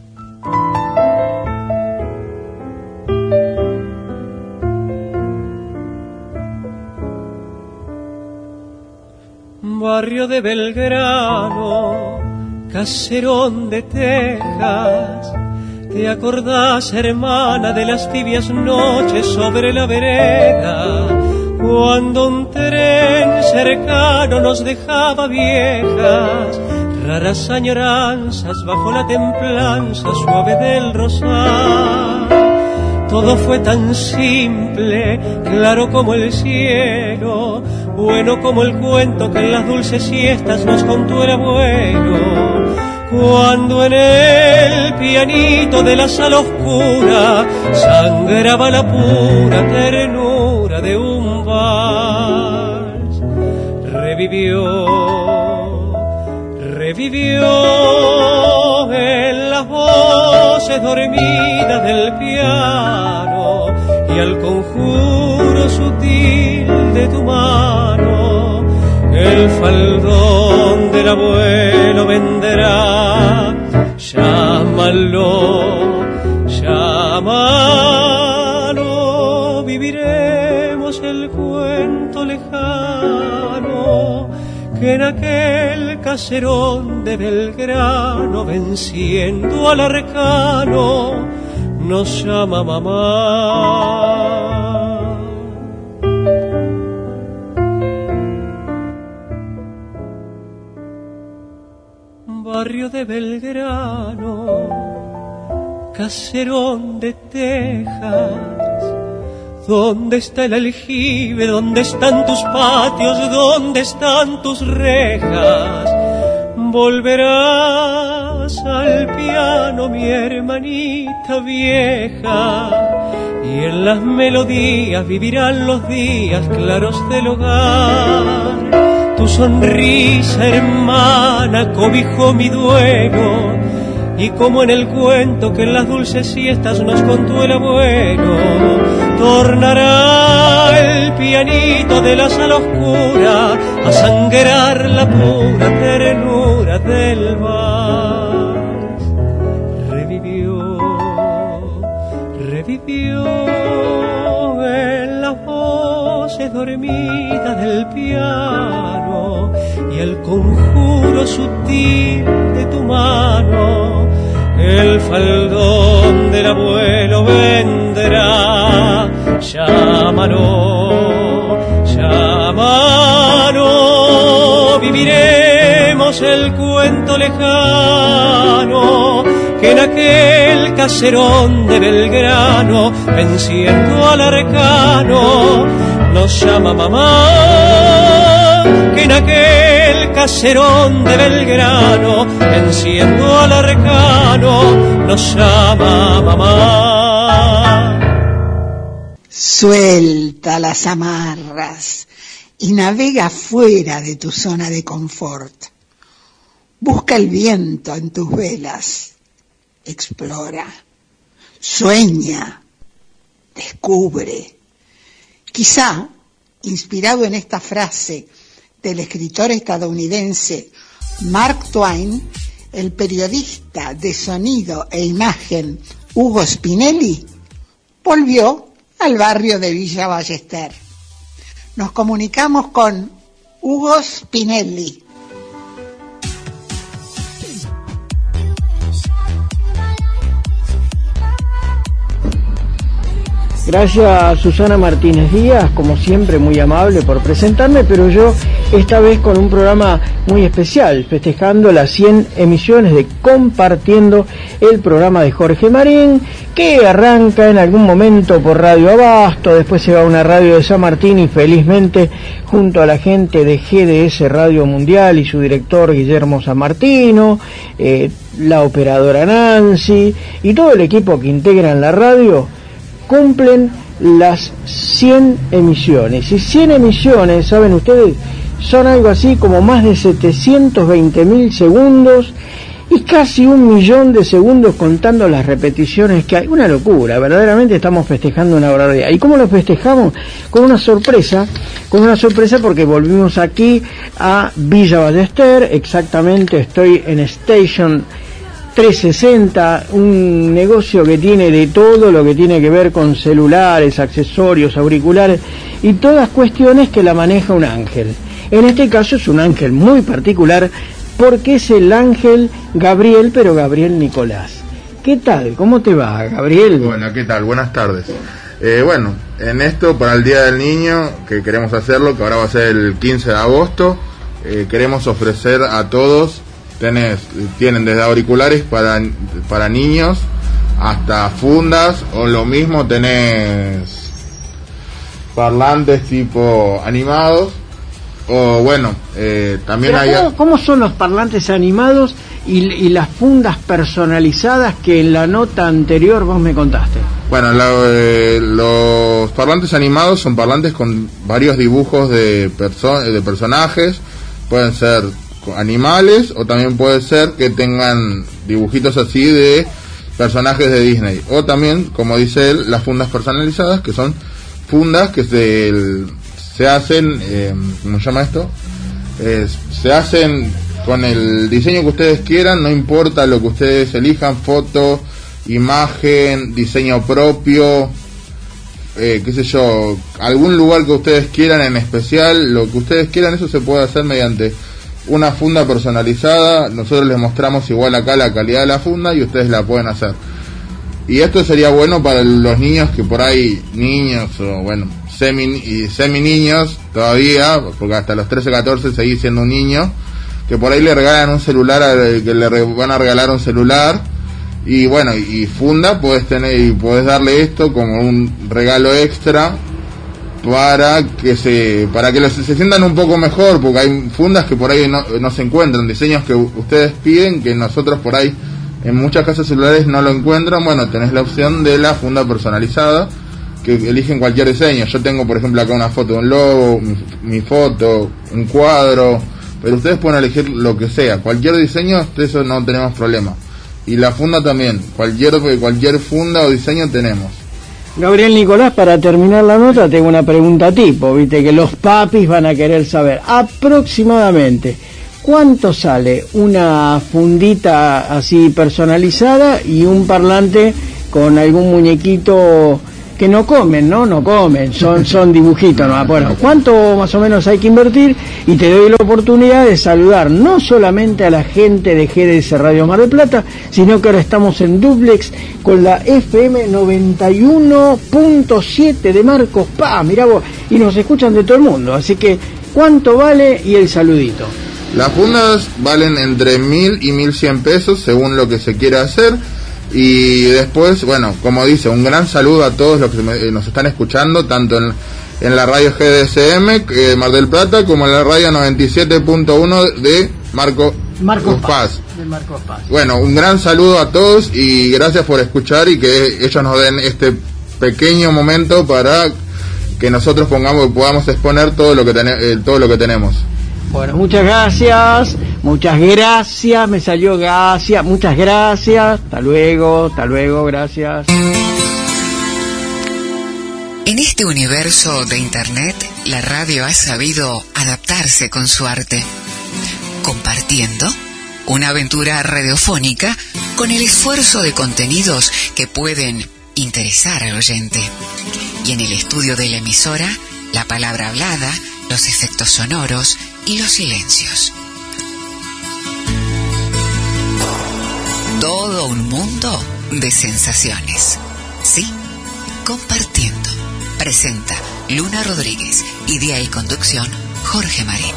Barrio de Belgrano, caserón de Texas, ¿te acordás, hermana, de las tibias noches sobre la vereda? Cuando un tren cercano nos dejaba viejas, raras añoranzas bajo la templanza suave del rosal. Todo fue tan simple, claro como el cielo, bueno como el cuento que en las dulces siestas nos contó el abuelo. Cuando en el pianito de la sala oscura sangraba la pura ternura de un vals. Revivió en las voces dormidas del piano y al conjuro sutil de tu mano. El faldón del abuelo vendrá, llámalo, viviremos el cuento lejano que en aquel caserón de Belgrano, venciendo al arcano, nos llama mamá. Barrio de Belgrano, caserón de Texas, ¿Dónde está el aljibe? ¿Dónde están tus patios? ¿Dónde están tus rejas? Volverás al piano, mi hermanita vieja, y en las melodías vivirán los días claros del hogar. Tu sonrisa, hermana, cobijó mi duelo, y como en el cuento que en las dulces siestas nos contó el abuelo, tornará el pianito de la sala oscura a sangrar la pura ternura del vals. Revivió en las voces dormidas del piano y el conjuro sutil de tu mano. El faldón del abuelo vendrá, llámalo, viviremos el cuento lejano que en aquel caserón de Belgrano, venciendo al arcano, nos llama mamá, que en aquel caserón de Belgrano, venciendo al arcano, nos llama mamá. Suelta las amarras y navega fuera de tu zona de confort. Busca el viento en tus velas. Explora, sueña, descubre. Quizá, inspirado en esta frase del escritor estadounidense Mark Twain, el periodista de sonido e imagen Hugo Spinelli volvió al barrio de Villa Ballester. Nos comunicamos con Hugo Spinelli. Gracias Susana Martínez Díaz, como siempre muy amable por presentarme, pero yo esta vez con un programa muy especial, festejando las 100 emisiones de Compartiendo, el programa de Jorge Marín, que arranca en algún momento por Radio Abasto, después se va a una radio de San Martín y felizmente junto a la gente de GDS Radio Mundial y su director Guillermo San Martino, la operadora Nancy y todo el equipo que integran la radio, cumplen las 100 emisiones. Y 100 emisiones, ¿saben ustedes? Son algo así como más de 720.000 segundos y casi 1.000.000 de segundos contando las repeticiones que hay. Una locura, verdaderamente estamos festejando una barbaridad. ¿Y cómo lo festejamos? Con una sorpresa porque volvimos aquí a Villa Ballester, exactamente estoy en Station 360, un negocio que tiene de todo lo que tiene que ver con celulares, accesorios, auriculares y todas cuestiones que la maneja un ángel. En este caso es un ángel muy particular porque es el ángel Gabriel, pero Gabriel Nicolás. ¿Qué tal? ¿Cómo te va, Gabriel? Bueno, ¿qué tal? Buenas tardes. Bueno, en esto para el Día del Niño, que queremos hacerlo, que ahora va a ser el 15 de agosto, queremos ofrecer a todos. Tienen desde auriculares para niños hasta fundas, o lo mismo tenés parlantes tipo animados, o bueno, también hay... ¿Cómo son los parlantes animados y las fundas personalizadas que en la nota anterior vos me contaste? Bueno, los parlantes animados son parlantes con varios dibujos de personajes, pueden ser animales o también puede ser que tengan dibujitos así de personajes de Disney, o también, como dice él, las fundas personalizadas, que son fundas que se hacen, ¿cómo se llama esto? Se hacen con el diseño que ustedes quieran, no importa lo que ustedes elijan, foto, imagen, diseño propio, qué sé yo, algún lugar que ustedes quieran en especial, lo que ustedes quieran, eso se puede hacer mediante una funda personalizada. Nosotros les mostramos igual acá la calidad de la funda y ustedes la pueden hacer. Y esto sería bueno para los niños que por ahí, niños o bueno, semi niños todavía, porque hasta los 13, 14 seguís siendo un niño, que por ahí le regalan un celular, que le van a regalar un celular Y bueno, y funda puedes tener, y puedes darle esto como un regalo extra para que se sientan un poco mejor, porque hay fundas que por ahí no se encuentran, diseños que ustedes piden que nosotros por ahí en muchas casas celulares no lo encuentran. Bueno, tenés la opción de la funda personalizada, que eligen cualquier diseño. Yo tengo, por ejemplo, acá una foto de un logo, mi foto, un cuadro, pero ustedes pueden elegir lo que sea, cualquier diseño, eso no tenemos problema. Y la funda también, cualquier funda o diseño tenemos. Gabriel Nicolás, para terminar la nota, tengo una pregunta tipo, viste que los papis van a querer saber aproximadamente cuánto sale una fundita así personalizada y un parlante con algún muñequito que no comen, son dibujitos, ¿no? Bueno, ¿cuánto más o menos hay que invertir? Y te doy la oportunidad de saludar no solamente a la gente de GDS Radio Mar del Plata, sino que ahora estamos en duplex con la FM 91.7 de Marcos Paz, mirá vos, y nos escuchan de todo el mundo, así que ¿cuánto vale? Y el saludito. Las fundas valen entre 1.000 y 1.100 pesos según lo que se quiera hacer. Y después, bueno, como dice, un gran saludo a todos los que nos están escuchando, tanto en la radio GDSM Mar del Plata, como en la radio 97.1 de Marcos Paz. Bueno, un gran saludo a todos y gracias por escuchar, y que ellos nos den este pequeño momento para que nosotros podamos exponer todo lo que tenemos. Bueno, muchas gracias, me salió gracias, muchas gracias, hasta luego, gracias. En este universo de Internet, la radio ha sabido adaptarse con su arte, compartiendo una aventura radiofónica con el esfuerzo de contenidos que pueden interesar al oyente. Y en el estudio de la emisora, la palabra hablada, los efectos sonoros y los silencios. Todo un mundo de sensaciones. Sí, compartiendo. Presenta Luna Rodríguez. Idea y conducción, Jorge Marín.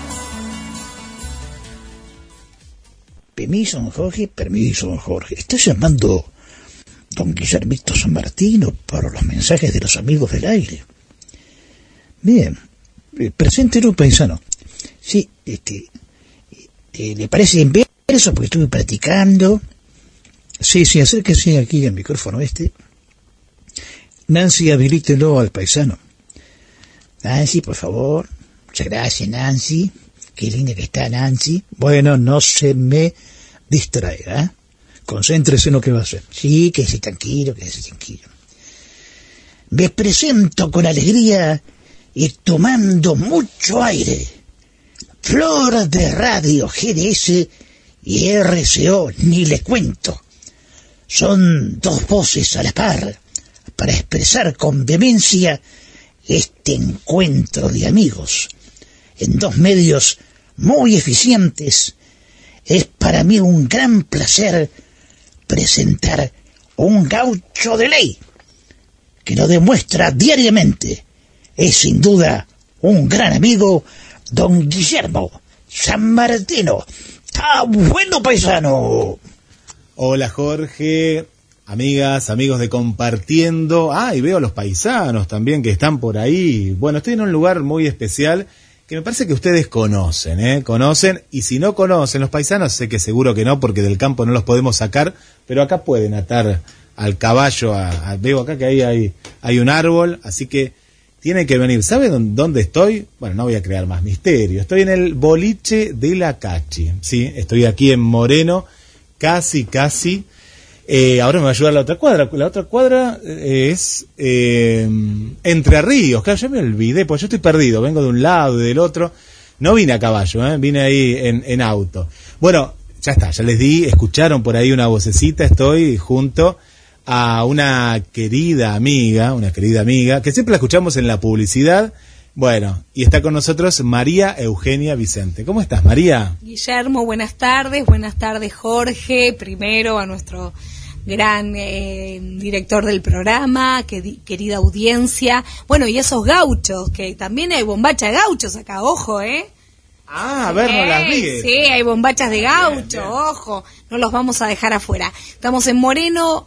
Permiso, don Jorge. ¿Está llamando don Guillermito San Martino para los mensajes de los amigos del aire? Bien, preséntelo, paisano. Sí, ¿le parece en verso? Porque estuve practicando. Sí, acérquese aquí al micrófono Nancy, habilítelo al paisano. Nancy, por favor. Muchas gracias, Nancy. Qué linda que está, Nancy. Bueno, no se me distraiga, ¿eh? Concéntrese en lo que va a hacer. Sí, quédese tranquilo. Me presento con alegría y tomando mucho aire. Flor de radio GDS y RCO, ni le cuento. Son dos voces a la par para expresar con vehemencia este encuentro de amigos en dos medios muy eficientes. Es para mí un gran placer presentar un gaucho de ley que lo demuestra diariamente. Es sin duda un gran amigo, don Guillermo San Martino. ¡Ah, bueno, paisano! Hola, Jorge, amigas, amigos de Compartiendo. Y veo a los paisanos también que están por ahí. Bueno, estoy en un lugar muy especial que me parece que ustedes conocen, conocen, y si no conocen los paisanos, sé que seguro que no, porque del campo no los podemos sacar, pero acá pueden atar al caballo, veo acá que hay un árbol, así que tienen que venir. ¿Saben dónde estoy? Bueno, no voy a crear más misterio. Estoy en el boliche de la Cachi, ¿sí? Estoy aquí en Moreno, casi. Ahora me va a ayudar la otra cuadra. La otra cuadra es Entre Ríos. Claro, ya me olvidé, porque yo estoy perdido. Vengo de un lado y del otro. No vine a caballo, vine ahí en auto. Bueno, ya está, ya les di, escucharon por ahí una vocecita. Estoy junto a una querida amiga, que siempre la escuchamos en la publicidad. Bueno, y está con nosotros María Eugenia Vicente. ¿Cómo estás, María? Guillermo, buenas tardes, Jorge. Primero a nuestro gran director del programa, querida audiencia. Bueno, y esos gauchos, que también hay bombacha de gauchos acá, ojo, A ver, no las vi. Sí, hay bombachas de gaucho, ojo, no los vamos a dejar afuera. Estamos en Moreno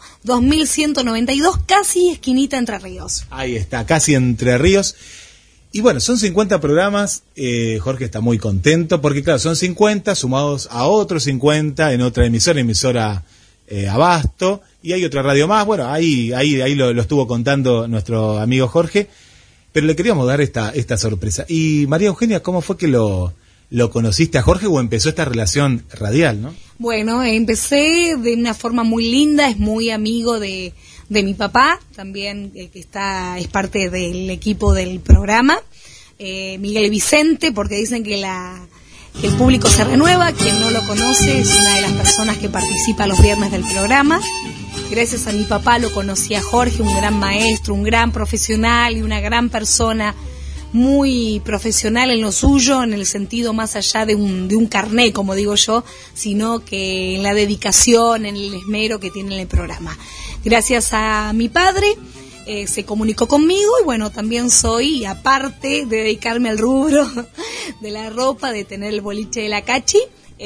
2192, casi esquinita Entre Ríos. Ahí está, casi Entre Ríos. Y bueno, son 50 programas, Jorge está muy contento, porque claro, son 50 sumados a otros 50 en otra emisora Abasto, y hay otra radio más. Bueno, ahí lo estuvo contando nuestro amigo Jorge, pero le queríamos dar esta sorpresa. Y María Eugenia, ¿cómo fue que lo conociste a Jorge o empezó esta relación radial, no? Bueno, empecé de una forma muy linda, es muy amigo de mi papá, también que es parte del equipo del programa, Miguel Vicente, porque dicen que el público se renueva. Quien no lo conoce es una de las personas que participa los viernes del programa. Gracias a mi papá lo conocí a Jorge, un gran maestro, un gran profesional y una gran persona, muy profesional en lo suyo, en el sentido más allá de un carné, como digo yo, sino que en la dedicación, en el esmero que tiene en el programa. Gracias a mi padre se comunicó conmigo y bueno, también soy, aparte de dedicarme al rubro de la ropa, de tener el boliche de la Cachi,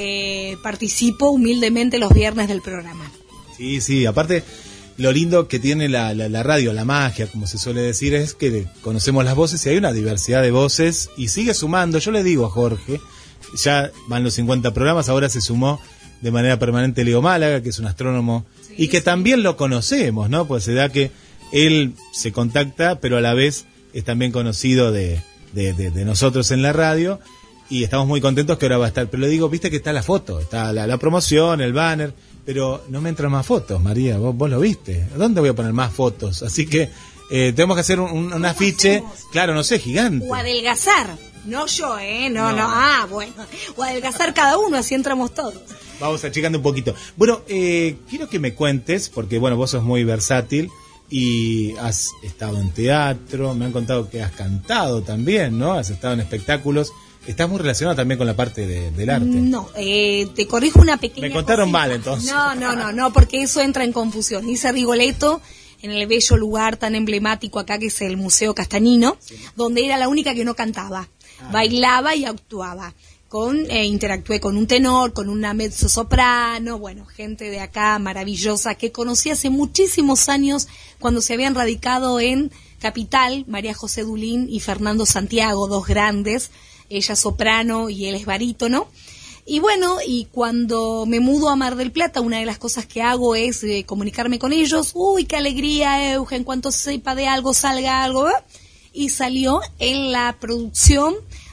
participo humildemente los viernes del programa. Sí, aparte lo lindo que tiene la radio, la magia, como se suele decir, es que conocemos las voces y hay una diversidad de voces y sigue sumando. Yo le digo a Jorge, ya van los 50 programas, ahora se sumó de manera permanente Leo Málaga, que es un astrónomo y que también lo conocemos, ¿no? Pues se da que él se contacta, pero a la vez es también conocido de nosotros en la radio y estamos muy contentos que ahora va a estar. Pero le digo, viste que está la foto, está la promoción, el banner, pero no me entran más fotos, María, vos lo viste. ¿Dónde voy a poner más fotos? Así que tenemos que hacer un afiche, claro, no sé, gigante. O adelgazar, no yo, no. Bueno, o adelgazar cada uno, así entramos todos. Vamos achicando un poquito. Bueno, quiero que me cuentes, porque bueno, vos sos muy versátil y has estado en teatro, me han contado que has cantado también, ¿no? Has estado en espectáculos. Estás muy relacionado también con la parte del arte. No, te corrijo una pequeña Me contaron cosita. mal, entonces. No, porque eso entra en confusión. Hice Rigoletto en el bello lugar tan emblemático acá que es el Museo Castanino, donde era la única que no cantaba. Bailaba y actuaba. Interactué con un tenor, con una mezzosoprano, bueno, gente de acá maravillosa que conocí hace muchísimos años cuando se habían radicado en Capital, María José Dulín y Fernando Santiago, dos grandes, ella soprano y él es barítono. Y bueno, y cuando me mudo a Mar del Plata, una de las cosas que hago es comunicarme con ellos. Uy, qué alegría, Eugen, en cuanto sepa de algo, salga algo. Y salió en la producción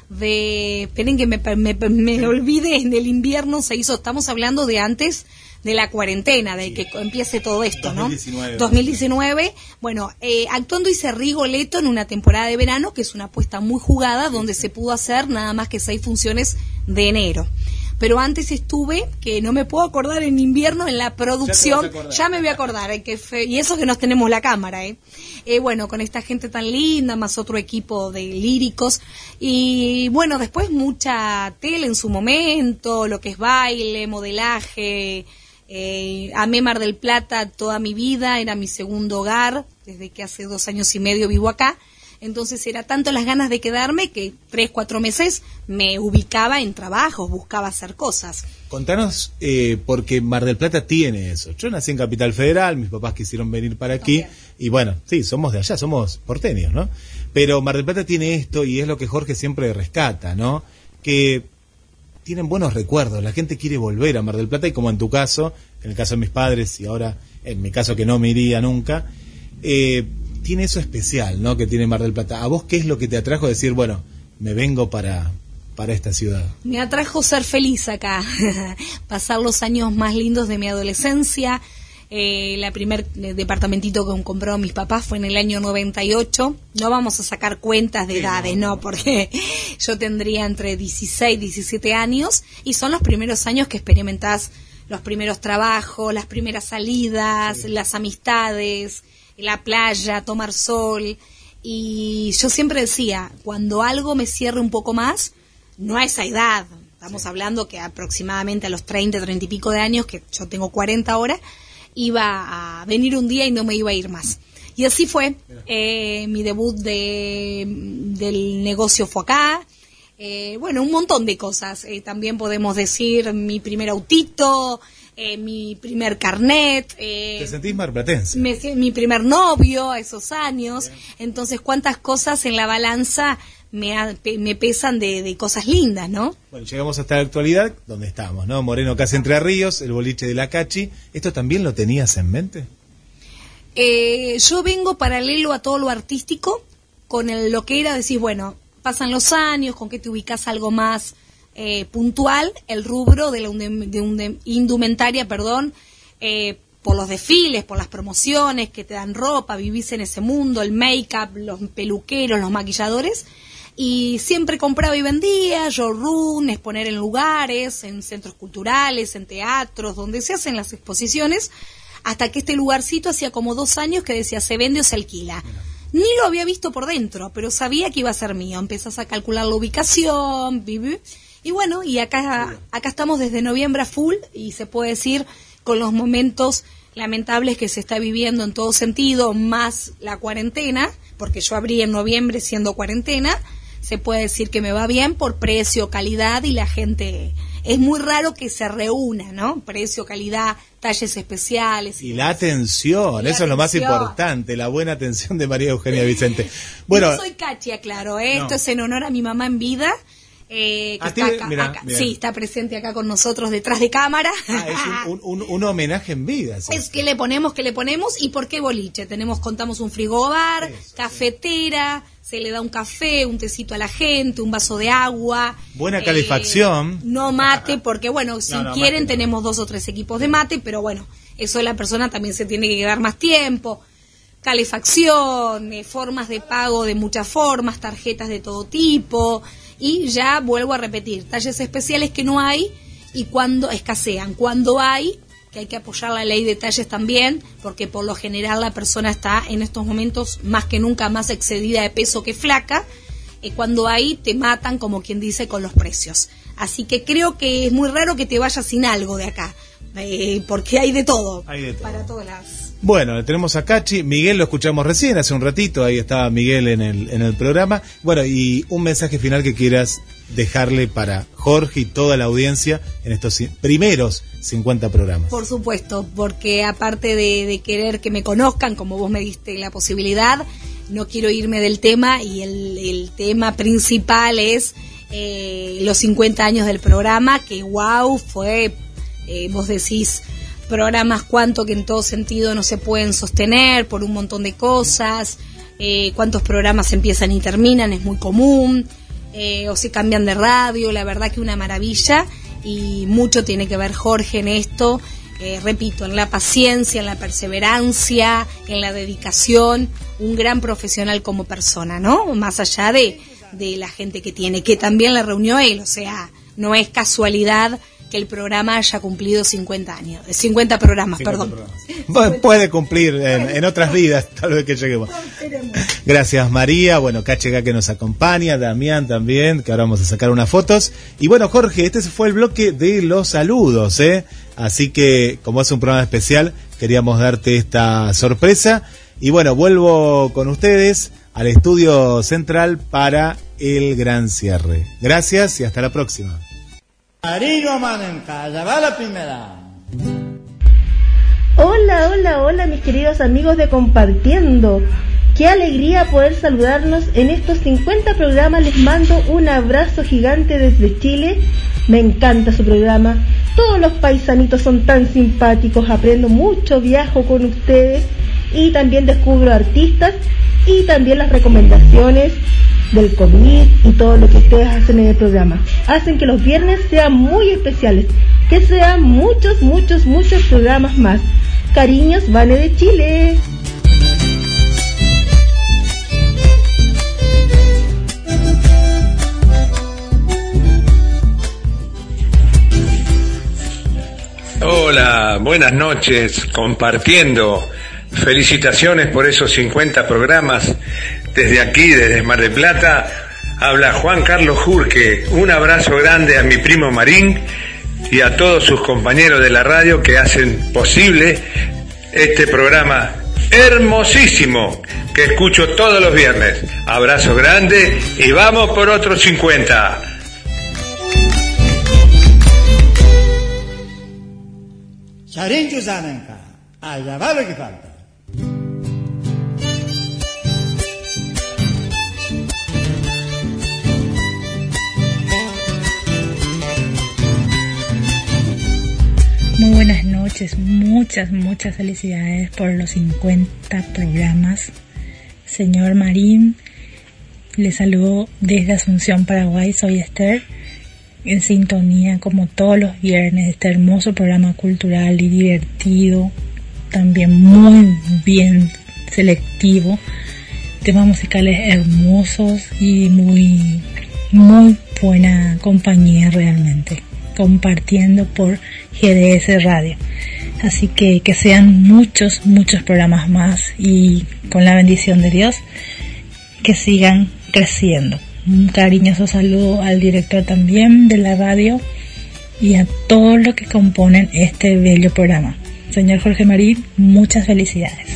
esperen que me olvide, en el invierno se hizo, estamos hablando de antes de la cuarentena, de que empiece todo esto, 2019, bueno, actuando hice Rigoletto en una temporada de verano, que es una apuesta muy jugada, donde se pudo hacer nada más que 6 funciones de enero. Pero antes estuve, que no me puedo acordar, en invierno en la producción, ya me voy a acordar, y eso que nos tenemos la cámara, bueno, con esta gente tan linda, más otro equipo de líricos, y bueno, después mucha tele en su momento, lo que es baile, modelaje, amé Mar del Plata toda mi vida, era mi segundo hogar, desde que hace 2 años y medio vivo acá. Entonces era tanto las ganas de quedarme que 3-4 meses me ubicaba en trabajos, buscaba hacer cosas. Contanos, porque Mar del Plata tiene eso. Yo nací en Capital Federal, mis papás quisieron venir para aquí, y bueno, sí, somos de allá, somos porteños, ¿no? Pero Mar del Plata tiene esto, y es lo que Jorge siempre rescata, ¿no? Que tienen buenos recuerdos, la gente quiere volver a Mar del Plata, y como en tu caso, en el caso de mis padres, y ahora en mi caso que no me iría nunca, tiene eso especial, ¿no? Que tiene Mar del Plata. ¿A vos qué es lo que te atrajo a decir, bueno, me vengo para esta ciudad? Me atrajo ser feliz acá, pasar los años más lindos de mi adolescencia. La primer departamentito que compró mis papás fue en el año 98. No vamos a sacar cuentas de edades, no, porque yo tendría entre 16 y 17 años, y son los primeros años que experimentás los primeros trabajos, las primeras salidas, las amistades, la playa, tomar sol. Y yo siempre decía, cuando algo me cierre un poco más, no a esa edad, estamos hablando que aproximadamente a los 30 y pico de años, que yo tengo 40 ahora, iba a venir un día y no me iba a ir más. Y así fue. Mi debut del negocio fue acá. bueno, un montón de cosas. También podemos decir mi primer autito, mi primer carnet. ¿Te sentís marplatense? Mi primer novio a esos años. Entonces, cuántas cosas en la balanza me pesan de cosas lindas, ¿no? Bueno, llegamos hasta la actualidad, donde estamos, ¿no? Moreno, casi Entre Ríos, el boliche de la Cachi. ¿Esto también lo tenías en mente? Yo vengo paralelo a todo lo artístico, con lo que era, decís, bueno, pasan los años, con que te ubicas algo más puntual, el rubro de indumentaria, por los desfiles, por las promociones que te dan ropa, vivís en ese mundo, el make-up, los peluqueros, los maquilladores, y siempre compraba y vendía, showroom, exponer en lugares, en centros culturales, en teatros, donde se hacen las exposiciones, hasta que este lugarcito hacía como 2 años que decía se vende o se alquila. Ni lo había visto por dentro, pero sabía que iba a ser mío. Empezás a calcular la ubicación, y bueno, y acá estamos desde noviembre a full, y se puede decir con los momentos lamentables que se está viviendo en todo sentido, más la cuarentena, porque yo abrí en noviembre siendo cuarentena, se puede decir que me va bien por precio, calidad, y la gente... Es muy raro que se reúna, ¿no? Precio, calidad, talles especiales. Y la atención, eso es lo más importante, la buena atención de María Eugenia Vicente. Bueno, yo soy Katia, claro, esto es en honor a mi mamá en vida. Que está acá. Sí, está presente acá con nosotros detrás de cámara. Es un homenaje en vida. ¿Sí? Es que le ponemos, y por qué boliche. Contamos un frigobar, cafetera, se le da un café, un tecito a la gente, un vaso de agua. Buena calefacción. No mate, porque bueno, si quieren mate, tenemos 2 o 3 equipos de mate, pero bueno, eso la persona también se tiene que quedar más tiempo. Calefacción, formas de pago de muchas formas, tarjetas de todo tipo. Y ya vuelvo a repetir, talles especiales que no hay y cuando escasean. Cuando hay, que hay que apoyar la ley de talles también, porque por lo general la persona está en estos momentos más que nunca más excedida de peso que flaca. Cuando hay, te matan, como quien dice, con los precios. Así que creo que es muy raro que te vayas sin algo de acá, porque hay de todo. Hay de todo. Para todas las... Bueno, tenemos a Cachi, Miguel lo escuchamos recién, hace un ratito, ahí estaba Miguel en el programa. Bueno, y un mensaje final que quieras dejarle para Jorge y toda la audiencia en estos primeros 50 programas. Por supuesto, porque aparte de querer que me conozcan, como vos me diste la posibilidad, no quiero irme del tema, y el tema principal es los 50 años del programa, que wow, fue, vos decís, programas cuánto que en todo sentido no se pueden sostener por un montón de cosas, cuántos programas empiezan y terminan, es muy común, o se cambian de radio, la verdad que una maravilla, y mucho tiene que ver Jorge en esto, repito, en la paciencia, en la perseverancia, en la dedicación, un gran profesional como persona, ¿no? Más allá de la gente que tiene, que también la reunió él, o sea, no es casualidad que el programa haya cumplido 50 programas, 50 perdón. Programas. Bueno, puede cumplir en otras vidas, tal vez que lleguemos. Gracias, María. Bueno, Cache que nos acompaña, Damián también, que ahora vamos a sacar unas fotos. Y bueno, Jorge, este fue el bloque de los saludos, ¿eh? Así que, como es un programa especial, queríamos darte esta sorpresa. Y bueno, vuelvo con ustedes al estudio central para el gran cierre. Gracias y hasta la próxima. Marino Manenca, ya va la primera. Hola, hola, hola mis queridos amigos de Compartiendo. Qué alegría poder saludarnos en estos 50 programas. Les mando un abrazo gigante desde Chile. Me encanta su programa. Todos los paisanitos son tan simpáticos. Aprendo mucho, viajo con ustedes y también descubro artistas y también las recomendaciones del COVID y todo lo que ustedes hacen en el programa. Hacen que los viernes sean muy especiales, que sean muchos programas más. Cariños, Vane de Chile. Hola, buenas noches, Compartiendo. Felicitaciones por esos 50 programas. Desde aquí, desde Mar del Plata, habla Juan Carlos Jurque. Un abrazo grande a mi primo Marín y a todos sus compañeros de la radio que hacen posible este programa hermosísimo. que escucho todos los viernes. Abrazo grande y vamos por otros 50. Charinchu Zanenka, allá va lo que falta. Muy buenas noches, muchas felicidades por los 50 programas. Señor Marín, le saludo desde Asunción, Paraguay. Soy Esther, en sintonía como todos los viernes, este hermoso programa cultural y divertido, también muy bien selectivo, temas musicales hermosos y muy buena compañía realmente, compartiendo por GDS Radio. Así que sean muchos programas más y con la bendición de Dios que sigan creciendo. Un cariñoso saludo al director también de la radio y a todos los que componen este bello programa. Señor Jorge Marín, muchas felicidades.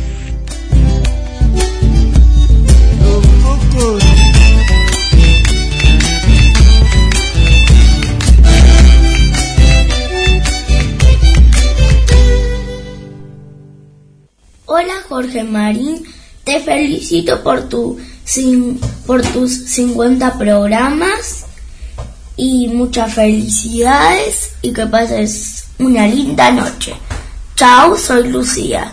Hola Jorge Marín, te felicito por tus 50 programas y muchas felicidades y que pases una linda noche. Chao, soy Lucía.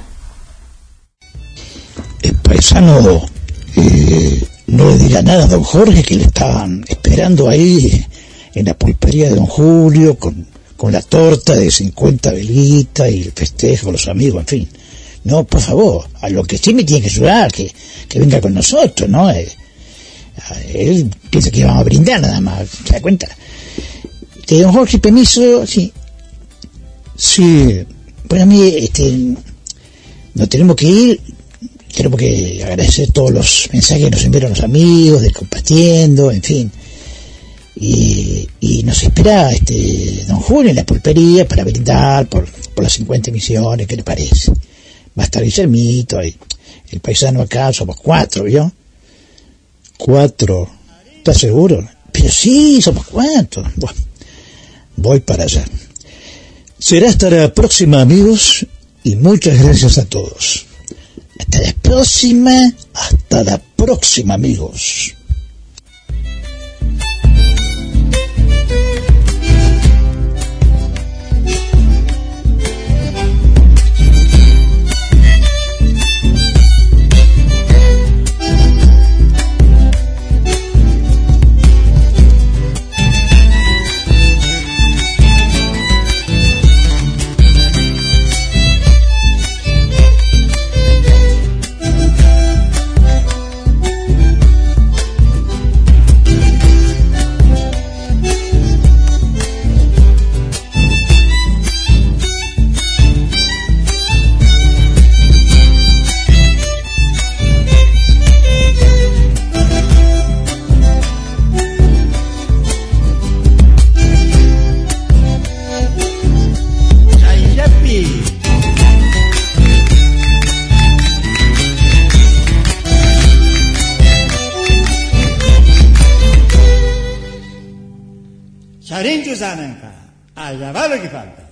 El paisano no le dirá nada a don Jorge, que le estaban esperando ahí en la pulpería de don Julio con la torta de 50 velitas y el festejo con los amigos, en fin. No, por favor, a lo que sí me tiene que ayudar, que venga con nosotros, ¿no? Él piensa que vamos a brindar nada más, ¿se da cuenta? Don Jorge, permiso, sí. Sí, bueno, a mí, nos tenemos que ir, tenemos que agradecer todos los mensajes que nos enviaron los amigos, de compartiendo, en fin. Y nos espera don Julio en la pulpería para brindar por las 50 emisiones, ¿qué le parece? Va a estar Guillermito, el paisano acá, somos 4, ¿vio? 4, ¿estás seguro? Pero sí, somos 4. Bueno, voy para allá. Será hasta la próxima, amigos, y muchas gracias a todos. Hasta la próxima, amigos. Charinchu Zanenka, allá va lo que falta.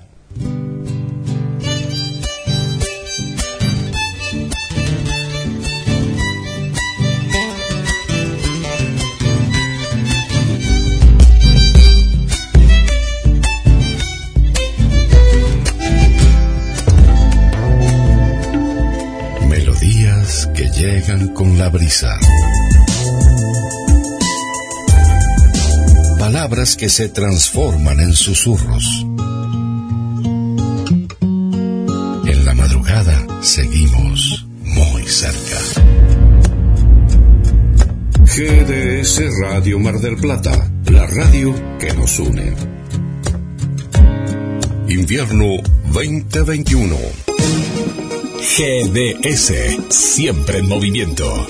Melodías que llegan con la brisa. Palabras que se transforman en susurros. En la madrugada seguimos muy cerca. GDS Radio Mar del Plata, la radio que nos une. Invierno 2021. GDS, siempre en movimiento.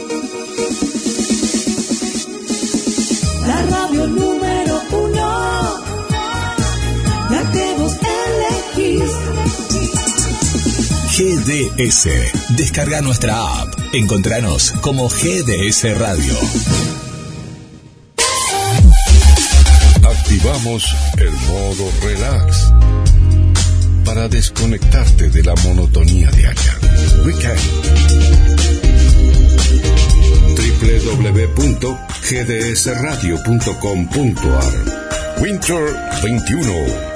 La radio número 1, la que vos elegís. GDS. Descarga nuestra app. Encontranos como GDS Radio. Activamos el modo relax para desconectarte de la monotonía diaria. Weekend. www.gdsradio.com.ar Winter 21.